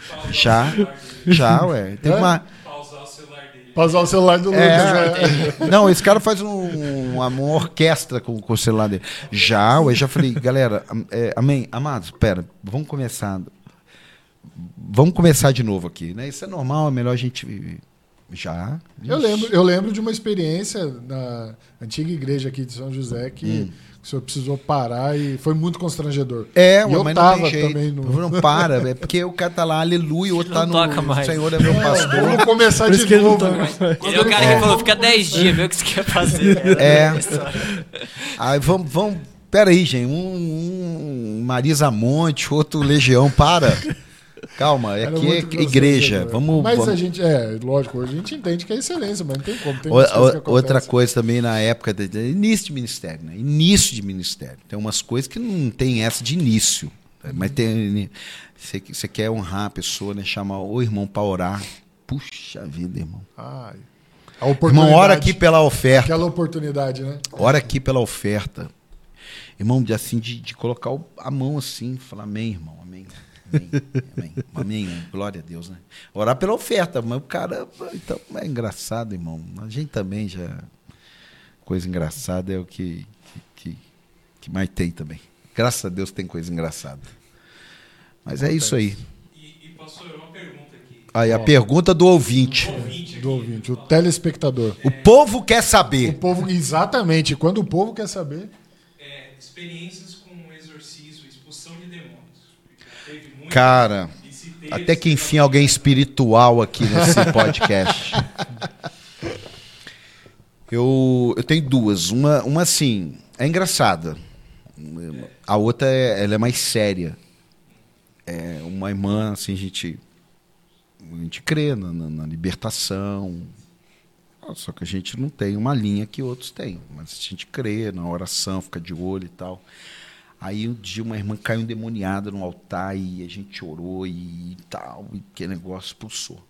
ué. Tem uma... Pausar o celular do Lucas. Não, esse cara faz uma orquestra com o celular dele. Eu já falei, galera, amém, amados, pera, vamos começar de novo aqui, né? Isso é normal, é melhor a gente... Eu lembro de uma experiência na antiga igreja aqui de São José que o senhor precisou parar e foi muito constrangedor. Mas não tem jeito. Também não para, é porque o cara tá lá, aleluia, o outro tá no Senhor é meu pastor. Vamos começar de novo. Ele é o cara que falou, fica 10 dias, vê o que você quer fazer. Aí vamos, peraí, gente, um Marisa Monte, outro Legião, para. Calma, aqui é igreja. Mas a gente, lógico, hoje a gente entende que é excelência, mas não tem como. Tem outra coisa também na época, início de ministério, né? Início de ministério. Tem umas coisas que não tem essa de início. Mas tem. Você quer honrar a pessoa, né? Chamar o irmão para orar. Puxa vida, irmão. A oportunidade. Irmão, ora aqui pela oferta. Aquela oportunidade, né? Ora aqui pela oferta. Irmão, de colocar a mão assim, falar amém, irmão, amém. Amém. Glória a Deus, né? Orar pela oferta, mas o cara... Então, é engraçado, irmão. A gente também já... Coisa engraçada é o que mais tem também. Graças a Deus tem coisa engraçada. Mas é isso aí. E pastor, uma pergunta aqui. Aí, a pergunta do ouvinte. Do ouvinte, o telespectador. O povo quer saber. Exatamente. Quando o povo quer saber... experiências com exorcismo, expulsão de demônios. Cara, até que enfim alguém espiritual aqui nesse podcast. Eu tenho duas. Uma assim, é engraçada. A outra ela é mais séria. É uma irmã, assim, a gente crê na libertação. Só que a gente não tem uma linha que outros têm. Mas a gente crê na oração, fica de olho e tal. Aí um dia uma irmã caiu endemoniada no altar e a gente orou e tal, e que negócio expulsou.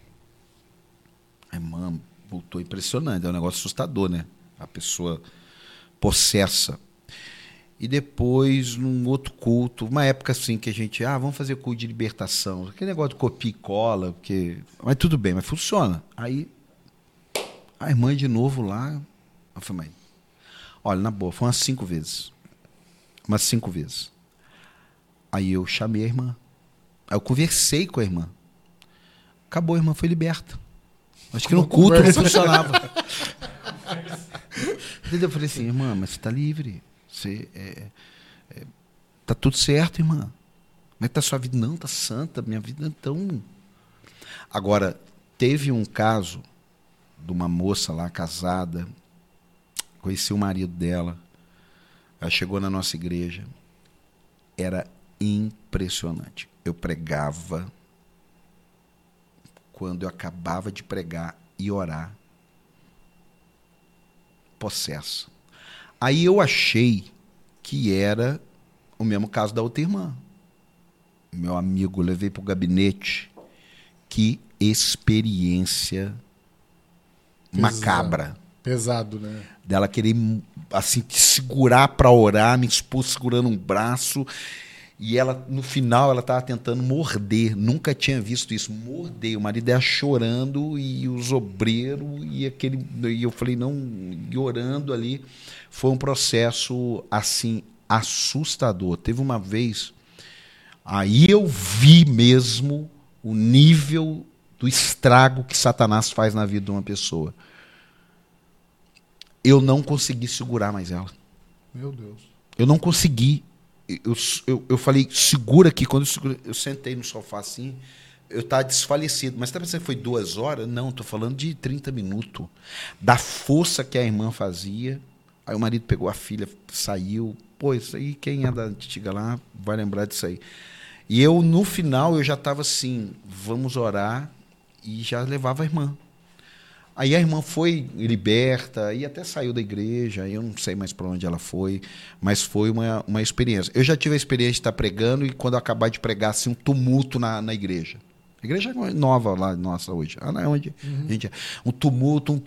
A irmã voltou impressionante, é um negócio assustador, né? A pessoa possessa. E depois, num outro culto, uma época assim que a gente, vamos fazer culto de libertação, aquele negócio de copia e cola, mas tudo bem, mas funciona. Aí, a irmã de novo lá, eu falei, mãe, olha, na boa, foi umas 5 vezes. Umas 5 vezes. Aí eu chamei a irmã. Aí eu conversei com a irmã. Acabou, a irmã foi liberta. Acho que no culto não funcionava. Eu falei assim, irmã, mas você está livre. Você tá tudo certo, irmã. Como é que tá a sua vida? Não, tá santa. Minha vida tão... Agora, teve um caso de uma moça lá, casada. Conheci o marido dela. Ela chegou na nossa igreja, era impressionante. Eu pregava, quando eu acabava de pregar e orar, possessa. Aí eu achei que era o mesmo caso da outra irmã. Meu amigo, levei para o gabinete, que experiência macabra. Pesado, né? Dela querer, assim, te segurar para orar, me expôs segurando um braço. E ela, no final, ela estava tentando morder. Nunca tinha visto isso. Morder. O marido dela chorando e os obreiros e eu falei, não, e orando ali. Foi um processo, assim, assustador. Teve uma vez, aí eu vi mesmo o nível do estrago que Satanás faz na vida de uma pessoa. Eu não consegui segurar mais ela. Meu Deus. Eu não consegui. Eu falei, segura aqui. Quando eu sentei no sofá assim, eu estava desfalecido. Mas está pensando que foi 2 horas? Não, estou falando de 30 minutos. Da força que a irmã fazia. Aí o marido pegou a filha, saiu. Pô, isso aí, quem é da antiga lá vai lembrar disso aí. E eu, no final, eu já estava assim, vamos orar. E já levava a irmã. Aí a irmã foi liberta e até saiu da igreja. Eu não sei mais para onde ela foi, mas foi uma experiência. Eu já tive a experiência de estar pregando e quando eu acabar de pregar, assim, um tumulto na igreja. A igreja é nova lá, nossa, hoje. Não é onde a gente é. Um tumulto.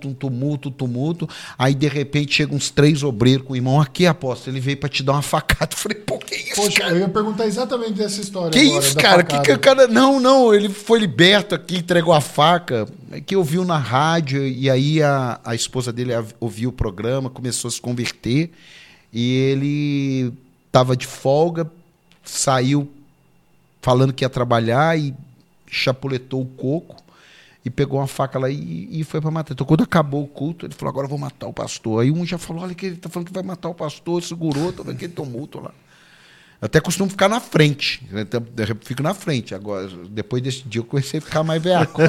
Aí, de repente, chegam uns 3 obreiros com o irmão. Aqui, apóstolo, ele veio para te dar uma facada. Eu falei, pô, que isso, Poxa, cara? Eu ia perguntar exatamente dessa história. Que agora, isso, cara? Que o cara... Não, ele foi liberto aqui, entregou a faca. Que ouviu na rádio, e aí a esposa dele ouviu o programa, começou a se converter, e ele estava de folga, saiu falando que ia trabalhar e chapuletou o coco e pegou uma faca lá e foi para matar. Então, quando acabou o culto, ele falou, agora eu vou matar o pastor. Aí um já falou, olha que ele está falando que vai matar o pastor, segurou, tá vendo aquele tumulto lá. Eu até costumo ficar na frente. Eu fico na frente. Agora, depois desse dia, eu comecei a ficar mais veaco.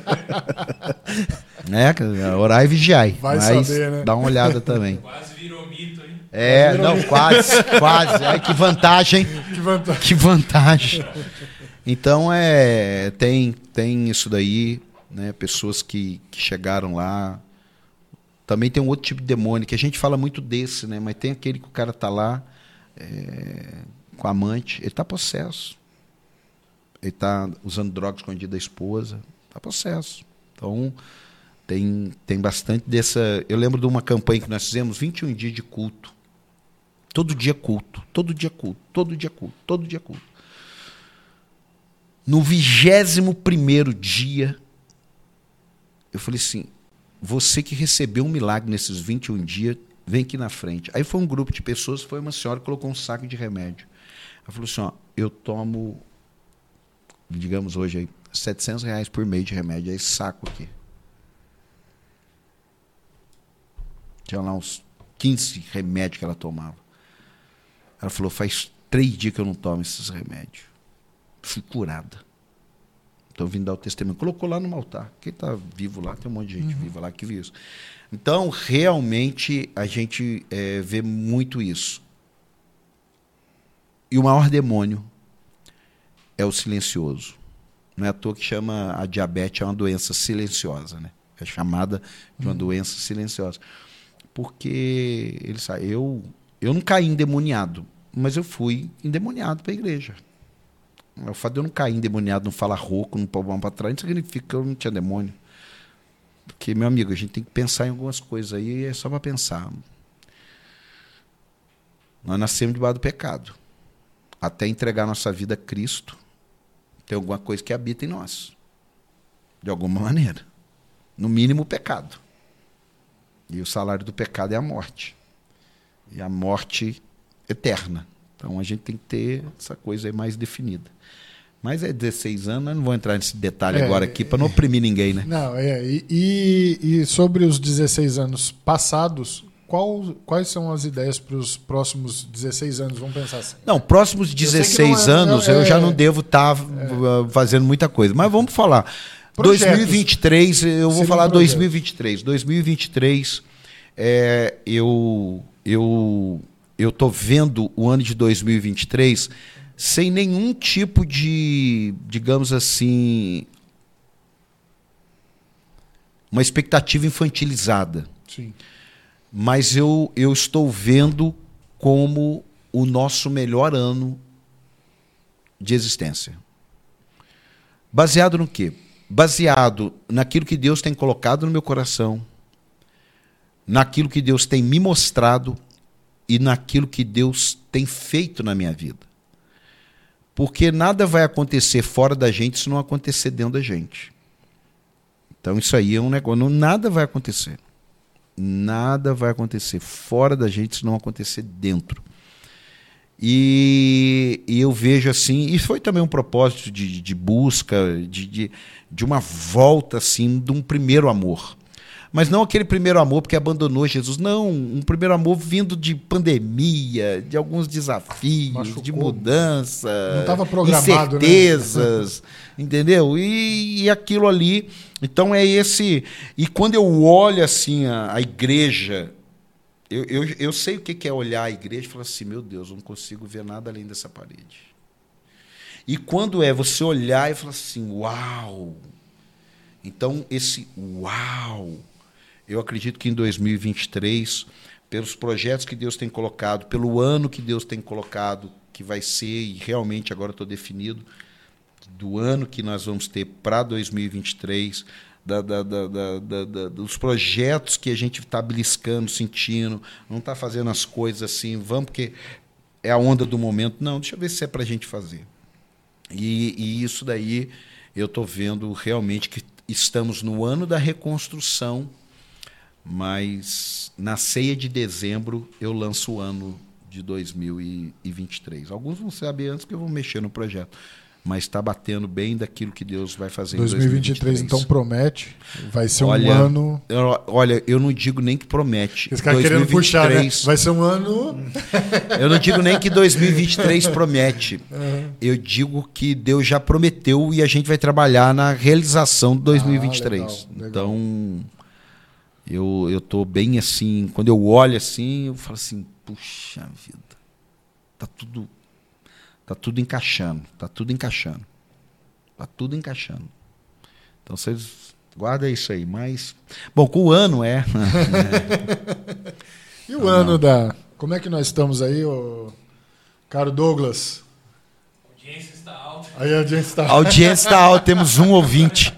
Orar e vigiar. Vai saber, né? Dá uma olhada também. Quase virou mito, hein? Quase. Ai, que vantagem. Que vantagem. Então, tem isso daí, né? Pessoas que chegaram lá. Também tem um outro tipo de demônio, que a gente fala muito desse, né? Mas tem aquele que o cara tá lá com a amante, ele está possesso. Ele está usando droga escondida da esposa, está possesso. Então, tem bastante dessa... Eu lembro de uma campanha que nós fizemos, 21 dias de culto. Todo dia culto. No 21º dia, eu falei assim, você que recebeu um milagre nesses 21 dias, vem aqui na frente. Aí foi um grupo de pessoas, foi uma senhora que colocou um saco de remédio. Ela falou assim, eu tomo, digamos hoje, aí, R$700 por mês de remédio, é esse saco aqui. Tinha lá uns 15 remédios que ela tomava. Ela falou, faz 3 dias que eu não tomo esses remédios. Fui curada. Estou vindo dar o testemunho. Colocou lá no altar. Quem está vivo lá, tem um monte de gente viva lá que viu isso. Então, realmente, a gente vê muito isso. E o maior demônio é o silencioso. Não é à toa que chama a diabetes, é uma doença silenciosa, né? É chamada de uma doença silenciosa. Porque ele sabe, eu não caí endemoniado, mas eu fui endemoniado para a igreja. O fato de eu não cair endemoniado, não falar rouco, não pôr a mão para trás, não significa que eu não tinha demônio. Porque, meu amigo, a gente tem que pensar em algumas coisas aí, é só para pensar. Nós nascemos debaixo do pecado. Até entregar nossa vida a Cristo, tem alguma coisa que habita em nós. De alguma maneira. No mínimo, o pecado. E o salário do pecado é a morte. E a morte eterna. Então, a gente tem que ter essa coisa aí mais definida. Mas é 16 anos, nós não vamos entrar nesse detalhe agora aqui, para não oprimir ninguém, né? Não, e sobre os 16 anos passados, quais são as ideias para os próximos 16 anos? Vamos pensar assim. Não, próximos 16 anos eu já não devo estar fazendo muita coisa. Mas vamos falar. Projetos. 2023, eu vou falar 2023. 2023, eu estou vendo o ano de 2023 sem nenhum tipo de, digamos assim, uma expectativa infantilizada. Sim. Mas eu estou vendo como o nosso melhor ano de existência. Baseado no quê? Baseado naquilo que Deus tem colocado no meu coração, naquilo que Deus tem me mostrado e naquilo que Deus tem feito na minha vida. Porque nada vai acontecer fora da gente se não acontecer dentro da gente. Então isso aí é um negócio, nada vai acontecer. Nada vai acontecer fora da gente se não acontecer dentro. E eu vejo assim, e foi também um propósito de busca, de uma volta assim, de um primeiro amor. Mas não aquele primeiro amor porque abandonou Jesus. Não, um primeiro amor vindo de pandemia, de alguns desafios, machucou, de mudança, não estava programado, incertezas, né? Entendeu? E aquilo ali. Então é esse... E quando eu olho assim a igreja, eu sei o que é olhar a igreja e falar assim, meu Deus, eu não consigo ver nada além dessa parede. E quando é você olhar e falar assim, uau... Então, esse uau! Eu acredito que em 2023, pelos projetos que Deus tem colocado, pelo ano que Deus tem colocado, que vai ser, e realmente agora estou definido, do ano que nós vamos ter para 2023, dos projetos que a gente está beliscando, sentindo, não está fazendo as coisas assim, vamos porque é a onda do momento. Não, deixa eu ver se é para a gente fazer. E isso daí eu estou vendo realmente que estamos no ano da reconstrução, mas na ceia de dezembro eu lanço o ano de 2023. Alguns vão saber antes que eu vou mexer no projeto, mas está batendo bem daquilo que Deus vai fazer 2023, em 2023. Então promete, vai ser um ano... Olha, eu não digo nem que promete. Esse cara querendo puxar, né? Vai ser um ano... Eu não digo nem que 2023 promete. Eu digo que Deus já prometeu e a gente vai trabalhar na realização de 2023. Legal. Então, eu estou bem assim... Quando eu olho assim, eu falo assim, puxa vida, tá tudo encaixando, tá tudo encaixando. Então vocês guardam isso aí, mas bom, com o ano é. E o ano da... Como é que nós estamos aí, caro Douglas? A audiência está alta. Aí a audiência está alta. A audiência está alta, temos um ouvinte.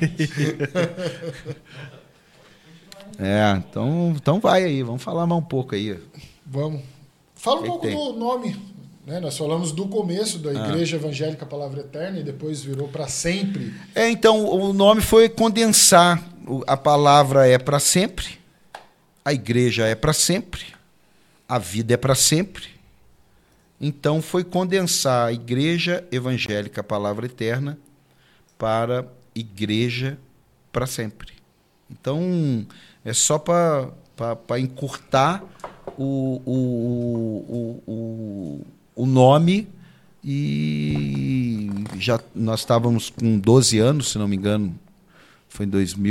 Então vai aí, vamos falar mais um pouco aí. Vamos. Fala um pouco do nome. Né? Nós falamos do começo da Igreja Evangélica Palavra Eterna e depois virou para sempre. Então, o nome foi condensar. A palavra é para sempre, a igreja é para sempre, a vida é para sempre. Então, foi condensar a Igreja Evangélica Palavra Eterna para Igreja para sempre. Então, é só para encurtar o nome, e já nós estávamos com 12 anos, se não me engano, foi em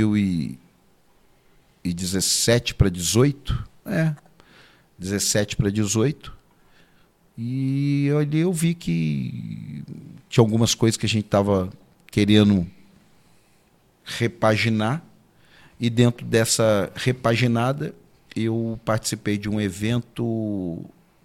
2017 para 18, 17 para 18, e ali eu vi que tinha algumas coisas que a gente estava querendo repaginar, e dentro dessa repaginada eu participei de um evento,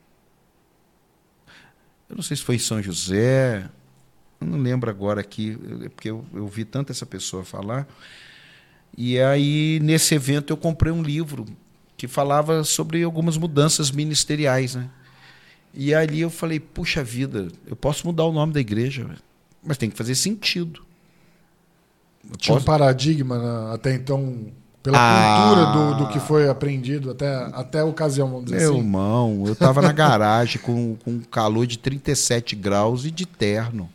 eu não sei se foi em São José, eu não lembro agora aqui, porque eu vi tanto essa pessoa falar. E aí, nesse evento, eu comprei um livro que falava sobre algumas mudanças ministeriais, né? E ali eu falei, puxa vida, eu posso mudar o nome da igreja, mas tem que fazer sentido. Tinha um paradigma até então, pela cultura do que foi aprendido até a ocasião, vamos dizer assim. Meu irmão, eu estava na garagem com calor de 37 graus e de terno.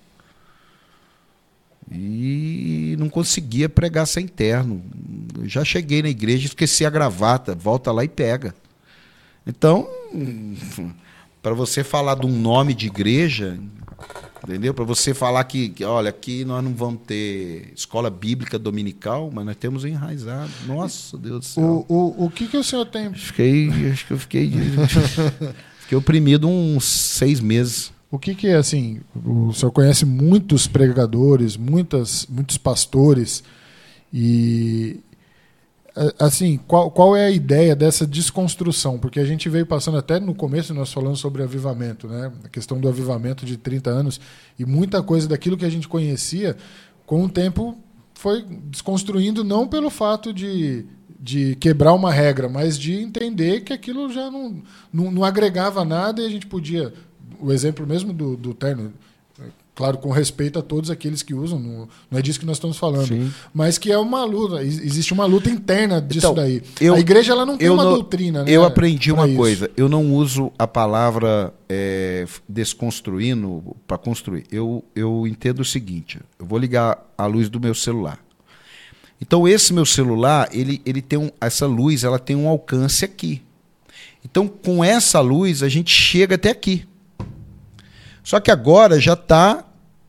E não conseguia pregar sem terno. Eu já cheguei na igreja, esqueci a gravata, volta lá e pega. Então, para você falar de um nome de igreja, entendeu? Para você falar que, olha, aqui nós não vamos ter escola bíblica dominical, mas nós temos enraizado. Nossa, Deus do céu. O que o senhor tem? Acho que eu fiquei oprimido uns 6 meses. O que é assim? O senhor conhece muitos pregadores, muitos pastores, e assim, qual é a ideia dessa desconstrução? Porque a gente veio passando até no começo, nós falamos sobre avivamento, né? A questão do avivamento de 30 anos, e muita coisa daquilo que a gente conhecia, com o tempo foi desconstruindo, não pelo fato de quebrar uma regra, mas de entender que aquilo já não agregava nada, e a gente podia... O exemplo mesmo do terno, claro, com respeito a todos aqueles que usam, não é disso que nós estamos falando. Sim. Mas que é uma luta, existe uma luta interna disso daí. A igreja ela não tem uma doutrina. Né, eu aprendi uma coisa, eu não uso a palavra desconstruindo para construir. Eu entendo o seguinte, eu vou ligar a luz do meu celular. Então esse meu celular, ele tem essa luz, ela tem um alcance aqui. Então com essa luz a gente chega até aqui. Só que agora já está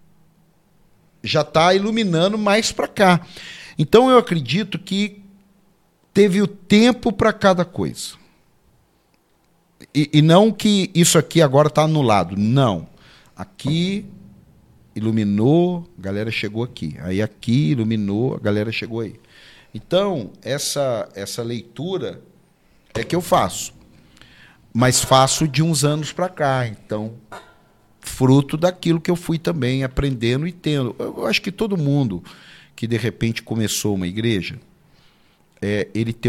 iluminando mais para cá. Então eu acredito que teve o tempo para cada coisa. E não que isso aqui agora está anulado. Não. Aqui iluminou, a galera chegou aqui. Aí aqui iluminou, a galera chegou aí. Então, essa leitura é que eu faço. Mas faço de uns anos para cá. Então, fruto daquilo que eu fui também aprendendo e tendo. Eu acho que todo mundo que, de repente, começou uma igreja, ele tem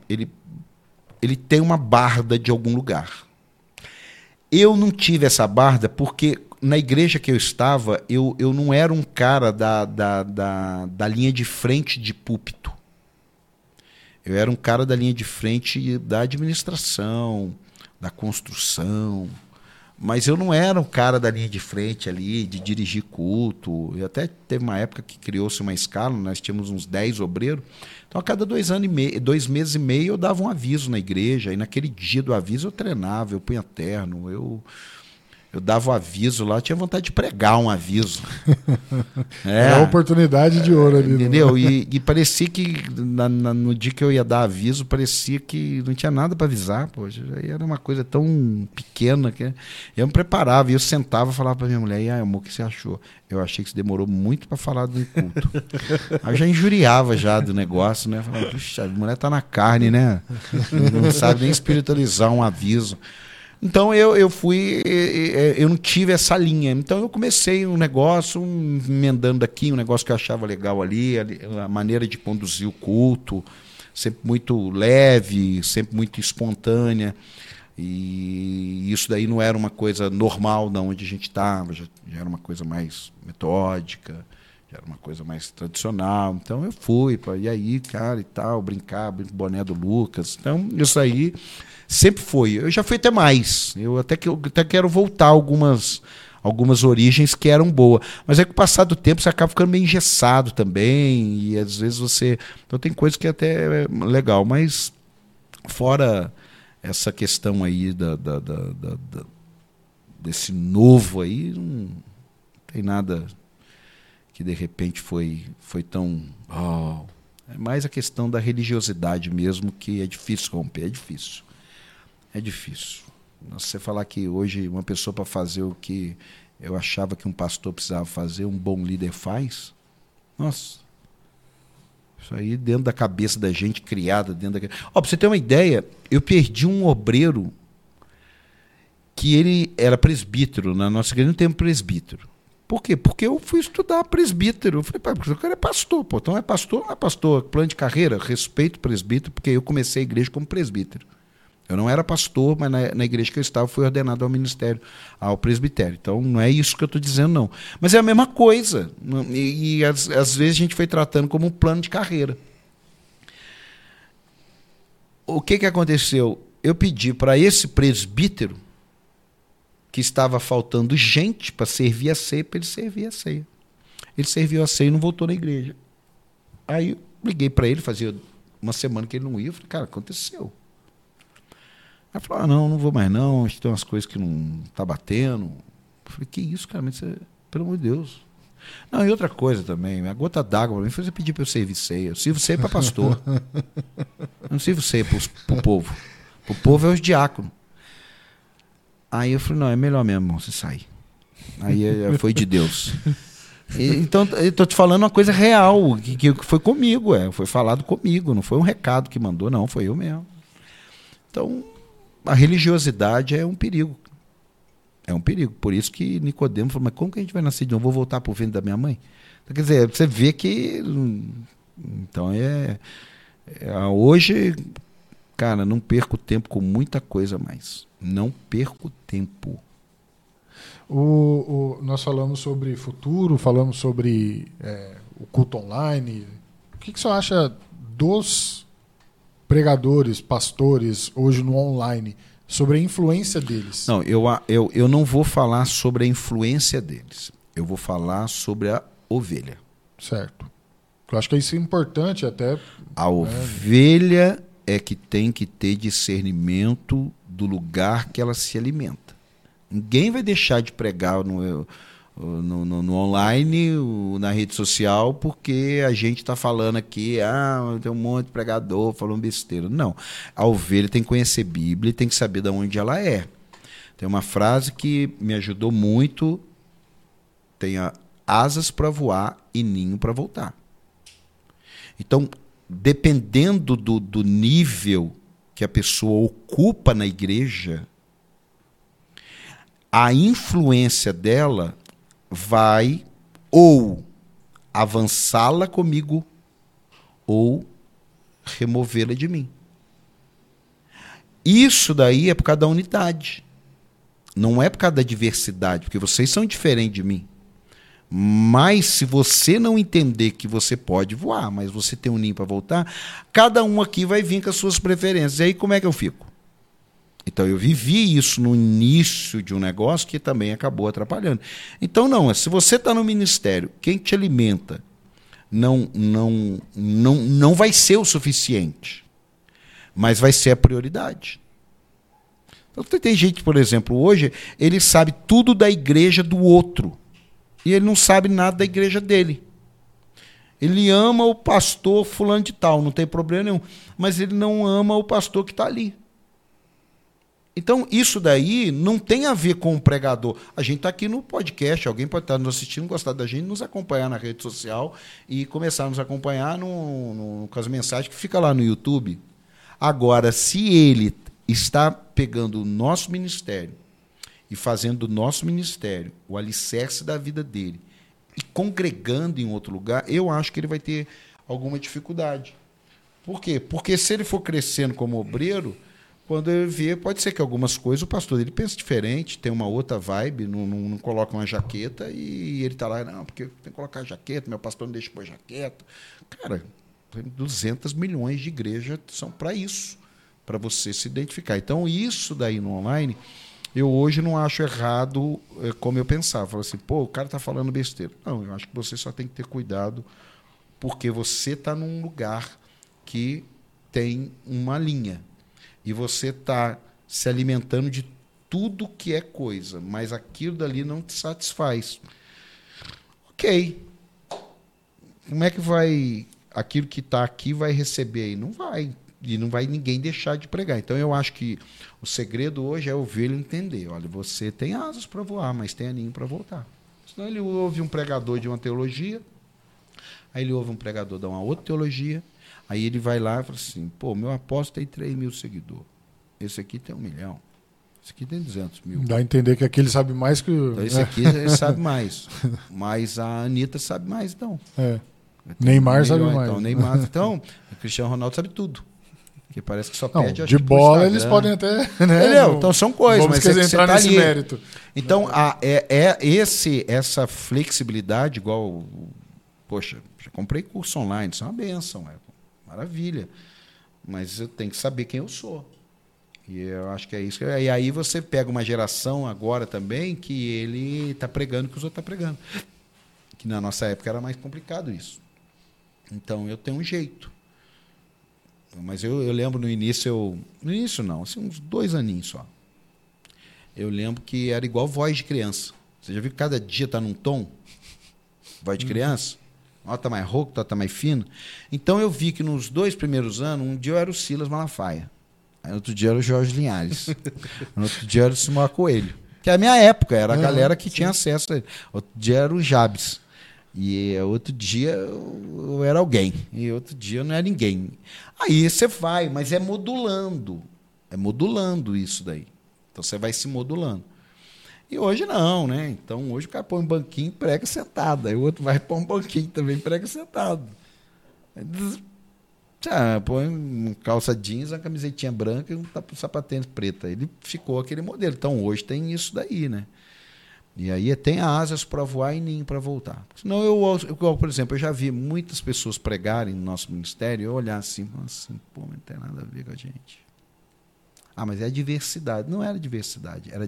uma barda de algum lugar. Eu não tive essa barda porque na igreja que eu estava, eu não era um cara da linha de frente de púlpito. Eu era um cara da linha de frente da administração, da construção, mas eu não era um cara da linha de frente ali, de dirigir culto. E até teve uma época que criou-se uma escala, nós tínhamos uns 10 obreiros, então a cada 2 meses e meio eu dava um aviso na igreja, e naquele dia do aviso eu treinava, eu punha terno, eu dava o aviso lá, tinha vontade de pregar um aviso. Era uma oportunidade de ouro ali. Entendeu? E parecia que no dia que eu ia dar aviso, parecia que não tinha nada para avisar. Poxa, aí era uma coisa tão pequena que eu me preparava, e eu sentava e falava para minha mulher: e aí, amor, o que você achou? Eu achei que você demorou muito para falar do culto. Aí eu já injuriava já do negócio, né? Falava: puxa, a mulher tá na carne, né? Não sabe nem espiritualizar um aviso. Então eu não tive essa linha. Então eu comecei um negócio, emendando aqui, um negócio que eu achava legal ali, a maneira de conduzir o culto, sempre muito leve, sempre muito espontânea. E isso daí não era uma coisa normal de onde a gente estava, já era uma coisa mais metódica, já era uma coisa mais tradicional. Então eu fui, e aí, cara, e tal, brincar, boné do Lucas. Então isso aí sempre foi. Eu já fui até mais. Eu até quero voltar algumas origens que eram boas. Mas é que com o passar do tempo você acaba ficando meio engessado também. E às vezes você... Então tem coisa que até é legal. Mas fora essa questão aí desse novo aí, não tem nada que de repente foi tão... É mais a questão da religiosidade mesmo, que é difícil romper. É difícil. Você falar que hoje uma pessoa, para fazer o que eu achava que um pastor precisava fazer, um bom líder faz, nossa, isso aí dentro da cabeça da gente, criada dentro da... Para você ter uma ideia, eu perdi um obreiro que ele era presbítero. Na nossa igreja não tem um presbítero. Por quê? Porque eu fui estudar presbítero. Eu falei: porque o cara é pastor, pô. Então é pastor, não é pastor, plano de carreira, respeito o presbítero, porque eu comecei a igreja como presbítero. Eu não era pastor, mas na igreja que eu estava fui ordenado ao ministério, ao presbitério. Então não é isso que eu estou dizendo, não. Mas é a mesma coisa. E às vezes a gente foi tratando como um plano de carreira. O que aconteceu? Eu pedi para esse presbítero, que estava faltando gente para servir a ceia, para ele servir a ceia. Ele serviu a ceia e não voltou na igreja. Aí eu liguei para ele, fazia uma semana que ele não ia. Eu falei: cara, aconteceu. Aí ele falou: não vou mais não, acho que tem umas coisas que não tá batendo. Eu falei: que isso, cara, mas você, pelo amor de Deus. Não, e outra coisa também, a gota d'água para mim foi você pedir para eu servir ceia. Eu sirvo ceia para pastor. Eu não sirvo ceia para o povo. Para o povo é os diáconos. Aí eu falei: não, é melhor mesmo, irmão, você sair. Aí foi de Deus. Então, eu estou te falando uma coisa real, que foi comigo, foi falado comigo, não foi um recado que mandou, não, foi eu mesmo. Então, a religiosidade é um perigo. É um perigo. Por isso que Nicodemo falou: mas como que a gente vai nascer de novo? Vou voltar para o ventre da minha mãe? Então, quer dizer, você vê que... Então, hoje, cara, não perco tempo com muita coisa mais. Não perco tempo. Nós falamos sobre futuro, falamos sobre o culto online. O que você acha dos pregadores, pastores, hoje no online, sobre a influência deles? Não, eu não vou falar sobre a influência deles. Eu vou falar sobre a ovelha. Certo. Eu acho que isso é importante até. A ovelha é que tem que ter discernimento do lugar que ela se alimenta. Ninguém vai deixar de pregar no online, na rede social, porque a gente está falando aqui, tem um monte de pregador falando besteira. Não. A ovelha tem que conhecer Bíblia e tem que saber de onde ela é. Tem uma frase que me ajudou muito, tem asas para voar e ninho para voltar. Então, dependendo do nível que a pessoa ocupa na igreja, a influência dela vai ou avançá-la comigo ou removê-la de mim. Isso daí é por causa da unidade. Não é por causa da diversidade, porque vocês são diferentes de mim. Mas se você não entender que você pode voar, mas você tem um ninho para voltar, cada um aqui vai vir com as suas preferências. E aí como é que eu fico? Então eu vivi isso no início de um negócio que também acabou atrapalhando. Então não, se você está no ministério, quem te alimenta não vai ser o suficiente, mas vai ser a prioridade. Então tem gente, por exemplo, hoje, ele sabe tudo da igreja do outro. E ele não sabe nada da igreja dele. Ele ama o pastor fulano de tal, não tem problema nenhum. Mas ele não ama o pastor que está ali. Então, isso daí não tem a ver com o pregador. A gente está aqui no podcast, alguém pode estar nos assistindo, gostar da gente, nos acompanhar na rede social e começar a nos acompanhar com as mensagens que fica lá no YouTube. Agora, se ele está pegando o nosso ministério e fazendo do nosso ministério o alicerce da vida dele e congregando em outro lugar, eu acho que ele vai ter alguma dificuldade. Por quê? Porque se ele for crescendo como obreiro, quando ele vê, pode ser que algumas coisas o pastor dele pense diferente, tem uma outra vibe, não coloca uma jaqueta e ele está lá, não, porque tem que colocar jaqueta, meu pastor não deixa pôr jaqueta. Cara, 200 milhões de igrejas são para isso, para você se identificar. Então, isso daí no online, eu hoje não acho errado como eu pensava. Falei assim, pô, o cara está falando besteira. Não, eu acho que você só tem que ter cuidado porque você está num lugar que tem uma linha. E você está se alimentando de tudo que é coisa, mas aquilo dali não te satisfaz. Ok. Como é que vai... Aquilo que está aqui vai receber aí? Não vai. E não vai ninguém deixar de pregar. Então, eu acho que o segredo hoje é ouvir ele entender. Olha, você tem asas para voar, mas tem aninho para voltar. Senão ele ouve um pregador de uma teologia, aí ele ouve um pregador de uma outra teologia, aí ele vai lá e fala assim, pô, meu apóstolo tem 3 mil seguidores. Esse aqui tem 1 milhão. Esse aqui tem 200 mil. Dá a entender que aquele sabe mais que o... Então, esse aqui ele sabe mais. Mas a Anitta sabe mais, então. Neymar sabe mais. Então, Neymar, então, o Cristiano Ronaldo sabe tudo. Que parece que só perde de bola eles podem até, né? Entendeu? Então são coisas, mas você entrar nesse ali. mérito. Então essa flexibilidade, igual, poxa, já comprei curso online, isso é uma benção, maravilha. Mas eu tenho que saber quem eu sou. E eu acho que é isso. E aí você pega uma geração agora também que ele está pregando o que os outros estão pregando. Que na nossa época era mais complicado isso. Então eu tenho um jeito. Mas eu lembro no início, no início não, assim, uns 2 aninhos só. Eu lembro que era igual voz de criança. Você já viu que cada dia está num tom? Voz de criança? Uma está mais rouco, outra está mais fino. Então eu vi que nos 2 primeiros anos, um dia eu era o Silas Malafaia. Aí no outro dia era o Jorge Linhares. No outro dia era o Simão Coelho. Que é a minha época, era a galera que tinha acesso a ele. Outro dia era o Jabes. E outro dia eu era alguém. E outro dia eu não era ninguém. Aí você vai, mas é modulando. É modulando isso daí. Então você vai se modulando. E hoje não, né? Então hoje o cara põe um banquinho e prega sentado. Aí o outro vai pôr um banquinho também e prega sentado. Põe uma calça jeans, uma camisetinha branca e um sapatênis preta. Ele ficou aquele modelo. Então hoje tem isso daí, né? E aí tem asas para voar e ninho para voltar. Senão por exemplo, eu já vi muitas pessoas pregarem no nosso ministério e eu olhar assim, pô, não tem nada a ver com a gente. Ah, mas é a diversidade. Não era diversidade, era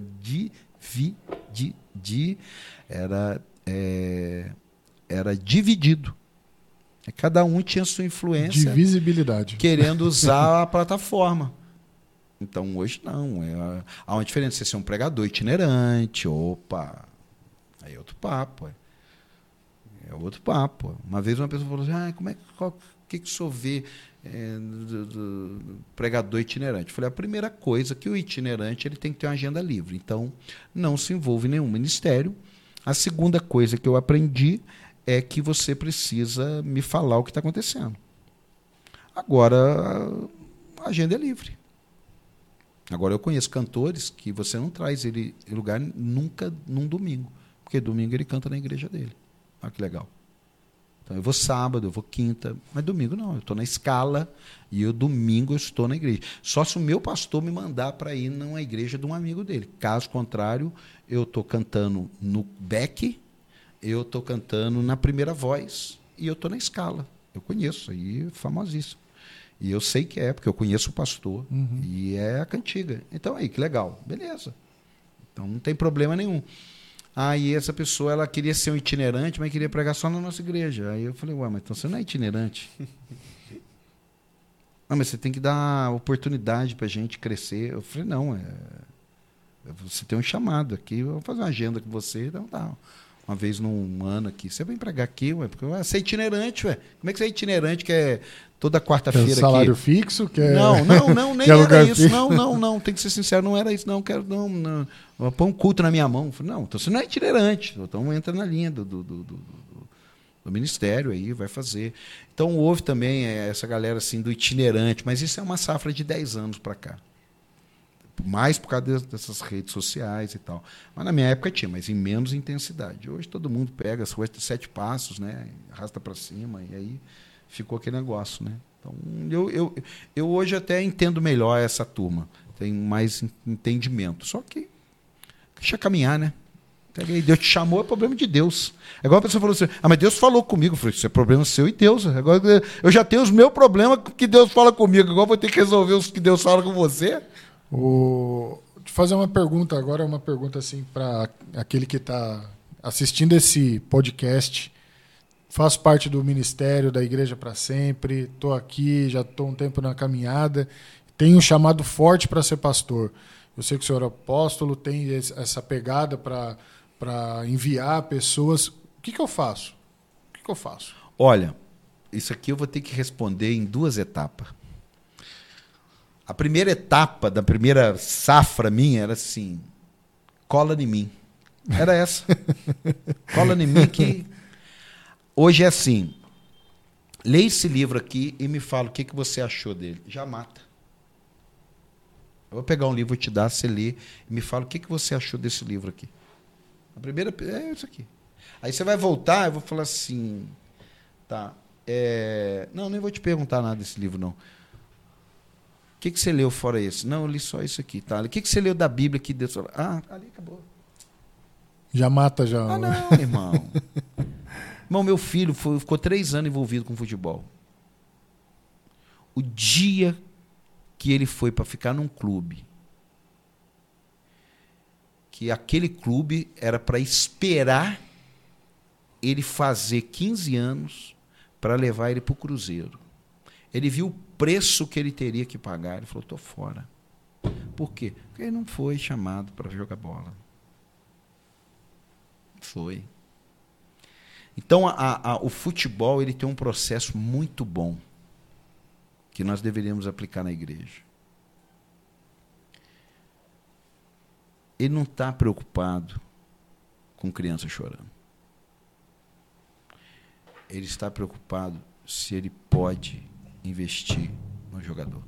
era dividido. Cada um tinha sua influência. Divisibilidade. Querendo usar a plataforma. Então, hoje não. Há uma diferença. Você ser um pregador itinerante, opa, aí é outro papo. É outro papo. Uma vez uma pessoa falou assim, o que o senhor vê do pregador itinerante? Eu falei, a primeira coisa que o itinerante ele tem que ter uma agenda livre. Então, não se envolve em nenhum ministério A segunda coisa que eu aprendi é que você precisa me falar o que está acontecendo. Agora, a agenda é livre. Agora, eu conheço cantores que você não traz ele em lugar nunca num domingo, porque domingo ele canta na igreja dele. Olha que legal. Então, eu vou sábado, eu vou quinta, mas domingo não. Eu estou na escala e domingo eu estou na igreja. Só se o meu pastor me mandar para ir numa igreja de um amigo dele. Caso contrário, eu estou cantando no back, eu estou cantando na primeira voz e eu estou na escala. Eu conheço, aí é famosíssimo. E eu sei que é, porque eu conheço o pastor e é a cantiga. Então, aí, que legal. Beleza. Então, não tem problema nenhum. Aí essa pessoa, ela queria ser um itinerante, mas queria pregar só na nossa igreja. Aí eu falei, ué, mas então você não é itinerante. Mas você tem que dar oportunidade para a gente crescer. Eu falei, não, você tem um chamado aqui, eu vou fazer uma agenda com você, então tá. Uma vez num ano aqui, você vem pregar aqui, ué, porque você é itinerante, ué. Como é que você é itinerante, que é toda quarta-feira aqui? Salário fixo? Que é... Não, nem era isso. Não, tem que ser sincero, não era isso, não. Quero, não. Põe um culto na minha mão. Eu falei, não, então você não é itinerante. Então entra na linha do ministério aí, vai fazer. Então houve também essa galera assim do itinerante, mas isso é uma safra de 10 anos para cá. Mais por causa dessas redes sociais e tal. Mas na minha época tinha, mas em menos intensidade. Hoje todo mundo pega as 7 passos, né? Arrasta para cima, e aí ficou aquele negócio, né? Então, eu hoje até entendo melhor essa turma. Tenho mais entendimento. Só que deixa caminhar, né? Deus te chamou, é problema de Deus. É igual a pessoa falou assim, mas Deus falou comigo. Eu falei, isso é problema seu e Deus. Agora eu já tenho os meus problemas que Deus fala comigo. Agora vou ter que resolver os que Deus fala com você. Te fazer uma pergunta agora, uma pergunta assim para aquele que está assistindo esse podcast. Faço parte do ministério da Igreja para Sempre, estou aqui, já estou um tempo na caminhada, tenho um chamado forte para ser pastor. Eu sei que o senhor é apóstolo, tem essa pegada para enviar pessoas. O que eu faço? O que eu faço? Olha, isso aqui eu vou ter que responder em 2 etapas. A primeira etapa da primeira safra minha era assim, cola em mim. Era essa. Cola em mim que... Hoje é assim, leia esse livro aqui e me fala o que você achou dele. Já mata. Eu vou pegar um livro e te dar, você lê e me fala o que você achou desse livro aqui. A primeira é isso aqui. Aí você vai voltar, eu vou falar assim, tá, não, nem vou te perguntar nada desse livro, não. O que você leu fora esse? Não, eu li só isso aqui. Tá? O que você leu da Bíblia que Deus falou? Ali acabou. Já mata, já. Não, irmão. Irmão, meu filho ficou 3 anos envolvido com futebol. O dia que ele foi para ficar num clube, que aquele clube era para esperar ele fazer 15 anos para levar ele para o Cruzeiro. Ele viu o preço que ele teria que pagar. Ele falou, estou fora. Por quê? Porque ele não foi chamado para jogar bola. Foi. Então, o futebol ele tem um processo muito bom que nós deveríamos aplicar na igreja. Ele não está preocupado com criança chorando. Ele está preocupado se ele pode investir no jogador.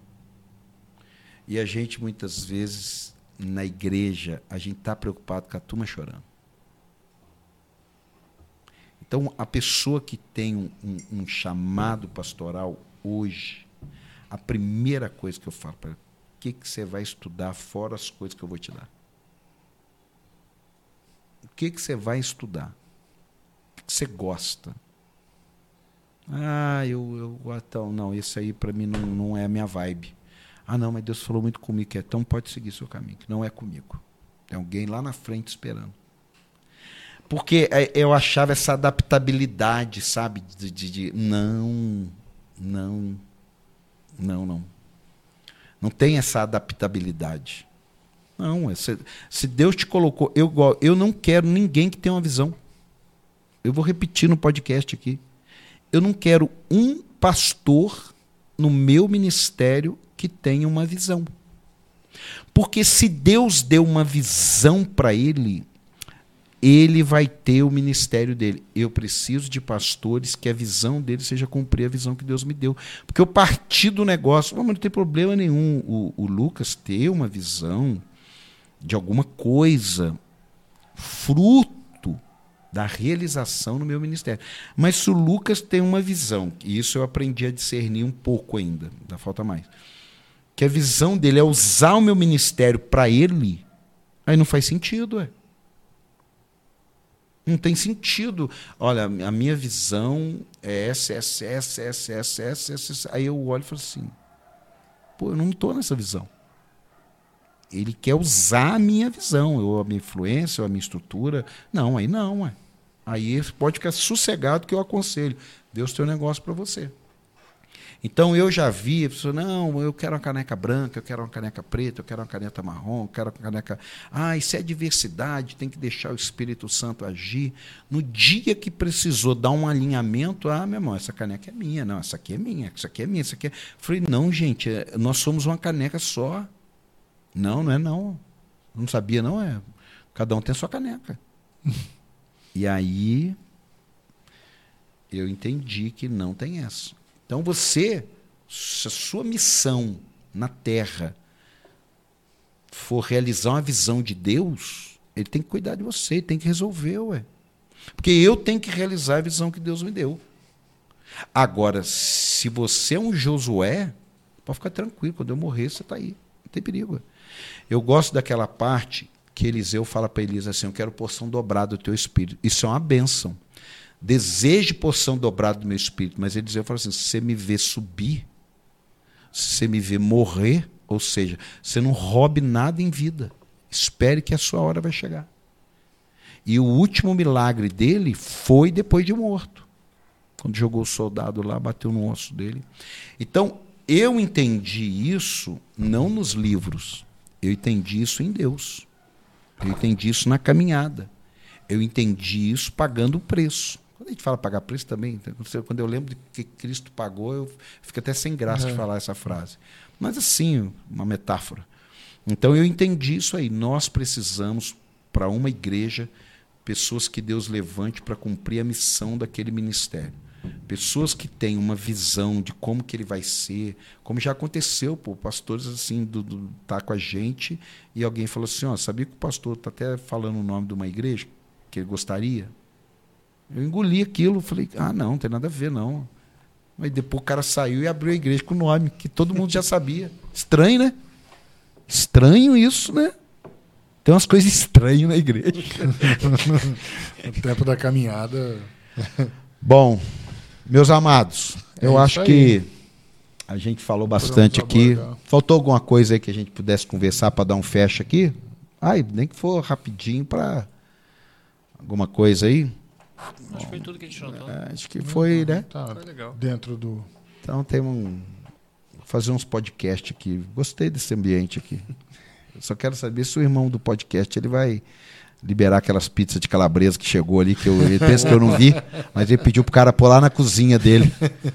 E a gente, muitas vezes, na igreja, a gente está preocupado com a turma chorando. Então, a pessoa que tem um chamado pastoral hoje, a primeira coisa que eu falo para ela, o que você vai estudar fora as coisas que eu vou te dar? O que você vai estudar? O que você gosta? Então, não, isso aí para mim não é a minha vibe. Não, mas Deus falou muito comigo, então pode seguir seu caminho, que não é comigo. Tem alguém lá na frente esperando. Porque eu achava essa adaptabilidade, sabe? Não tem essa adaptabilidade. Não, se Deus te colocou... Eu não quero ninguém que tenha uma visão. Eu vou repetir no podcast aqui. Eu não quero um pastor no meu ministério que tenha uma visão. Porque se Deus deu uma visão para ele... ele vai ter o ministério dele. Eu preciso de pastores que a visão dele seja cumprir a visão que Deus me deu. Porque eu parti do negócio, mas não tem problema nenhum o Lucas ter uma visão de alguma coisa, fruto da realização no meu ministério. Mas se o Lucas tem uma visão, e isso eu aprendi a discernir um pouco ainda, ainda falta mais, que a visão dele é usar o meu ministério para ele, aí não faz sentido, Não tem sentido. Olha, a minha visão é essa. Aí eu olho e falo assim, pô, eu não estou nessa visão. Ele quer usar a minha visão, ou a minha influência, ou a minha estrutura. Não, aí não. Aí pode ficar sossegado que eu aconselho. Deus tem um negócio para você. Então eu já vi, a pessoa, não, eu quero uma caneca branca, eu quero uma caneca preta, eu quero uma caneta marrom, eu quero uma caneca... isso é diversidade, tem que deixar o Espírito Santo agir. No dia que precisou dar um alinhamento, meu irmão, essa caneca é minha, não, essa aqui é minha, essa aqui é minha, essa aqui é... Eu falei, não, gente, nós somos uma caneca só. Não é não. Não sabia, não, cada um tem a sua caneca. E aí eu entendi que não tem essa. Então você, se a sua missão na Terra for realizar uma visão de Deus, ele tem que cuidar de você, ele tem que resolver, Porque eu tenho que realizar a visão que Deus me deu. Agora, se você é um Josué, pode ficar tranquilo, quando eu morrer, você está aí, não tem perigo. Eu gosto daquela parte que Eliseu fala para Elias assim, eu quero porção dobrada do teu espírito. Isso é uma bênção. Deseje porção dobrada do meu espírito. Mas Eliseu fala assim, se você me vê subir, se você me vê morrer, ou seja, você não roube nada em vida. Espere que a sua hora vai chegar. E o último milagre dele foi depois de morto. Quando jogou o soldado lá, bateu no osso dele. Então, eu entendi isso não nos livros. Eu entendi isso em Deus. Eu entendi isso na caminhada. Eu entendi isso pagando o preço. Quando a gente fala pagar preço também, quando eu lembro de que Cristo pagou, eu fico até sem graça de falar essa frase. Mas assim, uma metáfora. Então eu entendi isso aí. Nós precisamos, para uma igreja, pessoas que Deus levante para cumprir a missão daquele ministério. Pessoas que têm uma visão de como que ele vai ser, como já aconteceu, pastores assim, tá com a gente e alguém falou assim, sabia que o pastor está até falando o nome de uma igreja que ele gostaria? Eu engoli aquilo, falei, não tem nada a ver, não. Mas depois o cara saiu e abriu a igreja com o nome, que todo mundo já sabia. Estranho, né? Estranho isso, né? Tem umas coisas estranhas na igreja. O tempo da caminhada... Bom, meus amados, eu acho que a gente falou bastante aqui. Faltou alguma coisa aí que a gente pudesse conversar para dar um fecho aqui? Nem que for rapidinho para alguma coisa aí. Acho que foi tudo que a gente notou. Acho que foi, né? Tá, foi legal. Dentro do... Então vou fazer uns podcasts aqui. Gostei desse ambiente aqui. Eu só quero saber se o irmão do podcast ele vai liberar aquelas pizzas de calabresa que chegou ali, que ele pensa que eu não vi, mas ele pediu pro cara pôr lá na cozinha dele.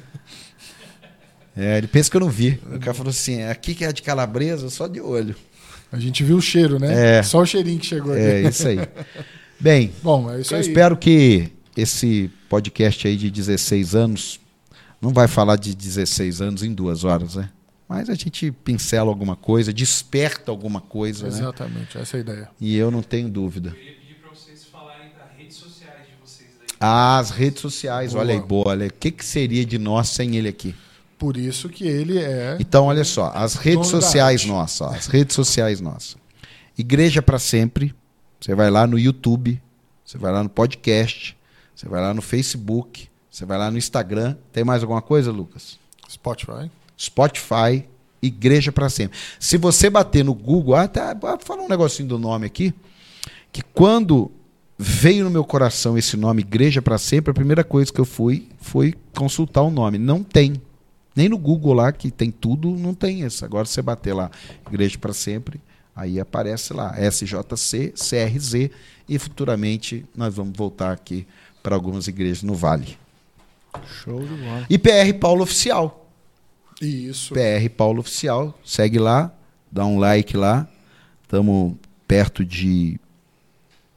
Ele pensa que eu não vi. O cara falou assim, aqui que é de calabresa, só de olho. A gente viu o cheiro, né? Só o cheirinho que chegou aqui. É isso aí. Bem, bom, é isso eu aí. espero que esse podcast aí de 16 anos, não vai falar de 16 anos em 2 horas, né? Mas a gente pincela alguma coisa, desperta alguma coisa. Exatamente, né? Essa é a ideia. E eu não tenho dúvida. Eu queria pedir para vocês falarem das redes sociais de vocês. As redes sociais, olha aí, boa. Olha, o que seria de nós sem ele aqui? Por isso que ele é... Então, olha só, as redes sociais nossas. As redes sociais nossas. Igreja para Sempre. Você vai lá no YouTube, você vai lá no podcast, você vai lá no Facebook, você vai lá no Instagram. Tem mais alguma coisa, Lucas? Spotify, Igreja para Sempre. Se você bater no Google, fala um negocinho do nome aqui, que quando veio no meu coração esse nome Igreja para Sempre, a primeira coisa que eu foi consultar o nome. Não tem. Nem no Google lá, que tem tudo, não tem esse. Agora você bater lá Igreja para Sempre, aí aparece lá SJC, CRZ, e futuramente nós vamos voltar aqui para algumas igrejas no Vale. Show de bola. E PR Paulo Oficial. Isso. PR Paulo Oficial, segue lá, dá um like lá. Estamos perto de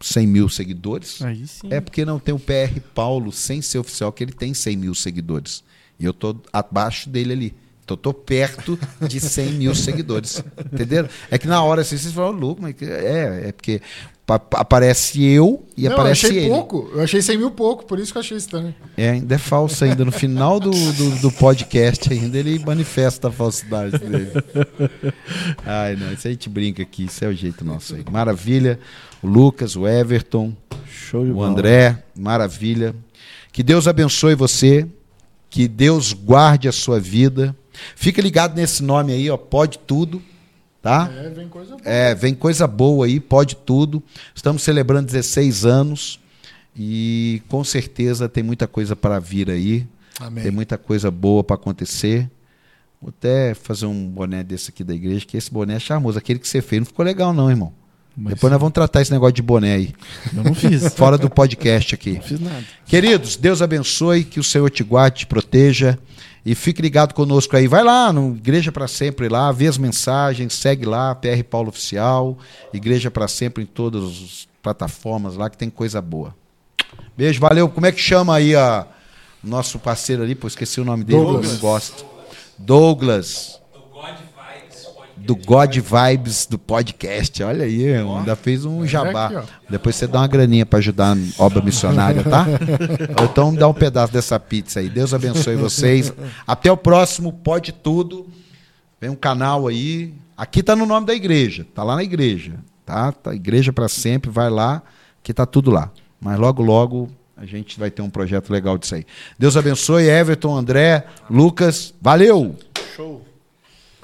100 mil seguidores. Aí sim. É porque não tem o PR Paulo, sem ser oficial, que ele tem 100 mil seguidores. E eu tô abaixo dele ali. Então, eu tô perto de 100 mil seguidores. Entenderam? É que na hora assim, vocês falam, louco, mas é porque aparece eu e não, aparece eu achei ele. pouco. Eu achei 100 mil pouco, por isso que eu achei estranho. Ainda é falso ainda. No final do podcast ainda ele manifesta a falsidade dele. Ai, não, isso aí a gente brinca aqui, isso é o jeito nosso aí. Maravilha. O Lucas, o Everton, Show de o bola. André, maravilha. Que Deus abençoe você, que Deus guarde a sua vida. Fica ligado nesse nome aí, ó, Pode Tudo, tá? Vem coisa boa. Vem coisa boa aí, Pode Tudo. Estamos celebrando 16 anos e com certeza tem muita coisa para vir aí. Amém. Tem muita coisa boa para acontecer. Vou até fazer um boné desse aqui da igreja, que esse boné é charmoso. Aquele que você fez não ficou legal não, irmão. Mas Depois nós vamos tratar esse negócio de boné aí. eu não fiz. Fora do podcast aqui. Não fiz nada. Queridos, Deus abençoe, que o Senhor te guarde, te proteja e fique ligado conosco aí. Vai lá no Igreja para Sempre lá, vê as mensagens, segue lá, PR Paulo Oficial, Igreja para Sempre em todas as plataformas lá, que tem coisa boa. Beijo, valeu. Como é que chama aí nosso parceiro ali? Pô, esqueci o nome dele, Douglas. eu não gosto. Douglas. Do God Vibes do podcast. Olha aí, irmão, ainda fez um jabá. aqui, ó. Depois você dá uma graninha para ajudar a obra missionária, tá? Ou então dá um pedaço dessa pizza aí. Deus abençoe vocês. Até o próximo Pode Tudo. Vem um canal aí. Aqui tá no nome da igreja. Tá lá na igreja. Tá Igreja para Sempre. Vai lá, que tá tudo lá. Mas logo, logo a gente vai ter um projeto legal disso aí. Deus abençoe. Everton, André, Lucas. Valeu! Show.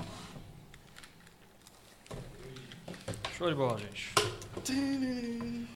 Show de bola, gente.